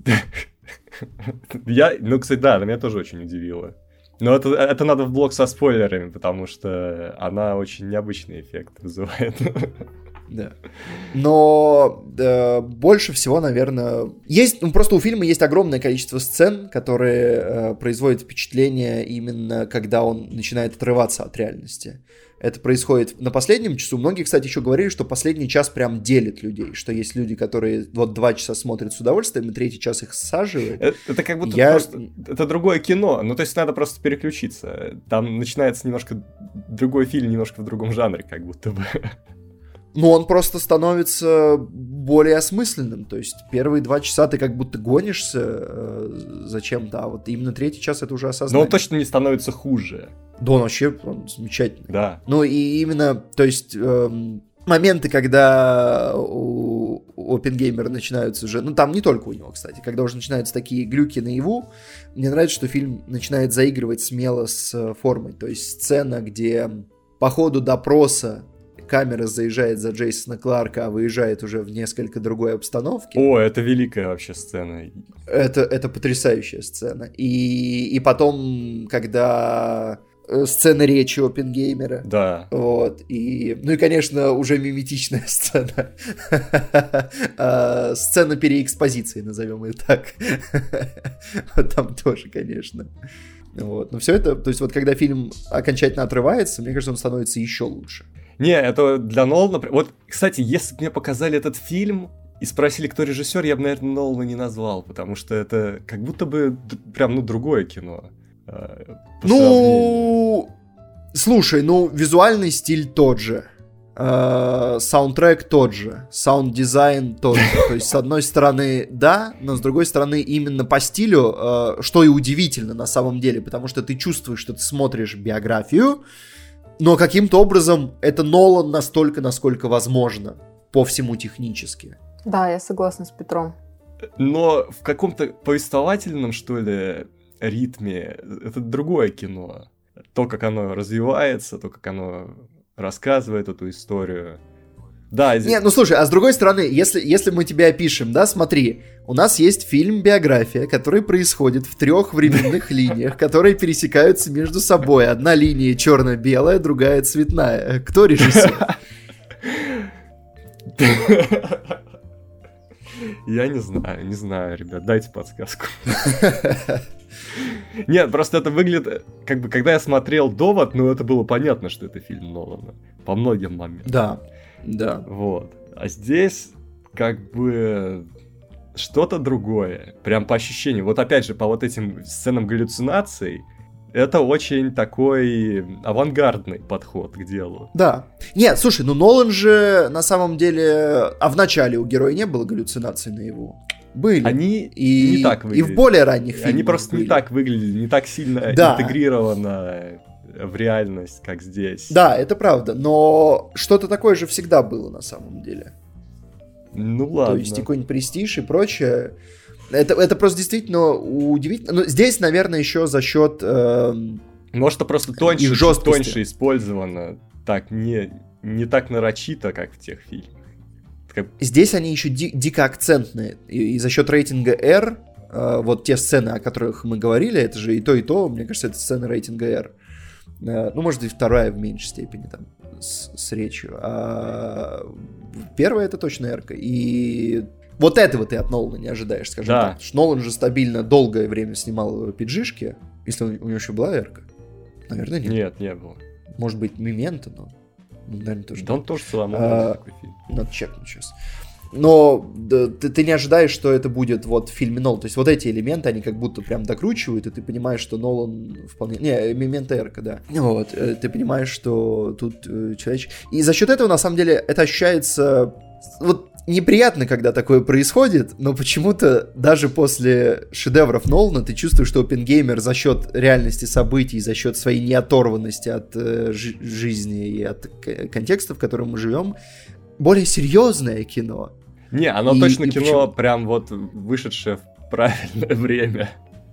Я, ну, кстати, да, меня тоже очень удивило. Но это, это надо в блог со спойлерами, потому что она очень необычный эффект вызывает.
Да. Но э, больше всего, наверное, есть, ну, просто у фильма есть огромное количество сцен, которые э, производят впечатление именно когда он начинает отрываться от реальности. Это происходит на последнем часу. Многие, кстати, еще говорили, что последний час прям делит людей, что есть люди, которые вот два часа смотрят с удовольствием, и третий час их саживает.
Это, это как будто
Я...
просто... Это другое кино. Ну, то есть надо просто переключиться. Там начинается немножко другой фильм, немножко в другом жанре, как будто бы.
Ну, он просто становится более осмысленным. То есть первые два часа ты как будто гонишься э, зачем-то, а вот именно третий час это уже осознание.
Но он точно не становится хуже.
Да, он вообще он замечательный.
Да.
Ну, и именно, то есть, эм, моменты, когда у, у Оппенгеймера начинаются уже... Ну, там не только у него, кстати. Когда уже начинаются такие глюки наяву, мне нравится, что фильм начинает заигрывать смело с формой. То есть сцена, где по ходу допроса камера заезжает за Джейсона Кларка, а выезжает уже в несколько другой обстановке.
О, это великая вообще сцена.
Это, это потрясающая сцена. И, и потом, когда сцена речи Оппенгеймера.
Да.
Вот. И, ну и, конечно, уже миметичная сцена. Сцена переэкспозиции, назовем ее так. Там тоже, конечно. Вот. Но все это, то есть вот когда фильм окончательно отрывается, мне кажется, он становится еще лучше.
Не, это для Нолана... Вот, кстати, если бы мне показали этот фильм и спросили, кто режиссер, я бы, наверное, Нолана не назвал, потому что это как будто бы прям, ну, другое кино.
Ну, слушай, ну, визуальный стиль тот же. Саундтрек тот же, саунд-дизайн тот же. То есть, с одной стороны, да, но с другой стороны, именно по стилю, что и удивительно на самом деле, потому что ты чувствуешь, что ты смотришь биографию, но каким-то образом это Нолан настолько, насколько возможно, по всему технически.
Да, я согласна с Петром.
Но в каком-то повествовательном, что ли, ритме это другое кино. То, как оно развивается, то, как оно рассказывает эту историю. Да, здесь...
Не, ну слушай, а с другой стороны, если, если мы тебя опишем, да, смотри, у нас есть фильм-биография, который происходит в трех временных линиях, которые пересекаются между собой. Одна линия черно-белая, другая цветная. Кто режиссер?
Я не знаю, не знаю, ребят, дайте подсказку. Нет, просто это выглядит, как бы, когда я смотрел «Довод», ну, это было понятно, что это фильм Нолана, по многим моментам.
Да, да.
Вот. А здесь, как бы, что-то другое, прям по ощущению. Вот опять же, по вот этим сценам галлюцинаций, это очень такой авангардный подход к делу.
Да. Нет, слушай, ну Нолан же на самом деле... А в начале у героя не было галлюцинаций наяву? Были.
Они
и,
не так выглядят.
И в более ранних фильмах
Они просто
были.
не так выглядели, не так сильно
да.
интегрировано в реальность, как здесь.
Да, это правда, но что-то такое же всегда было на самом деле.
Ну ладно.
То есть какой-нибудь «Престиж» и прочее... Это, это просто действительно удивительно. Но здесь, наверное, еще за счет... Э,
Может, это просто тоньше,
их жесткости.
тоньше использовано. Так, не, не так нарочито, как в тех фильмах. Как...
Здесь они еще ди- дико акцентные. И, и за счет рейтинга R, э, вот те сцены, о которых мы говорили, это же и то, и то, мне кажется, это сцены рейтинга R. Э, ну, может, и вторая в меньшей степени там с, с речью. А первая это точно R. И... Вот этого ты от Нолана не ожидаешь, скажем
да.
так. Потому что Нолан же стабильно долгое время снимал пиджишки. Если у него еще была эрка. Наверное, нет.
Нет, не было.
Может быть, «Мементо», но... Ну, наверное, тоже.
Да он тоже целомудренный
а,
такой фильм.
Надо чекнуть сейчас. Но да, ты, ты не ожидаешь, что это будет вот в фильме Нолан. То есть вот эти элементы, они как будто прям докручивают, и ты понимаешь, что Нолан вполне... Не, «Мементо» эрка, да. Вот. Ты понимаешь, что тут э, человечек... И за счет этого, на самом деле, это ощущается... Вот неприятно, когда такое происходит, но почему-то даже после шедевров Нолана ты чувствуешь, что Оппенгеймер за счет реальности событий, за счет своей неоторванности от э, жи- жизни и от к- контекста, в котором мы живем, более серьезное кино.
Не, оно
и,
точно
и
кино,
почему?
Прям вот вышедшее в правильное время.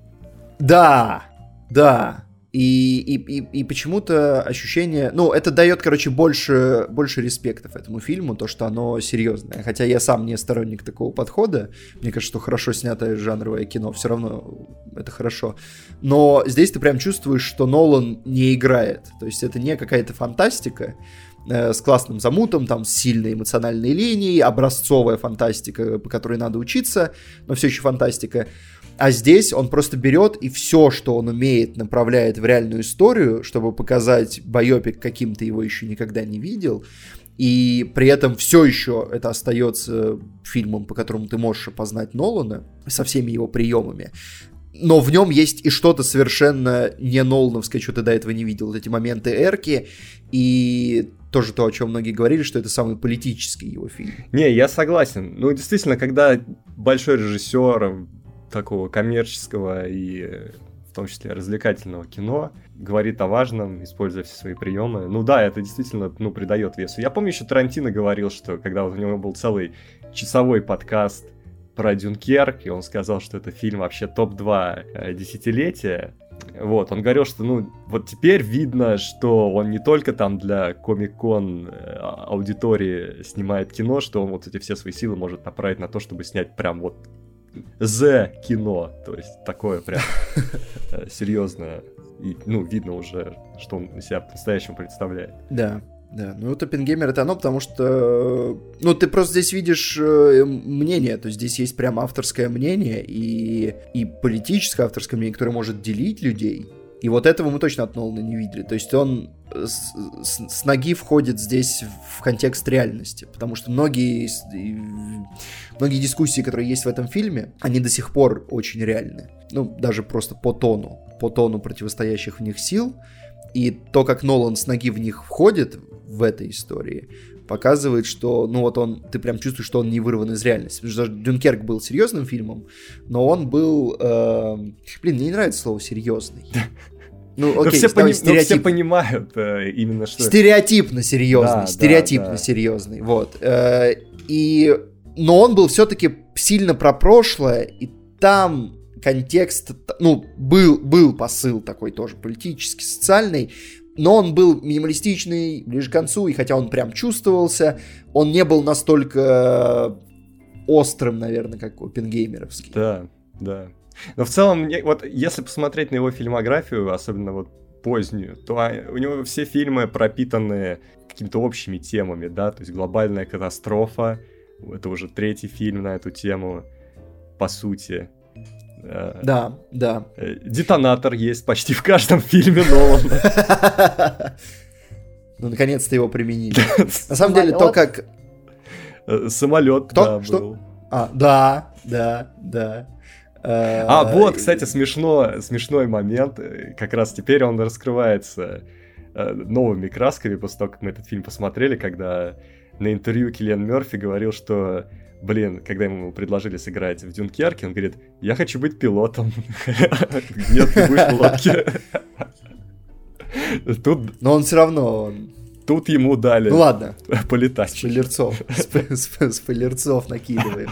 Да, да. И, и, и, и почему-то ощущение... Ну, это дает, короче, больше, больше респектов этому фильму, то, что оно серьезное. Хотя я сам не сторонник такого подхода. Мне кажется, что хорошо снятое жанровое кино все равно это хорошо. Но здесь ты прям чувствуешь, что Нолан не играет. То есть это не какая-то фантастика э, с классным замутом, там, с сильной эмоциональной линией, образцовая фантастика, по которой надо учиться, но все еще фантастика. А здесь он просто берет и все, что он умеет, направляет в реальную историю, чтобы показать байопик, каким ты его еще никогда не видел. И при этом все еще это остается фильмом, по которому ты можешь опознать Нолана со всеми его приемами. Но в нем есть и что-то совершенно не нолановское, что ты до этого не видел. Вот эти моменты эрки и... Тоже то, о чем многие говорили, что это самый политический его фильм.
Не, я согласен. Ну, действительно, когда большой режиссер такого коммерческого и в том числе развлекательного кино говорит о важном, используя все свои приемы, ну да, это действительно, ну, придает весу. Я помню, еще Тарантино говорил, что когда вот у него был целый часовой подкаст про Дюнкерк, и он сказал, что это фильм вообще топ два десятилетия. Вот, он говорил, что, ну, вот теперь видно, что он не только там для Комик-кон аудитории снимает кино, что он вот эти все свои силы может направить на то, чтобы снять прям вот The кино, то есть такое прям серьезное. И, ну, видно уже, что он себя по-настоящему представляет.
Да. Да, ну вот Оппенгеймер это оно, потому что, ну, ты просто здесь видишь э, мнение, то есть здесь есть прям авторское мнение и, и политическое авторское мнение, которое может делить людей, и вот этого мы точно от Нолана не видели, то есть он с, с, с ноги входит здесь в контекст реальности, потому что многие, многие дискуссии, которые есть в этом фильме, они до сих пор очень реальны, ну, даже просто по тону, по тону противостоящих в них сил. И то, как Нолан с ноги в них входит в этой истории, показывает, что, ну вот он, ты прям чувствуешь, что он не вырван из реальности. Потому что даже Дюнкерк был серьезным фильмом, но он был... Э... Блин, мне не нравится слово «серьезный». Ну, окей,
все,
давай,
пони...
стереотип...
все понимают э, именно что...
Стереотипно серьезный,
да,
стереотипно
да, да.
серьезный, вот. Э, и... Но он был все-таки сильно про прошлое, и там... контекст, ну, был, был посыл такой тоже политический, социальный, но он был минималистичный, ближе к концу, и хотя он прям чувствовался, он не был настолько острым, наверное, как оппенгеймеровский.
Да, да. Но в целом, мне, вот если посмотреть на его фильмографию, особенно вот позднюю, то у него все фильмы пропитаны какими-то общими темами, да, то есть глобальная катастрофа, это уже третий фильм на эту тему, по сути.
Да, да.
Детонатор есть почти в каждом фильме Нолана.
Ну, наконец-то его применили. На самом деле, то, как...
Самолет,
Кто?
да,
Что?
был.
А, да, да, да.
А, вот, кстати, смешно, смешной момент. Как раз теперь он раскрывается новыми красками после того, как мы этот фильм посмотрели, когда на интервью Киллиан Мёрфи говорил, что, блин, когда ему предложили сыграть в Дюнкерке, он говорит, я хочу быть пилотом. Нет, ты будешь в лодке. Тут...
Но он все равно... Он...
Тут ему дали
ну, ладно.
полетать.
Спойлерцов. Спойлерцов накидываем.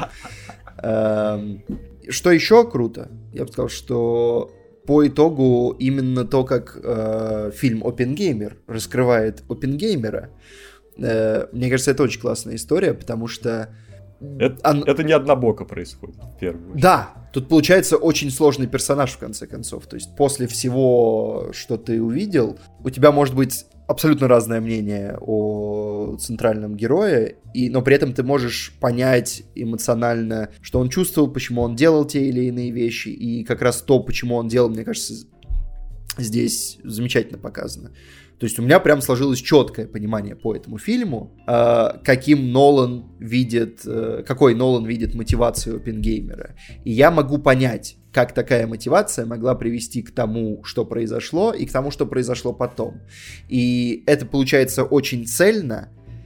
Что еще круто? Я бы сказал, что по итогу именно то, как фильм «Оппенгеймер» раскрывает Оппенгеймера, мне кажется, это очень классная история, потому что...
Это, он... это не однобоко происходит, в первую очередь.
Да, тут получается очень сложный персонаж, в конце концов. То есть после всего, что ты увидел, у тебя может быть абсолютно разное мнение о центральном герое, и, но при этом ты можешь понять эмоционально, что он чувствовал, почему он делал те или иные вещи, и как раз то, почему он делал, мне кажется, здесь замечательно показано. То есть у меня прям сложилось четкое понимание по этому фильму, э, каким Нолан видит, э, какой Нолан видит мотивацию Оппенгеймера. И я могу понять, как такая мотивация могла привести к тому, что произошло, и к тому, что произошло потом. И это получается очень цельно,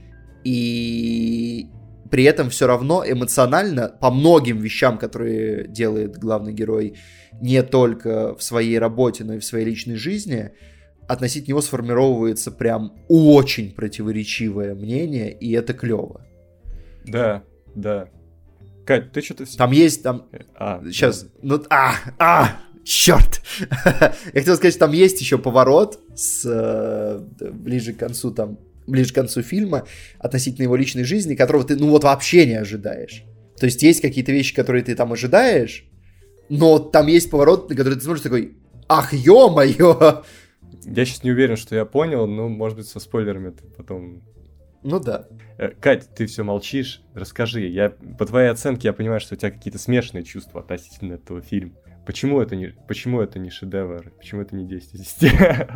и при этом все равно эмоционально по многим вещам, которые делает главный герой не только в своей работе, но и в своей личной жизни, относительно него сформировывается прям очень противоречивое мнение, и это клево.
Да, да. Кать, ты что-то...
Там есть, там...
А,
сейчас,
да.
ну, а, а, черт! Я хотел сказать, что там есть еще поворот с, ближе к концу, там, ближе к концу фильма относительно его личной жизни, которого ты, ну, вот вообще не ожидаешь. То есть есть какие-то вещи, которые ты там ожидаешь, но там есть поворот, на который ты смотришь такой, ах, ё-моё!
Я сейчас не уверен, что я понял, но, может быть, со спойлерами ты потом...
Ну да.
Кать, ты все молчишь, расскажи. Я, по твоей оценке я понимаю, что у тебя какие-то смешанные чувства относительно этого фильма. Почему это не, почему это не шедевр? Почему это не десять из десяти?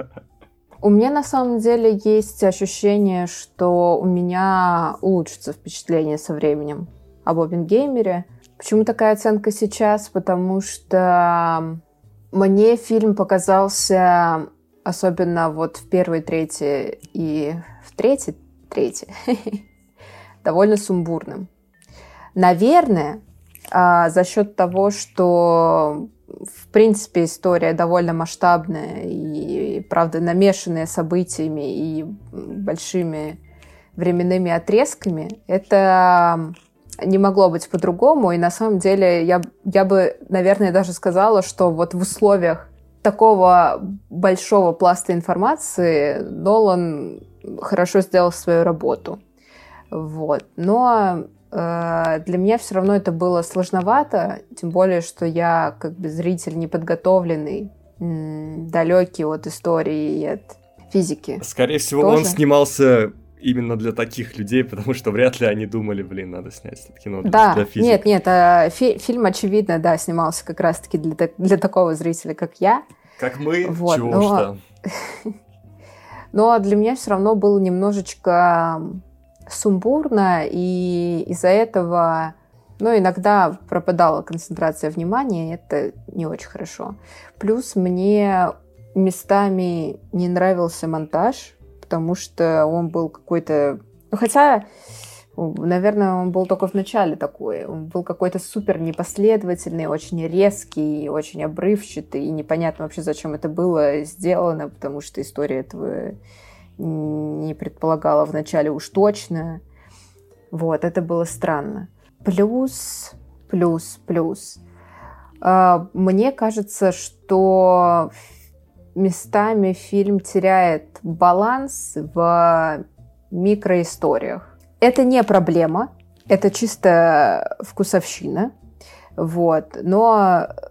У меня на самом деле есть ощущение, что у меня улучшится впечатление со временем об Оппенгеймере. Почему такая оценка сейчас? Потому что мне фильм показался... Особенно вот в первой трети и в третьей, третьей довольно сумбурным. Наверное, за счет того, что в принципе история довольно масштабная и, правда, намешанная событиями и большими временными отрезками, это не могло быть по-другому. И на самом деле я, я бы, наверное, даже сказала, что вот в условиях такого большого пласта информации Нолан хорошо сделал свою работу. Вот. Но э, для меня все равно это было сложновато, тем более, что я как бы зритель неподготовленный, м- далекий от истории и от физики.
Скорее всего,
Тоже.
Он снимался именно для таких людей, потому что вряд ли они думали, блин, надо снять это кино для,
да,
для физиков.
Нет, нет, а, фи- фильм, очевидно, да, снимался как раз-таки для, для такого зрителя, как я.
Как мы,
вот,
чего
но...
уж там.
Но для меня все равно было немножечко сумбурно, и из-за этого, ну, иногда пропадала концентрация внимания, и это не очень хорошо. Плюс мне местами не нравился монтаж, потому что он был какой-то... Ну, хотя, наверное, он был только в начале такой. Он был какой-то супер непоследовательный, очень резкий, очень обрывчатый, и непонятно вообще, зачем это было сделано, потому что история этого не предполагала в начале уж точно. Вот, это было странно. Плюс, плюс, плюс. Мне кажется, что местами фильм теряет баланс в микроисториях. Это не проблема, это чисто вкусовщина, вот. Но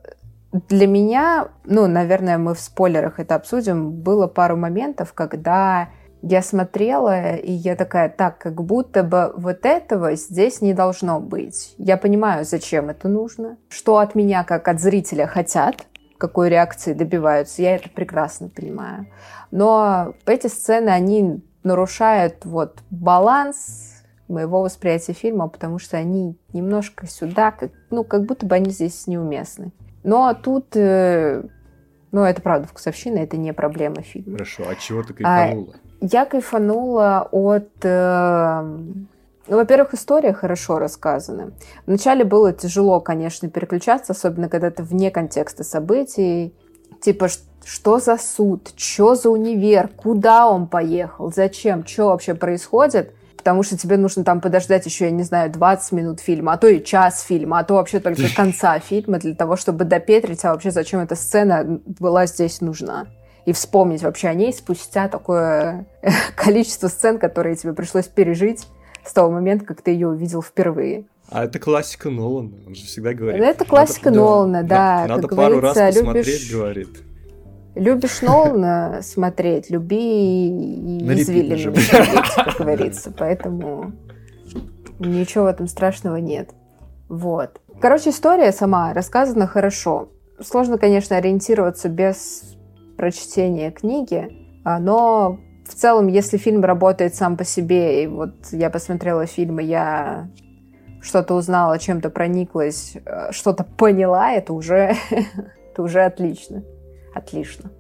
для меня, ну, наверное, мы в спойлерах это обсудим, было пару моментов, когда я смотрела, и я такая, так, как будто бы вот этого здесь не должно быть. Я понимаю, зачем это нужно, что от меня, как от зрителя, хотят, какой реакции добиваются, я это прекрасно понимаю. Но эти сцены, они нарушают вот баланс моего восприятия фильма, потому что они немножко сюда, как, ну, как будто бы они здесь неуместны. Но тут, э, ну, это правда вкусовщина, это не проблема фильма.
Хорошо, от чего ты кайфанула?
А, я кайфанула от... Э, ну, во-первых, история хорошо рассказана. Вначале было тяжело, конечно, переключаться, особенно когда ты вне контекста событий. Типа, что за суд, что за универ, куда он поехал, зачем, что вообще происходит? Потому что тебе нужно там подождать еще, я не знаю, двадцать минут фильма, а то и час фильма, а то вообще только конца фильма для того, чтобы допетрить, а вообще зачем эта сцена была здесь нужна. И вспомнить вообще о ней спустя такое количество сцен, которые тебе пришлось пережить с того момента, как ты ее увидел впервые.
А это классика Нолана, он же всегда говорит.
Это классика надо, Нолана, да.
Надо,
как
надо пару раз посмотреть,
любишь,
говорит.
Любишь Нолана смотреть, люби и извилины смотреть, как говорится. Поэтому ничего в этом страшного нет. Вот. Короче, история сама рассказана хорошо. Сложно, конечно, ориентироваться без прочтения книги, но в целом, если фильм работает сам по себе, и вот я посмотрела фильм, и я что-то узнала, чем-то прониклась, что-то поняла, это уже, это уже отлично. Отлично.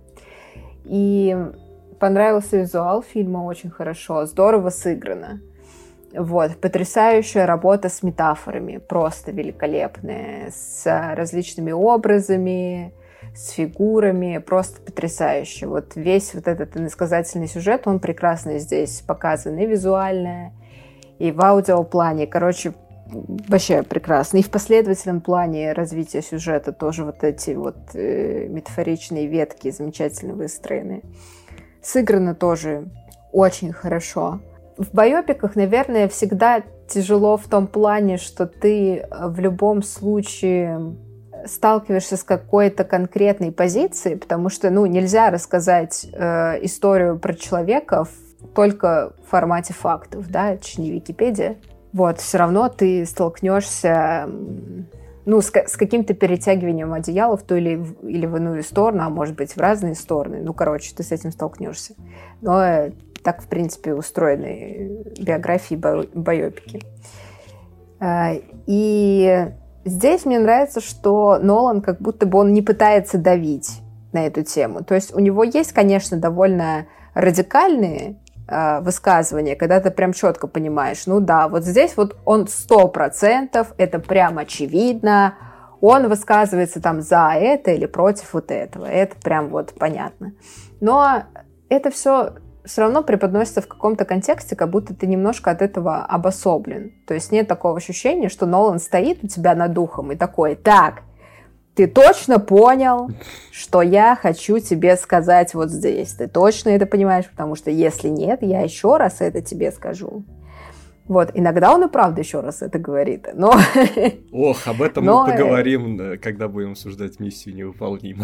И понравился визуал фильма очень хорошо, здорово сыграно. Вот, потрясающая работа с метафорами, просто великолепная, с различными образами, с фигурами, просто потрясающе. Вот весь вот этот иносказательный сюжет, он прекрасно здесь показан и визуально, и в аудиоплане. Короче, вообще прекрасно. И в последовательном плане развития сюжета тоже вот эти вот э, метафоричные ветки замечательно выстроены. Сыграно тоже очень хорошо. В байопиках, наверное, всегда тяжело в том плане, что ты в любом случае сталкиваешься с какой-то конкретной позицией, потому что, ну, нельзя рассказать э, историю про человека в, только в формате фактов, да, это же не Википедия. Вот, все равно ты столкнешься, ну, с, с каким-то перетягиванием одеяла в ту или, или в иную сторону, а может быть в разные стороны. Ну, короче, ты с этим столкнешься. Но так, в принципе, устроены биографии и байопики. И здесь мне нравится, что Нолан как будто бы он не пытается давить на эту тему. То есть у него есть, конечно, довольно радикальные э, высказывания, когда ты прям четко понимаешь, ну да, вот здесь вот он сто процентов, это прям очевидно, он высказывается там за это или против вот этого. Это прям вот понятно. Но это все все равно преподносится в каком-то контексте, как будто ты немножко от этого обособлен. То есть нет такого ощущения, что Нолан стоит у тебя над духом и такой: так, ты точно понял, что я хочу тебе сказать вот здесь? Ты точно это понимаешь? Потому что если нет, я еще раз это тебе скажу. Вот, иногда он и правда еще раз это говорит, но...
Ох, об этом но... мы поговорим, когда будем обсуждать миссию невыполнима.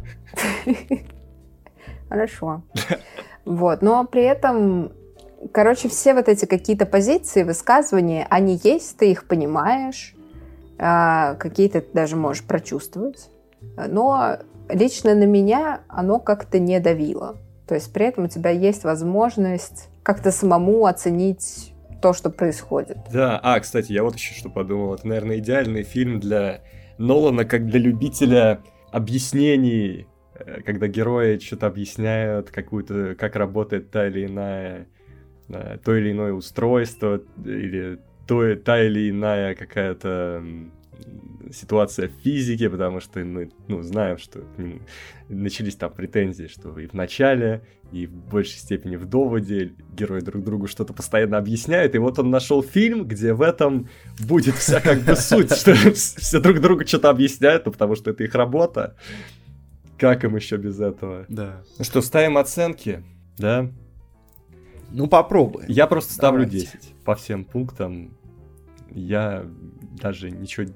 Хорошо. Вот, но при этом, короче, все вот эти какие-то позиции, высказывания, они есть, ты их понимаешь, какие-то ты даже можешь прочувствовать, но лично на меня оно как-то не давило. То есть при этом у тебя есть возможность как-то самому оценить то, что происходит.
Да, а, кстати, я вот еще что подумал, это, наверное, идеальный фильм для Нолана, как для любителя объяснений, когда герои что-то объясняют, какую-то, как работает та или иная, то или иное устройство, или то, та или иная какая-то ситуация в физике, потому что мы ну, знаем, что к нему начались там претензии, что и в начале, и в большей степени в доводе герои друг другу что-то постоянно объясняют, и вот он нашел фильм, где в этом будет вся как бы суть, что все друг другу что-то объясняют, ну, потому что это их работа. Как им еще без этого?
Да.
Ну что, ставим оценки, да?
Ну, попробуй.
Я просто ставлю
Давайте.
десять по всем пунктам. Я даже ничего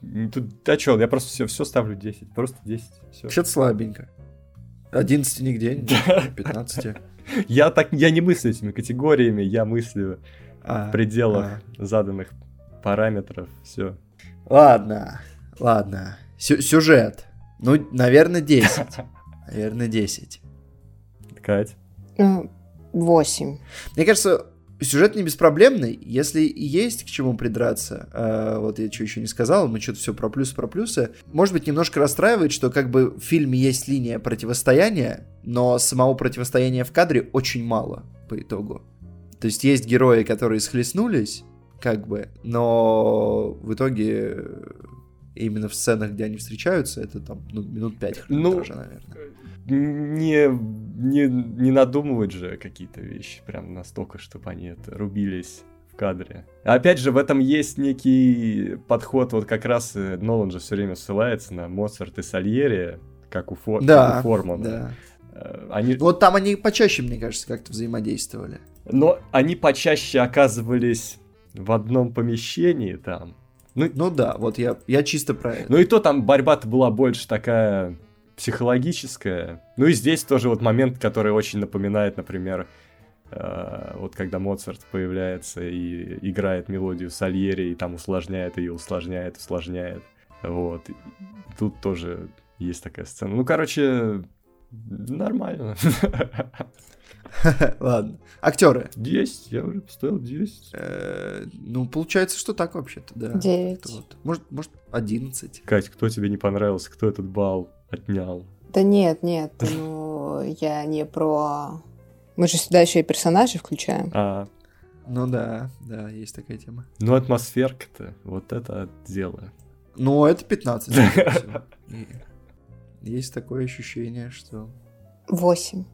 Тут, а что, я просто все, все ставлю десять, просто десять. Все.
Вообще-то слабенько. одиннадцать нигде, пятнадцать.
Я так, я не мыслю этими категориями, я мыслю
А,
в пределах
а.
заданных параметров, все.
Ладно, ладно. Сю- сюжет. Ну, наверное, десять. Наверное, десять.
Кать?
Ну, восемь.
Мне кажется, сюжет не беспроблемный, если и есть к чему придраться. э, вот я что еще не сказал, мы что-то все про плюсы, про плюсы. Может быть, немножко расстраивает, что как бы в фильме есть линия противостояния, но самого противостояния в кадре очень мало по итогу. То есть есть герои, которые схлестнулись, как бы, но в итоге именно в сценах, где они встречаются, это там ну, минут пять хронометража,
Ну,
наверное.
Не, не, не надумывать же какие-то вещи прям настолько, чтобы они это рубились в кадре. А опять же, в этом есть некий подход, вот как раз э, Нолан же все время ссылается на Моцарт и Сальери, как у, Фор...
Да,
как у Формана.
да.
Э, Они...
Вот там они почаще, мне кажется, как-то взаимодействовали.
Но они почаще оказывались в одном помещении там. Ну,
Ну да, вот я, я чисто про это.
ну и то там борьба-то была больше такая психологическая. Ну и здесь тоже вот момент, который очень напоминает, например, э, вот когда Моцарт появляется и играет мелодию Сальери, и там усложняет ее, усложняет, усложняет. Вот. И тут тоже есть такая сцена. Ну, короче, нормально.
Ладно. Актеры.
десять, я уже поставил десять.
Э, Ну, получается, что так вообще-то, да.
Девять.
Как-то вот. Может, может, одиннадцать.
Кать, кто тебе не понравился, кто этот балл отнял?
Да нет, нет, ну я не про... Мы же сюда еще и персонажей включаем.
А,
Ну да, да, есть такая тема.
ну атмосферка-то, вот это дело.
Ну, это пятнадцать. скорее всего. И есть такое ощущение, что...
Восемь.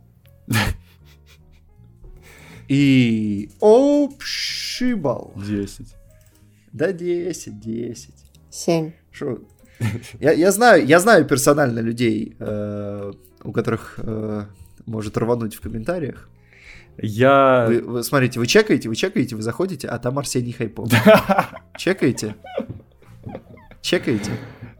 И общий балл.
десять.
Да, десять, десять.
Семь.
Шо? Я, я знаю, я знаю персонально людей, э, у которых э, может рвануть в комментариях.
Я...
Вы, вы смотрите, вы чекаете, вы чекаете, вы заходите, а там Арсений Хайпов. Чекаете? Чекаете?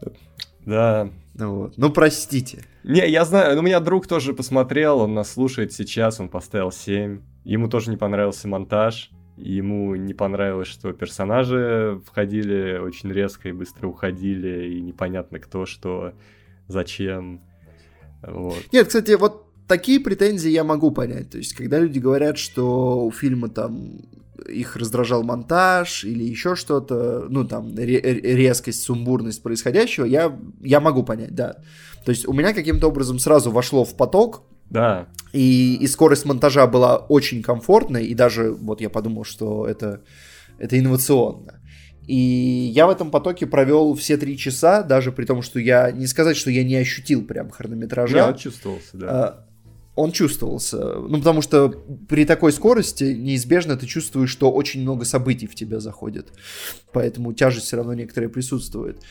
Да.
Ну, вот. Ну, простите.
Не, я знаю, у меня друг тоже посмотрел, он нас слушает сейчас, он поставил семь. Ему тоже не понравился монтаж, ему не понравилось, что персонажи входили очень резко и быстро уходили, и непонятно кто, что, зачем. Вот.
Нет, кстати, вот такие претензии я могу понять. То есть, когда люди говорят, что у фильма там их раздражал монтаж или еще что-то, ну, там, ре- резкость, сумбурность происходящего, я, я могу понять, да. То есть, у меня каким-то образом сразу вошло в поток,
Да.
и, и скорость монтажа была очень комфортной, и даже, вот я подумал, что это, это инновационно. И я в этом потоке провел все три часа, даже при том, что я, не сказать, что я не ощутил прям хронометража.
Я чувствовался, да.
А, он чувствовался. Ну, потому что при такой скорости неизбежно ты чувствуешь, что очень много событий в тебя заходит. Поэтому тяжесть все равно некоторая присутствует.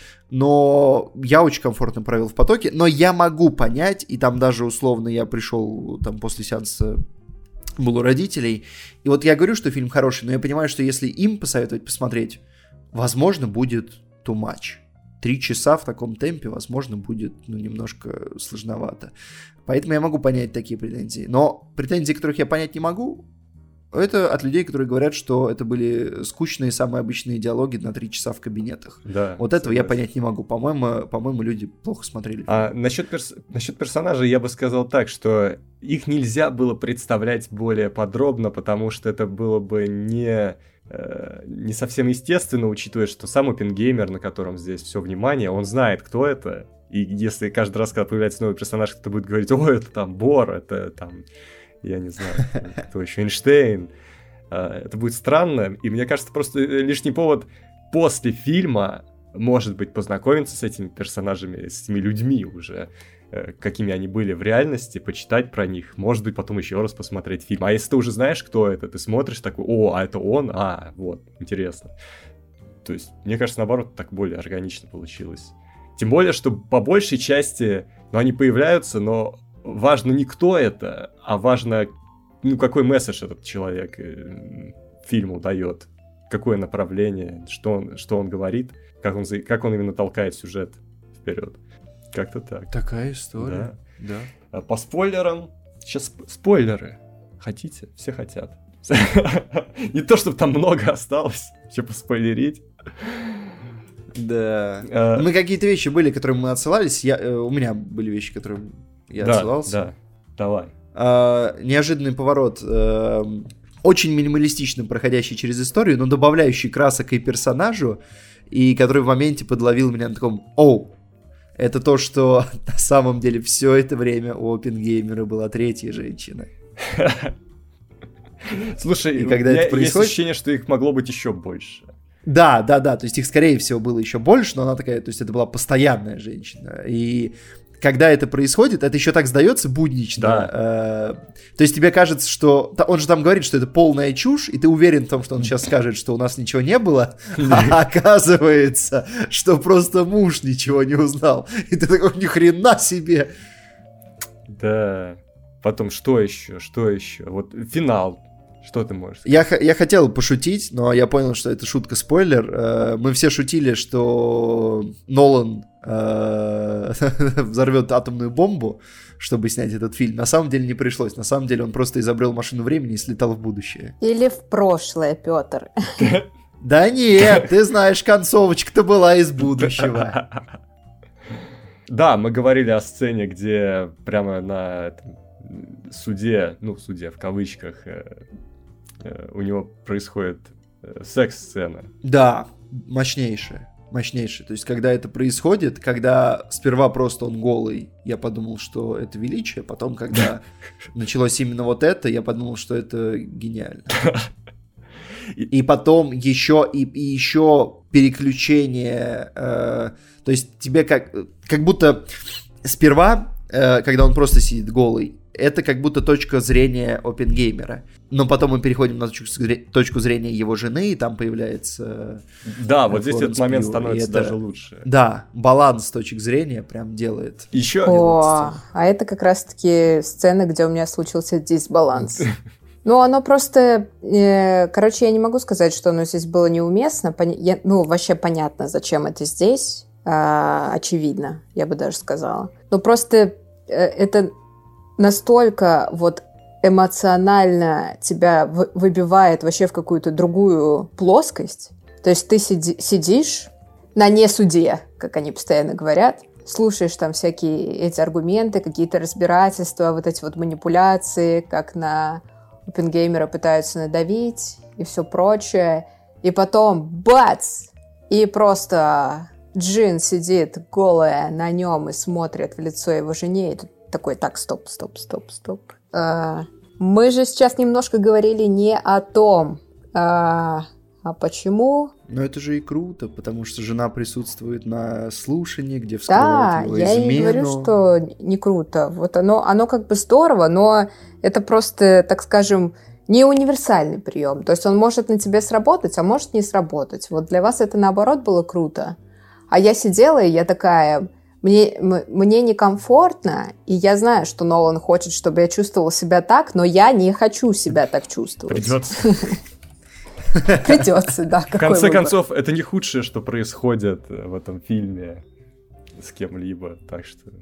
Но я очень комфортно провел в потоке. Но я могу понять, и там даже условно я пришел там после сеанса, был у родителей. И вот я говорю, что фильм хороший, но я понимаю, что если им посоветовать посмотреть, возможно, будет too much. Три часа в таком темпе, возможно, будет ну, немножко сложновато. Поэтому я могу понять такие претензии. Но претензии, которых я понять не могу, это от людей, которые говорят, что это были скучные, самые обычные диалоги на три часа в кабинетах.
Да,
вот этого я
согласен.
понять не могу. По-моему, по-моему, люди плохо смотрели.
А насчет, перс... насчет персонажей я бы сказал так, что их нельзя было представлять более подробно, потому что это было бы не, э, не совсем естественно, учитывая, что сам опенгеймер, на котором здесь все внимание, он знает, кто это. И если каждый раз, когда появляется новый персонаж, кто-то будет говорить: о, это там Бор, это там, я не знаю, кто еще, Эйнштейн, это будет странно. И мне кажется, просто лишний повод после фильма, может быть, познакомиться с этими персонажами, с этими людьми уже, какими они были в реальности, почитать про них, может быть, потом еще раз посмотреть фильм. А если ты уже знаешь, кто это, ты смотришь такой: о, а это он? А, вот, интересно. То есть, мне кажется, наоборот, так более органично получилось. Тем более, что по большей части, ну, они появляются, но важно не кто это, а важно, ну, какой месседж этот человек э, фильму дает. какое направление, что он, что он говорит, как он, как он именно толкает сюжет вперед. Как-то так.
Такая история.
Да.
Да.
А по спойлерам, сейчас спойлеры. Хотите? Все хотят. Не то, чтобы там много осталось, еще поспойлерить.
Да.
А...
Мы какие-то вещи были, которые мы отсылались. Я, э, у меня были вещи, которые я
да,
отсылался.
Да, давай.
А, неожиданный поворот. Э, очень минималистично проходящий через историю, но добавляющий красок и персонажу, и который в моменте подловил меня на таком: оу, это то, что на самом деле все это время у Оппенгеймера была третья женщина.
Слушай,
и
у
когда
меня
это происходит...
есть ощущение, что их могло быть еще больше.
Да, да, да, то есть их, скорее всего, было еще больше, но она такая, то есть это была постоянная женщина. И когда это происходит, это еще так сдается буднично.
Да.
Э, то есть тебе кажется, что... Он же там говорит, что это полная чушь, и ты уверен в том, что он сейчас скажет, что у нас ничего не было, а оказывается, что просто муж ничего не узнал. И ты такой: ни хрена себе!
Да. Потом что еще? Что еще? Вот финал. Что ты можешь сказать?
Я, я хотел пошутить, но я понял, что это шутка-спойлер. Мы все шутили, что Нолан э, взорвет атомную бомбу, чтобы снять этот фильм. На самом деле не пришлось. На самом деле он просто изобрел машину времени и слетал в будущее.
Или в прошлое, Петр.
Да нет, ты знаешь, концовочка-то была из будущего.
Да, мы говорили о сцене, где прямо на этом суде, ну, в суде, в кавычках, э, э, у него происходит э, секс-сцена.
Да, мощнейшая, мощнейшая. То есть, когда это происходит, когда сперва просто он голый, я подумал, что это величие, потом, когда началось именно вот это, я подумал, что это гениально. И потом еще, и, и еще переключение, э, то есть тебе как, как будто сперва, э, когда он просто сидит голый, это как будто точка зрения Оппенгеймера. Но потом мы переходим на точку, точку зрения его жены, и там появляется...
Да, вот здесь этот момент
Пью,
становится
это,
даже лучше.
Да, баланс точек зрения прям делает.
Еще...
О, а это как раз-таки сцена, где у меня случился дисбаланс. Ну, оно просто... Э, короче, я не могу сказать, что оно здесь было неуместно. Пон... Я, ну, вообще понятно, зачем это здесь. Э, очевидно, я бы даже сказала. Но просто э, это настолько вот эмоционально тебя в- выбивает вообще в какую-то другую плоскость. То есть ты сиди- сидишь на несуде, как они постоянно говорят, слушаешь там всякие эти аргументы, какие-то разбирательства, вот эти вот манипуляции, как на Оппенгеймера пытаются надавить и все прочее. И потом бац! И просто Джин сидит голая на нем и смотрит в лицо его жене. И тут такой: так, стоп, стоп, стоп, стоп. А, мы же сейчас немножко говорили не о том. А, а почему?
Но это же и круто, потому что жена присутствует на слушании, где вскрывают
Да,
его
я
измену.
и говорю, что не круто. Вот оно, оно как бы здорово, но это просто, так скажем, не универсальный прием. То есть он может на тебе сработать, а может не сработать. Вот для вас это, наоборот, было круто. А я сидела, и я такая... Мне, м- мне некомфортно, и я знаю, что Нолан хочет, чтобы я чувствовала себя так, но я не хочу себя так чувствовать.
Придется.
Придется, да.
В конце концов, это не худшее, что происходит в этом фильме с кем-либо, так что...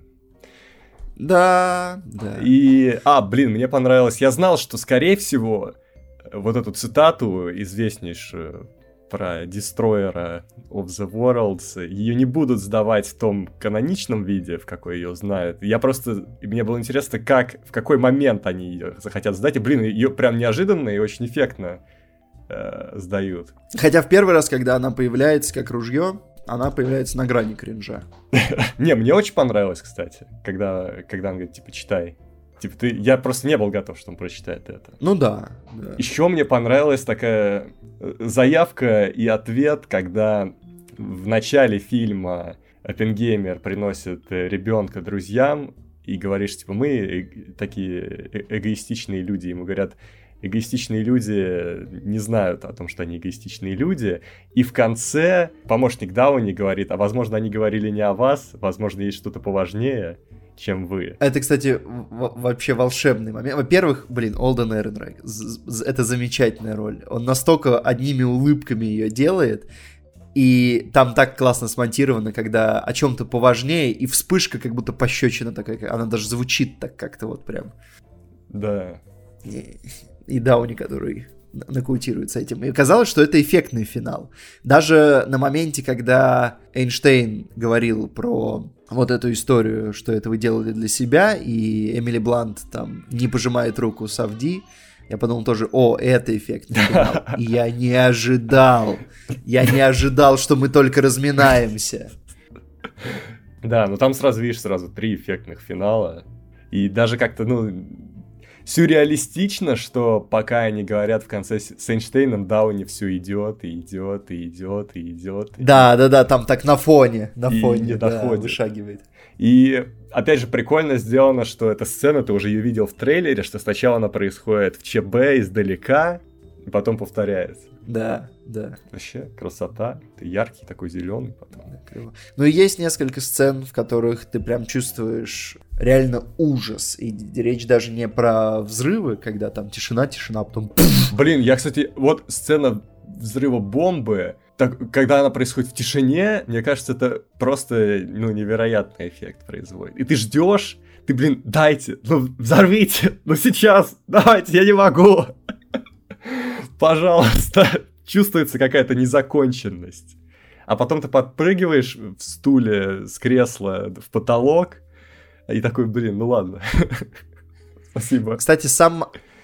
Да, да.
И... А, блин, мне понравилось. Я знал, что, скорее всего, вот эту цитату известнейшую про Destroyer of the Worlds, ее не будут сдавать в том каноничном виде, в какой ее знают. Я просто... Мне было интересно, как, в какой момент они ее захотят сдать. И, блин, ее прям неожиданно и очень эффектно э, сдают.
Хотя в первый раз, когда она появляется как ружье, она появляется на грани кринжа.
Не, мне очень понравилось, кстати, когда, когда он говорит, типа, читай. Типа, ты... Я просто не был готов, что он прочитает это.
Ну да, да.
Еще мне понравилась такая заявка и ответ, когда в начале фильма Оппенгеймер приносит ребенка друзьям и говоришь, типа, мы э- такие э- эгоистичные люди. Ему говорят, эгоистичные люди не знают о том, что они эгоистичные люди. И в конце помощник Дауни говорит, а возможно, они говорили не о вас, возможно, есть что-то поважнее. чем вы.
Это, кстати, в- вообще волшебный момент. Во-первых, блин, Олден Эренрайк, это замечательная роль. Он настолько одними улыбками ее делает, и там так классно смонтировано, когда о чем-то поважнее, и вспышка как будто пощечина такая, она даже звучит так как-то вот прям.
Да.
И, и Дауни, который нокаутирует с этим. И казалось, что это эффектный финал. Даже на моменте, когда Эйнштейн говорил про вот эту историю, что это вы делали для себя, и Эмили Блант там не пожимает руку Савди, я подумал тоже, о, это эффектный финал. И я не ожидал. Я не ожидал, что мы только разминаемся.
Да, но там сразу, видишь, сразу три эффектных финала. И даже как-то, ну, сюрреалистично, что пока они говорят в конце с с Эйнштейном, Дауни все идет, и идет, и идет, и идет.
Да, да, да, там так на фоне, на
И
фоне,
не
да,
доходит.
вышагивает.
И, опять же, прикольно сделано, что эта сцена, ты уже ее видел в трейлере, что сначала она происходит в ЧБ издалека, и потом повторяется.
Да, да.
Вообще, красота. Ты яркий, такой зеленый потом.
Да, клево. Ну и есть несколько сцен, в которых ты прям чувствуешь реально ужас. И д- речь даже не про взрывы, когда там тишина, тишина, а потом...
Блин, я, кстати, вот сцена взрыва бомбы, так, когда она происходит в тишине, мне кажется, это просто, ну, невероятный эффект производит. И ты ждешь, ты, блин, дайте, ну, взорвите, ну, сейчас, давайте, я не могу. Пожалуйста. Чувствуется какая-то незаконченность. А потом ты подпрыгиваешь в стуле с кресла в потолок, и такой, блин, ну ладно. Спасибо.
Кстати, сам,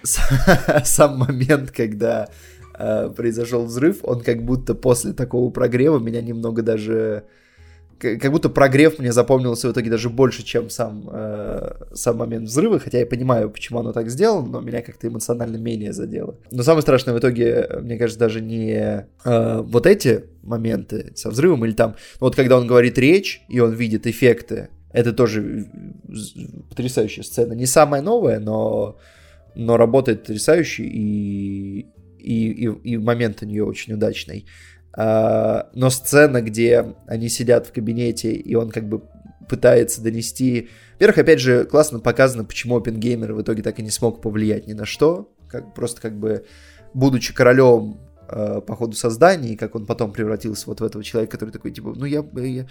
сам момент, когда э, произошел взрыв, он как будто после такого прогрева меня немного даже... к- Как будто прогрев мне запомнился в итоге даже больше, чем сам, э, сам момент взрыва, хотя я понимаю, почему оно так сделано, но меня как-то эмоционально менее задело. Но самое страшное в итоге, мне кажется, даже не э, вот эти моменты со взрывом, или там, вот когда он говорит речь, и он видит эффекты, это тоже потрясающая сцена. Не самая новая, но, но работает потрясающе, и, и, и, и момент у нее очень удачный. Uh, но сцена, где они сидят в кабинете, и он как бы пытается донести... Во-первых, опять же, классно показано, почему OpenGamer в итоге так и не смог повлиять ни на что. Как, просто как бы, будучи королем uh, по ходу создания, и как он потом превратился вот в этого человека, который такой, типа, ну я... Я,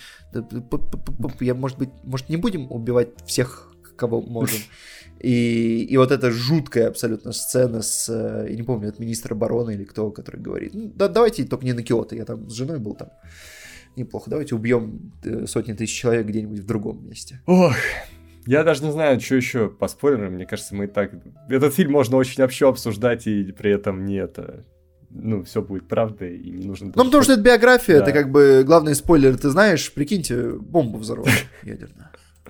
я может быть, может, не будем убивать всех, кого можем. И, и вот эта жуткая абсолютно сцена с, я не помню, от министра обороны или кто, который говорит, ну, да, давайте только не на Киото, я там с женой был там, неплохо, давайте убьем сотни тысяч человек где-нибудь в другом месте.
Ох, я даже не знаю, что еще по спойлерам, мне кажется, мы и так... Этот фильм можно очень общо обсуждать, и при этом не это... Ну, все будет правдой, и не нужно...
Ну, потому что это биография,
Да.
это как бы главный спойлер, ты знаешь, прикиньте, бомбу взорвали ядерную.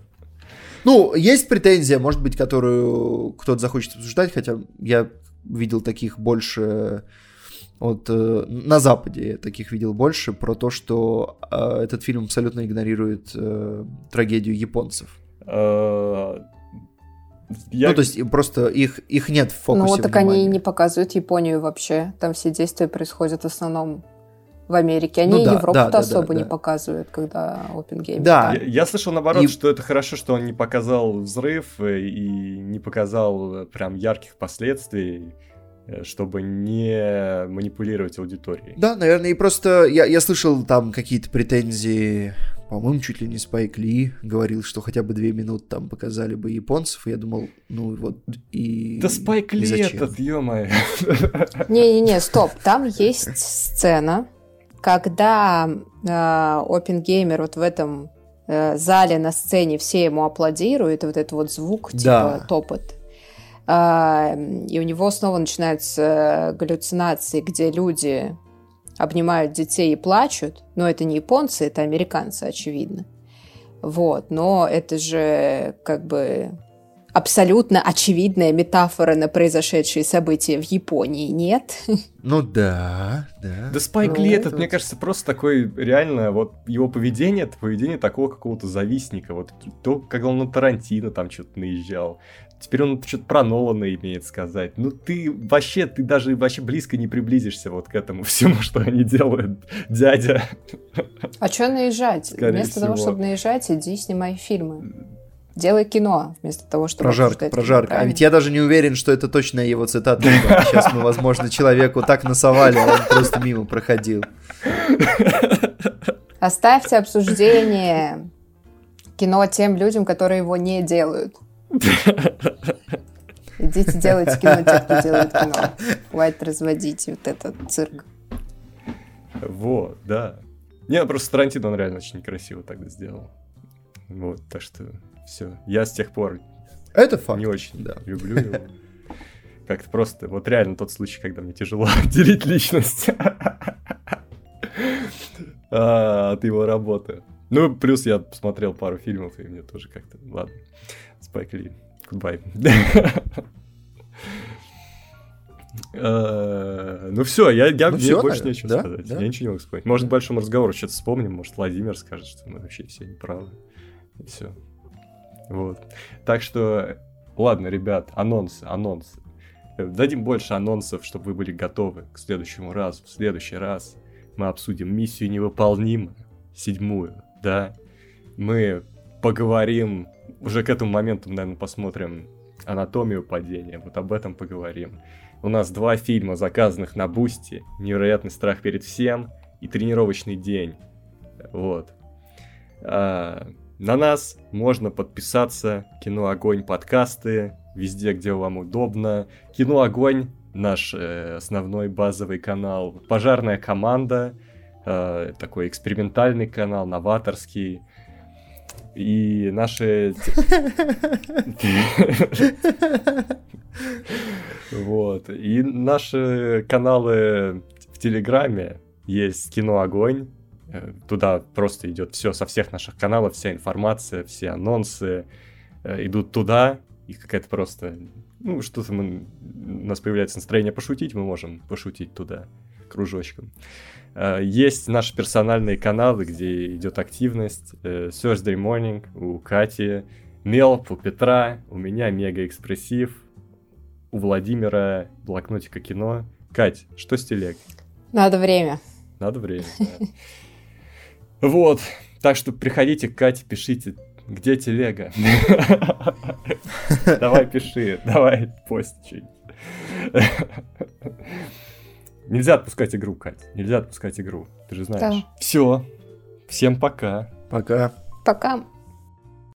Ну, есть претензия, может быть, которую кто-то захочет обсуждать, хотя я видел таких больше... Вот э, на Западе я таких видел больше, про то, что э, этот фильм абсолютно игнорирует э, трагедию японцев.
Я...
Ну, то есть просто их, их нет в фокусе
Ну, вот так
внимания.
они и не показывают Японию вообще. Там все действия происходят в основном в Америке. Они
Ну да,
Европу-то
да, да,
особо
да,
не
да.
показывают, когда OpenGames.
Да.
Я, я слышал, наоборот,
И-
что это хорошо, что он не показал взрыв э, и не показал э, прям ярких последствий, э, чтобы не манипулировать аудиторией.
Да, наверное, и просто я, я слышал там какие-то претензии, по-моему, чуть ли не Спайк Ли говорил, что хотя бы две минуты там показали бы японцев, и я думал, ну вот и...
Да Спайк
и
Ли
зачем?
этот, ё-моё.
Не-не-не, стоп. Там есть сцена, когда э, OpenGamer вот в этом э, зале на сцене все ему аплодируют, и вот этот вот звук, типа
Да.
топот. Э, и у него снова начинаются галлюцинации, где люди обнимают детей и плачут. Но это не японцы, это американцы, очевидно. Вот. Но это же как бы абсолютно очевидная метафора на произошедшие события в Японии, нет?
Ну да, да.
Да Спайк
Ну,
Ли
это
этот, мне
вот-
кажется, просто такой, реально, вот его поведение, это поведение такого какого-то завистника. Вот то, когда он на Тарантино там что-то наезжал. Теперь он что-то про Нолана имеет сказать. Ну ты вообще, ты даже вообще близко не приблизишься вот к этому всему, что они делают, дядя.
А что наезжать?
Скорее
Вместо того,
всего.
чтобы наезжать, иди снимай фильмы. Делай кино, вместо того, чтобы
Прожарка, прожарка. А ведь я даже не уверен, что это точно его цитата. Сейчас мы, возможно, человеку так насовали, а он просто мимо проходил.
Оставьте обсуждение кино тем людям, которые его не делают. Идите делайте кино те, кто делает кино. Хватит разводить вот этот цирк.
Вот, да. Не, просто Тарантино он реально очень красиво тогда сделал. Вот, так что все. Я с тех пор
это факт.
Не очень
да.
люблю его. Как-то просто, вот реально тот случай, когда мне тяжело отделить личность от его работы. Ну, плюс я посмотрел пару фильмов, и мне тоже как-то... Ладно, Спайк Ли, goodbye. Ну все, я мне больше нечего сказать. Я ничего не могу вспомнить. Может, к большому разговору что-то вспомним, может, Владимир скажет, что мы вообще все неправы. И все. Вот. Так что, ладно, ребят, анонсы, анонсы. Дадим больше анонсов, чтобы вы были готовы к следующему разу. В следующий раз мы обсудим миссию невыполнимую, седьмую, да. Мы поговорим, уже к этому моменту, наверное, посмотрим анатомию падения, вот об этом поговорим. У нас два фильма, заказанных на Бусти, «Невероятный страх перед всем» и «Тренировочный день». Вот. А, на нас можно подписаться, Кино Огонь подкасты, везде, где вам удобно. Кино Огонь, наш э, основной базовый канал. Пожарная команда, э, такой экспериментальный канал, новаторский. И наши... Вот. И наши каналы в Телеграме есть Кино Огонь. Туда просто идет все со всех наших каналов, вся информация, все анонсы идут туда. И какая-то просто... Ну, что-то мы... у нас появляется настроение пошутить, мы можем пошутить туда кружочком. Есть наши персональные каналы, где идет активность. Thursday Morning у Кати, Мелп у Петра, у меня Мега Экспрессив, у Владимира Блокнотика кино. Кать, что с телегой?
Надо время.
Надо время, да. Вот, так что приходите к Кате, пишите, где телега. Давай пиши, давай пост что-нибудь. Нельзя отпускать игру, Кать. Нельзя отпускать игру. Ты же знаешь.
Да.
Все. Всем пока.
Пока.
Пока.